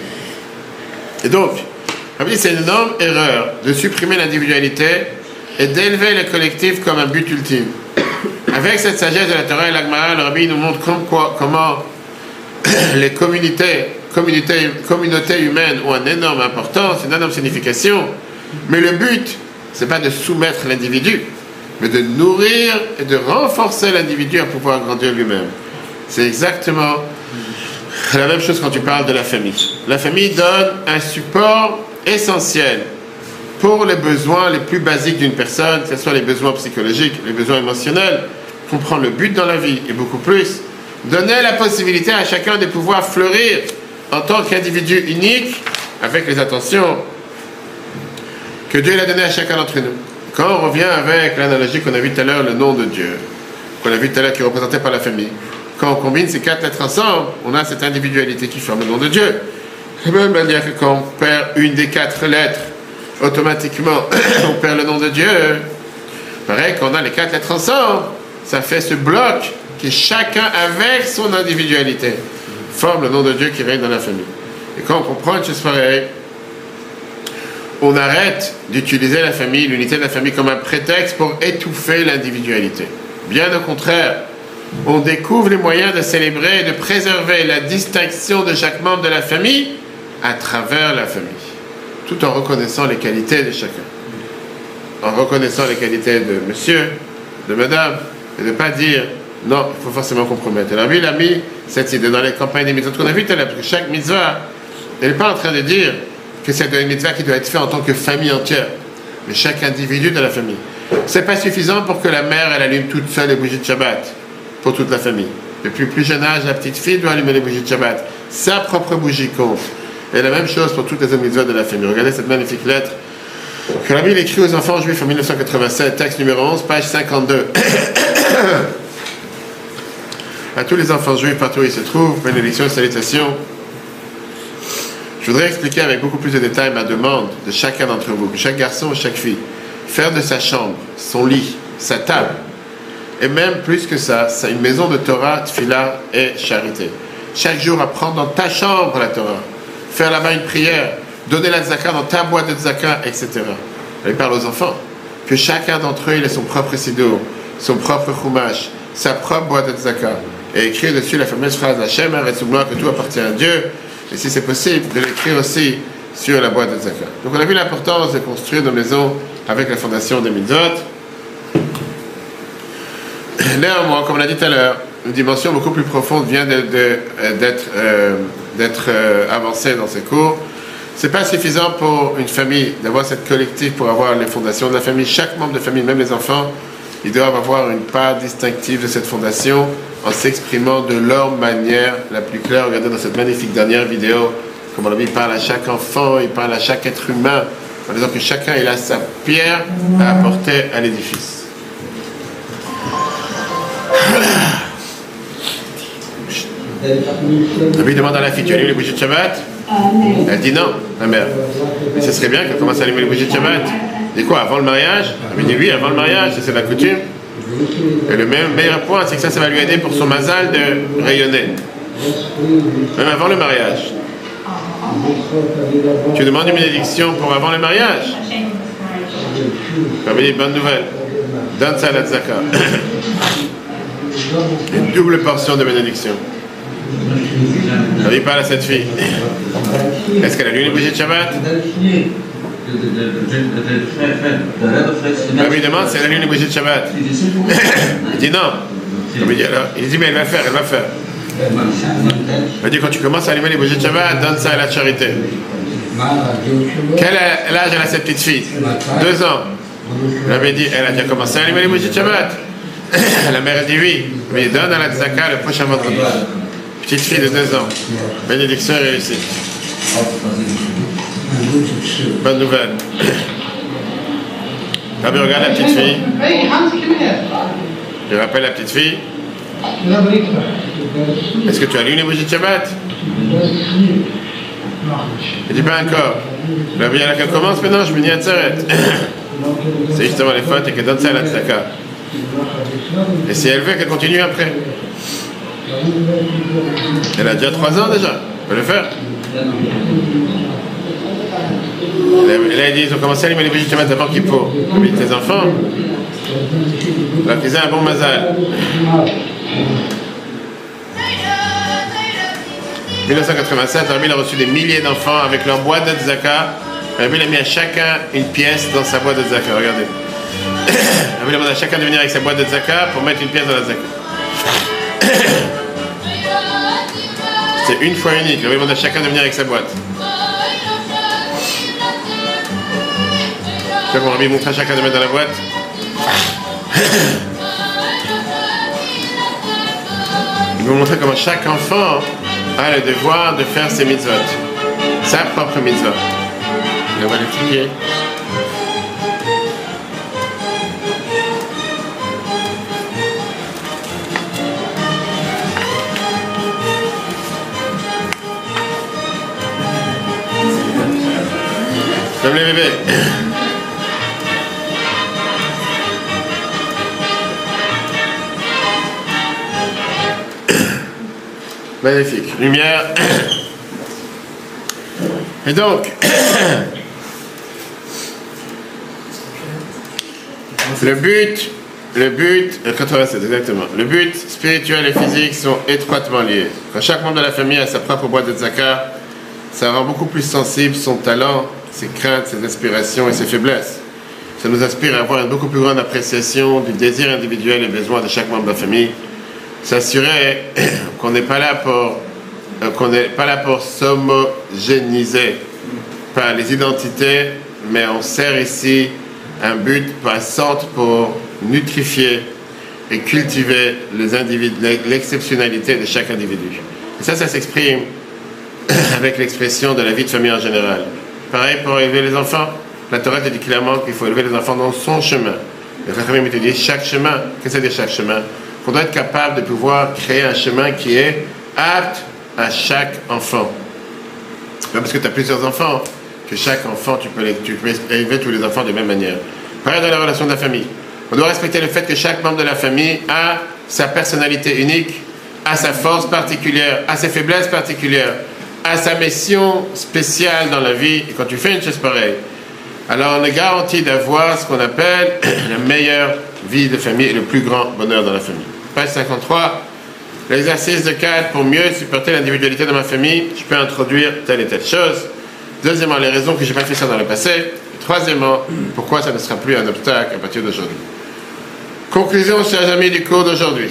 Et donc, c'est une énorme erreur de supprimer l'individualité et d'élever le collectif comme un but ultime. Avec cette sagesse de la Torah et l'Agmara, le Rabbi nous montre comme quoi, comment les communautés, communautés, communautés humaines ont une énorme importance, une énorme signification, mais le but, c'est pas de soumettre l'individu, mais de nourrir et de renforcer l'individu à pouvoir grandir lui-même. C'est exactement la même chose quand tu parles de la famille. La famille donne un support essentiel pour les besoins les plus basiques d'une personne, que ce soit les besoins psychologiques, les besoins émotionnels, comprendre le but dans la vie et beaucoup plus, donner la possibilité à chacun de pouvoir fleurir en tant qu'individu unique avec les attentions que Dieu a données à chacun d'entre nous. Quand on revient avec l'analogie qu'on a vue tout à l'heure, le nom de Dieu, qu'on a vu tout à l'heure qui est représenté par la famille, quand on combine ces quatre lettres ensemble, on a cette individualité qui forme le nom de Dieu. De la même manière que quand on perd une des quatre lettres, automatiquement, on perd le nom de Dieu. Pareil, quand on a les quatre lettres ensemble, ça fait ce bloc qui chacun, avec son individualité, forme le nom de Dieu qui règne dans la famille. Et quand on comprend une chose pareille, on arrête d'utiliser la famille, l'unité de la famille comme un prétexte pour étouffer l'individualité. Bien au contraire, on découvre les moyens de célébrer et de préserver la distinction de chaque membre de la famille à travers la famille, tout en reconnaissant les qualités de chacun. En reconnaissant les qualités de monsieur, de madame, et de ne pas dire non, il faut forcément compromettre. Alors lui, il a mis cette idée dans les campagnes des mitzvot qu'on a vues tout à l'heure, parce que chaque mitzvah, elle n'est pas en train de dire que c'est une mitzvah qui doit être faite en tant que famille entière, mais chaque individu de la famille. C'est pas suffisant pour que la mère, elle allume toute seule les bougies de Shabbat pour toute la famille. Depuis plus jeune âge, la petite fille doit allumer les bougies de Shabbat. Sa propre bougie compte. Et la même chose pour toutes les autres mitzvot de la famille. Regardez cette magnifique lettre que la Bible écrit aux enfants juifs en mille neuf cent quatre-vingt-sept, texte numéro onze, page cinquante-deux. À tous les enfants juifs partout où ils se trouvent, bénédictions et salutations. Je voudrais expliquer avec beaucoup plus de détails ma demande de chacun d'entre vous, que chaque garçon ou chaque fille, faire de sa chambre, son lit, sa table, et même plus que ça, c'est une maison de Torah, Tfila et charité. Chaque jour, apprendre dans ta chambre la Torah, faire là-bas une prière, donner la tzaka dans ta boîte de tzaka, et cetera. Il parle aux enfants, que chacun d'entre eux, il ait son propre siddur, son propre chumash, sa propre boîte de tzaka, et écrire dessus la fameuse phrase Hachem Haretzumloa, que tout appartient à Dieu, et si c'est possible, de l'écrire aussi sur la boîte de tzaka. Donc on a vu l'importance de construire nos maisons avec la fondation des mitzvot. Néanmoins, comme on l'a dit tout à l'heure, une dimension beaucoup plus profonde vient de, de, d'être, euh, d'être euh, avancée dans ces cours. C'est pas suffisant pour une famille d'avoir cette collective pour avoir les fondations de la famille. Chaque membre de famille, même les enfants, ils doivent avoir une part distinctive de cette fondation en s'exprimant de leur manière la plus claire. Regardez dans cette magnifique dernière vidéo, comme on l'a dit, il parle à chaque enfant, il parle à chaque être humain, en disant que chacun il a sa pierre à apporter à l'édifice. La Bible demande à la fille, tu allumes les bougies de Shabbat? Elle dit non, la mère. Mais ce serait bien qu'elle commence à allumer les bougies de Shabbat. Elle dit quoi, avant le mariage? Elle dit oui, avant le mariage, c'est la coutume. Et le même meilleur point, c'est que ça, ça va lui aider pour son mazal de rayonner. Même avant le mariage. Tu demandes une bénédiction pour avant le mariage? Elle me dit, bonne nouvelle. Donne ça à la tzaka. Une double portion de bénédiction. Elle parle à cette fille. Est-ce qu'elle a lu les bougies de Shabbat? Elle lui demande si elle a lu les bougies de Shabbat. Il dit non. Il dit, alors, il dit mais elle va faire, elle va faire. Elle dit quand tu commences à allumer les bougies de Shabbat, donne ça à la charité. Quel âge elle a cette petite fille? Deux ans. Elle avait dit, elle a déjà commencé à allumer les bougies de Shabbat. La mère a dit oui, mais donne à la tzaka le prochain vendredi. Petite fille de deux ans. Bénédiction et réussite. Bonne nouvelle. Rabbi regarde la petite fille. Je rappelle la petite fille. Est-ce que tu as lu les bougies de Shabbat? Je dis pas encore. Rabbi, alors qu'elle commence maintenant, je me dis à Tzeret. C'est justement les fautes et qu'elle donne ça à la tzaka. Et si elle veut qu'elle continue après. Elle a déjà trois ans déjà. Elle peut le faire. Elle a dit, ils ont commencé à allumer les bougies de Shabbat avant Kippour. Mais tes enfants, alors qu'ils aient un bon mazal. dix-neuf cent quatre-vingt-sept, Rabbi a reçu des milliers d'enfants avec leur boîte de tzaka. Rabbi a mis à chacun une pièce dans sa boîte de tzaka. Regardez. Rabbi demande à chacun de venir avec sa boîte de tzaka pour mettre une pièce dans la tzaka. C'est une fois unique. Rabbi demande à chacun de venir avec sa boîte. C'est bon, Rabbi montre à chacun de mettre dans la boîte. Il vous montrer comment chaque enfant a le devoir de faire ses mitzvot. Sa propre mitzvah. On va l'expliquer. Comme les bébés. Magnifique. Lumière. Et donc, le but, le but, quatre-vingt-sept exactement, le but spirituel et physique sont étroitement liés. Quand chaque membre de la famille a sa propre boîte de tzaka, ça rend beaucoup plus sensible son talent, ses craintes, ses aspirations et ses faiblesses. Ça nous inspire à avoir une beaucoup plus grande appréciation du désir individuel et besoin de chaque membre de la famille. S'assurer qu'on n'est pas là pour euh, qu'on n'est pas là pour s'homogéniser par les identités, mais on sert ici un but, un centre pour nutrifier et cultiver les individus, l'exceptionnalité de chaque individu. Et ça, ça s'exprime avec l'expression de la vie de famille en général. Pareil pour élever les enfants. La Torah te dit clairement qu'il faut élever les enfants dans son chemin. Le Chachamim te dit chaque chemin. Qu'est-ce que c'est chaque chemin? Qu'on doit être capable de pouvoir créer un chemin qui est apte à chaque enfant. Pas parce que tu as plusieurs enfants que chaque enfant, tu peux, les, tu peux élever tous les enfants de la même manière. Pareil dans la relation de la famille. On doit respecter le fait que chaque membre de la famille a sa personnalité unique, a sa force particulière, a ses faiblesses particulières, a sa mission spéciale dans la vie. Et quand tu fais une chose pareille, alors on est garanti d'avoir ce qu'on appelle la meilleure vie de famille et le plus grand bonheur dans la famille. Page cinquante-trois, l'exercice de quatre, pour mieux supporter l'individualité de ma famille, je peux introduire telle et telle chose. Deuxièmement, les raisons que je n'ai pas fait ça dans le passé. Et troisièmement, pourquoi ça ne sera plus un obstacle à partir d'aujourd'hui. Conclusion, chers amis, du cours d'aujourd'hui.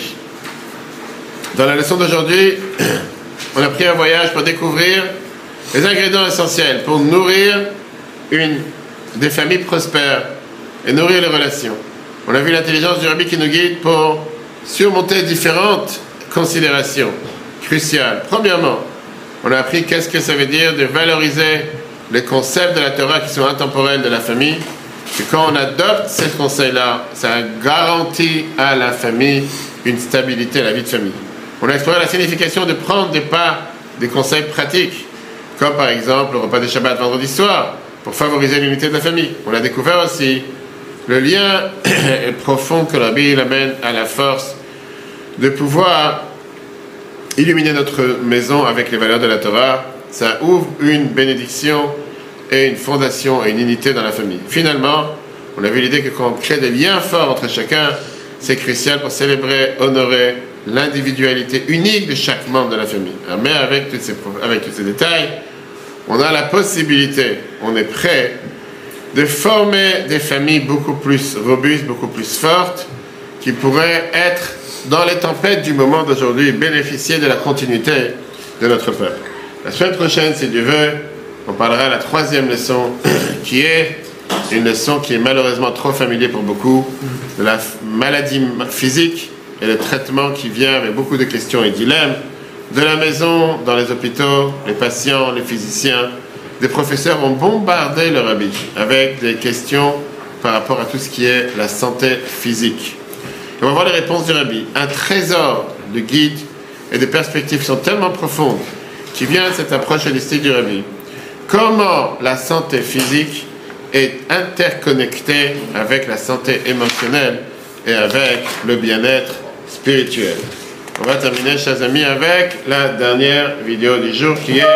Dans la leçon d'aujourd'hui, on a pris un voyage pour découvrir les ingrédients essentiels pour nourrir une, des familles prospères et nourrir les relations. On a vu l'intelligence du Rabbi qui nous guide pour surmonter différentes considérations cruciales. Premièrement, on a appris qu'est-ce que ça veut dire de valoriser les concepts de la Torah qui sont intemporels de la famille. Et quand on adopte ces conseils-là, ça garantit à la famille une stabilité à la vie de famille. On a exploré la signification de prendre des pas, des conseils pratiques, comme par exemple le repas de Shabbat vendredi soir, pour favoriser l'unité de la famille. On a découvert aussi le lien profond que le Rabbi amène à la force de pouvoir illuminer notre maison avec les valeurs de la Torah. Ça ouvre une bénédiction et une fondation et une unité dans la famille. Finalement, on a vu l'idée que quand on crée des liens forts entre chacun, c'est crucial pour célébrer, honorer l'individualité unique de chaque membre de la famille. Mais avec, toutes ces, avec tous ces détails, on a la possibilité, on est prêt de former des familles beaucoup plus robustes, beaucoup plus fortes, qui pourraient être dans les tempêtes du moment d'aujourd'hui et bénéficier de la continuité de notre peuple. La semaine prochaine, si Dieu veut, on parlera de la troisième leçon, qui est une leçon qui est malheureusement trop familière pour beaucoup, de la maladie physique et le traitement qui vient avec beaucoup de questions et dilemmes, de la maison, dans les hôpitaux, les patients, les physiciens. Des professeurs ont bombardé le Rabbi avec des questions par rapport à tout ce qui est la santé physique. Et on va voir les réponses du Rabbi. Un trésor de guide et de perspectives qui sont tellement profondes qui vient de cette approche holistique du Rabbi. Comment la santé physique est interconnectée avec la santé émotionnelle et avec le bien-être spirituel. On va terminer, chers amis, avec la dernière vidéo du jour qui est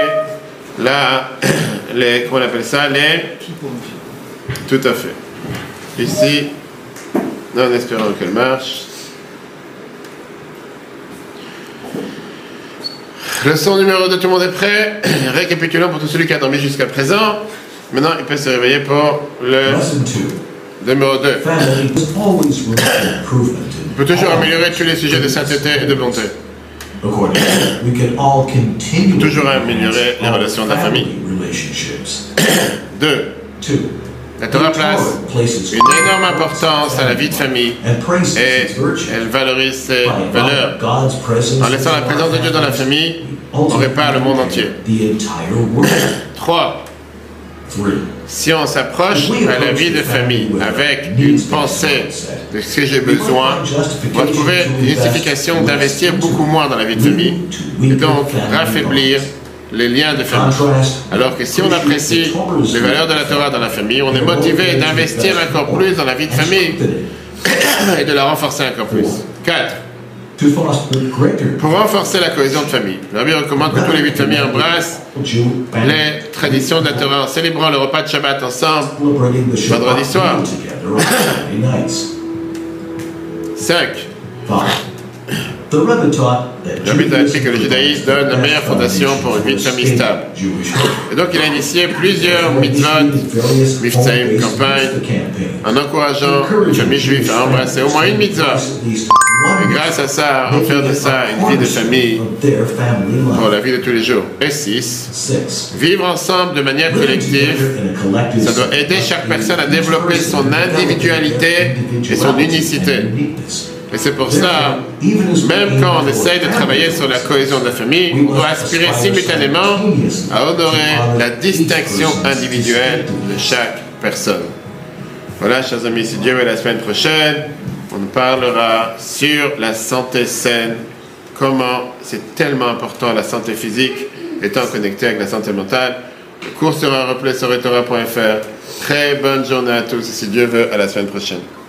la, les, comment on appelle ça, les... Tout à fait. Ici, en espérant qu'elle marche. Leçon numéro deux, tout le monde est prêt? Récapitulons pour tout celui qui a dormi jusqu'à présent. Maintenant, il peut se réveiller pour le numéro deux. On peut toujours améliorer tous les sujets de sainteté et de bonté. On peut toujours améliorer les relations de la famille. Deux. La Torah place une énorme importance à la vie de famille et elle valorise ses valeurs. En laissant la présence de Dieu dans la famille, on répare le monde entier. Trois. Si on s'approche à la vie de famille avec une pensée de ce que j'ai besoin, on va trouver une justification d'investir beaucoup moins dans la vie de famille et donc raffaiblir les liens de famille. Alors que si on apprécie les valeurs de la Torah dans la famille, on est motivé d'investir encore plus dans la vie de famille et de la renforcer encore plus. Quatre. Pour renforcer la cohésion de famille, le Rabbi recommande que tous les vies de famille embrassent les traditions de la Torah en célébrant le repas de Shabbat ensemble vendredi soir. Cinq. Le Rabbi a appris que le judaïsme donne la meilleure fondation pour une vie de famille stable. Et donc il a initié plusieurs mitzvot, mifsaïm, campagnes, en encourageant les familles juives à embrasser au moins une mitzvah. Et grâce à ça, en faire de ça une vie de famille pour la vie de tous les jours. Et six, vivre ensemble de manière collective, ça doit aider chaque personne à développer son individualité et son unicité. Et c'est pour ça, même quand on essaye de travailler sur la cohésion de la famille, on doit aspirer simultanément à honorer la distinction individuelle de chaque personne. Voilà, chers amis, si Dieu veut, la semaine prochaine, on parlera sur la santé saine, comment c'est tellement important la santé physique étant connectée avec la santé mentale. Le cours sera replay sur etora point f r. Très bonne journée à tous et si Dieu veut, à la semaine prochaine.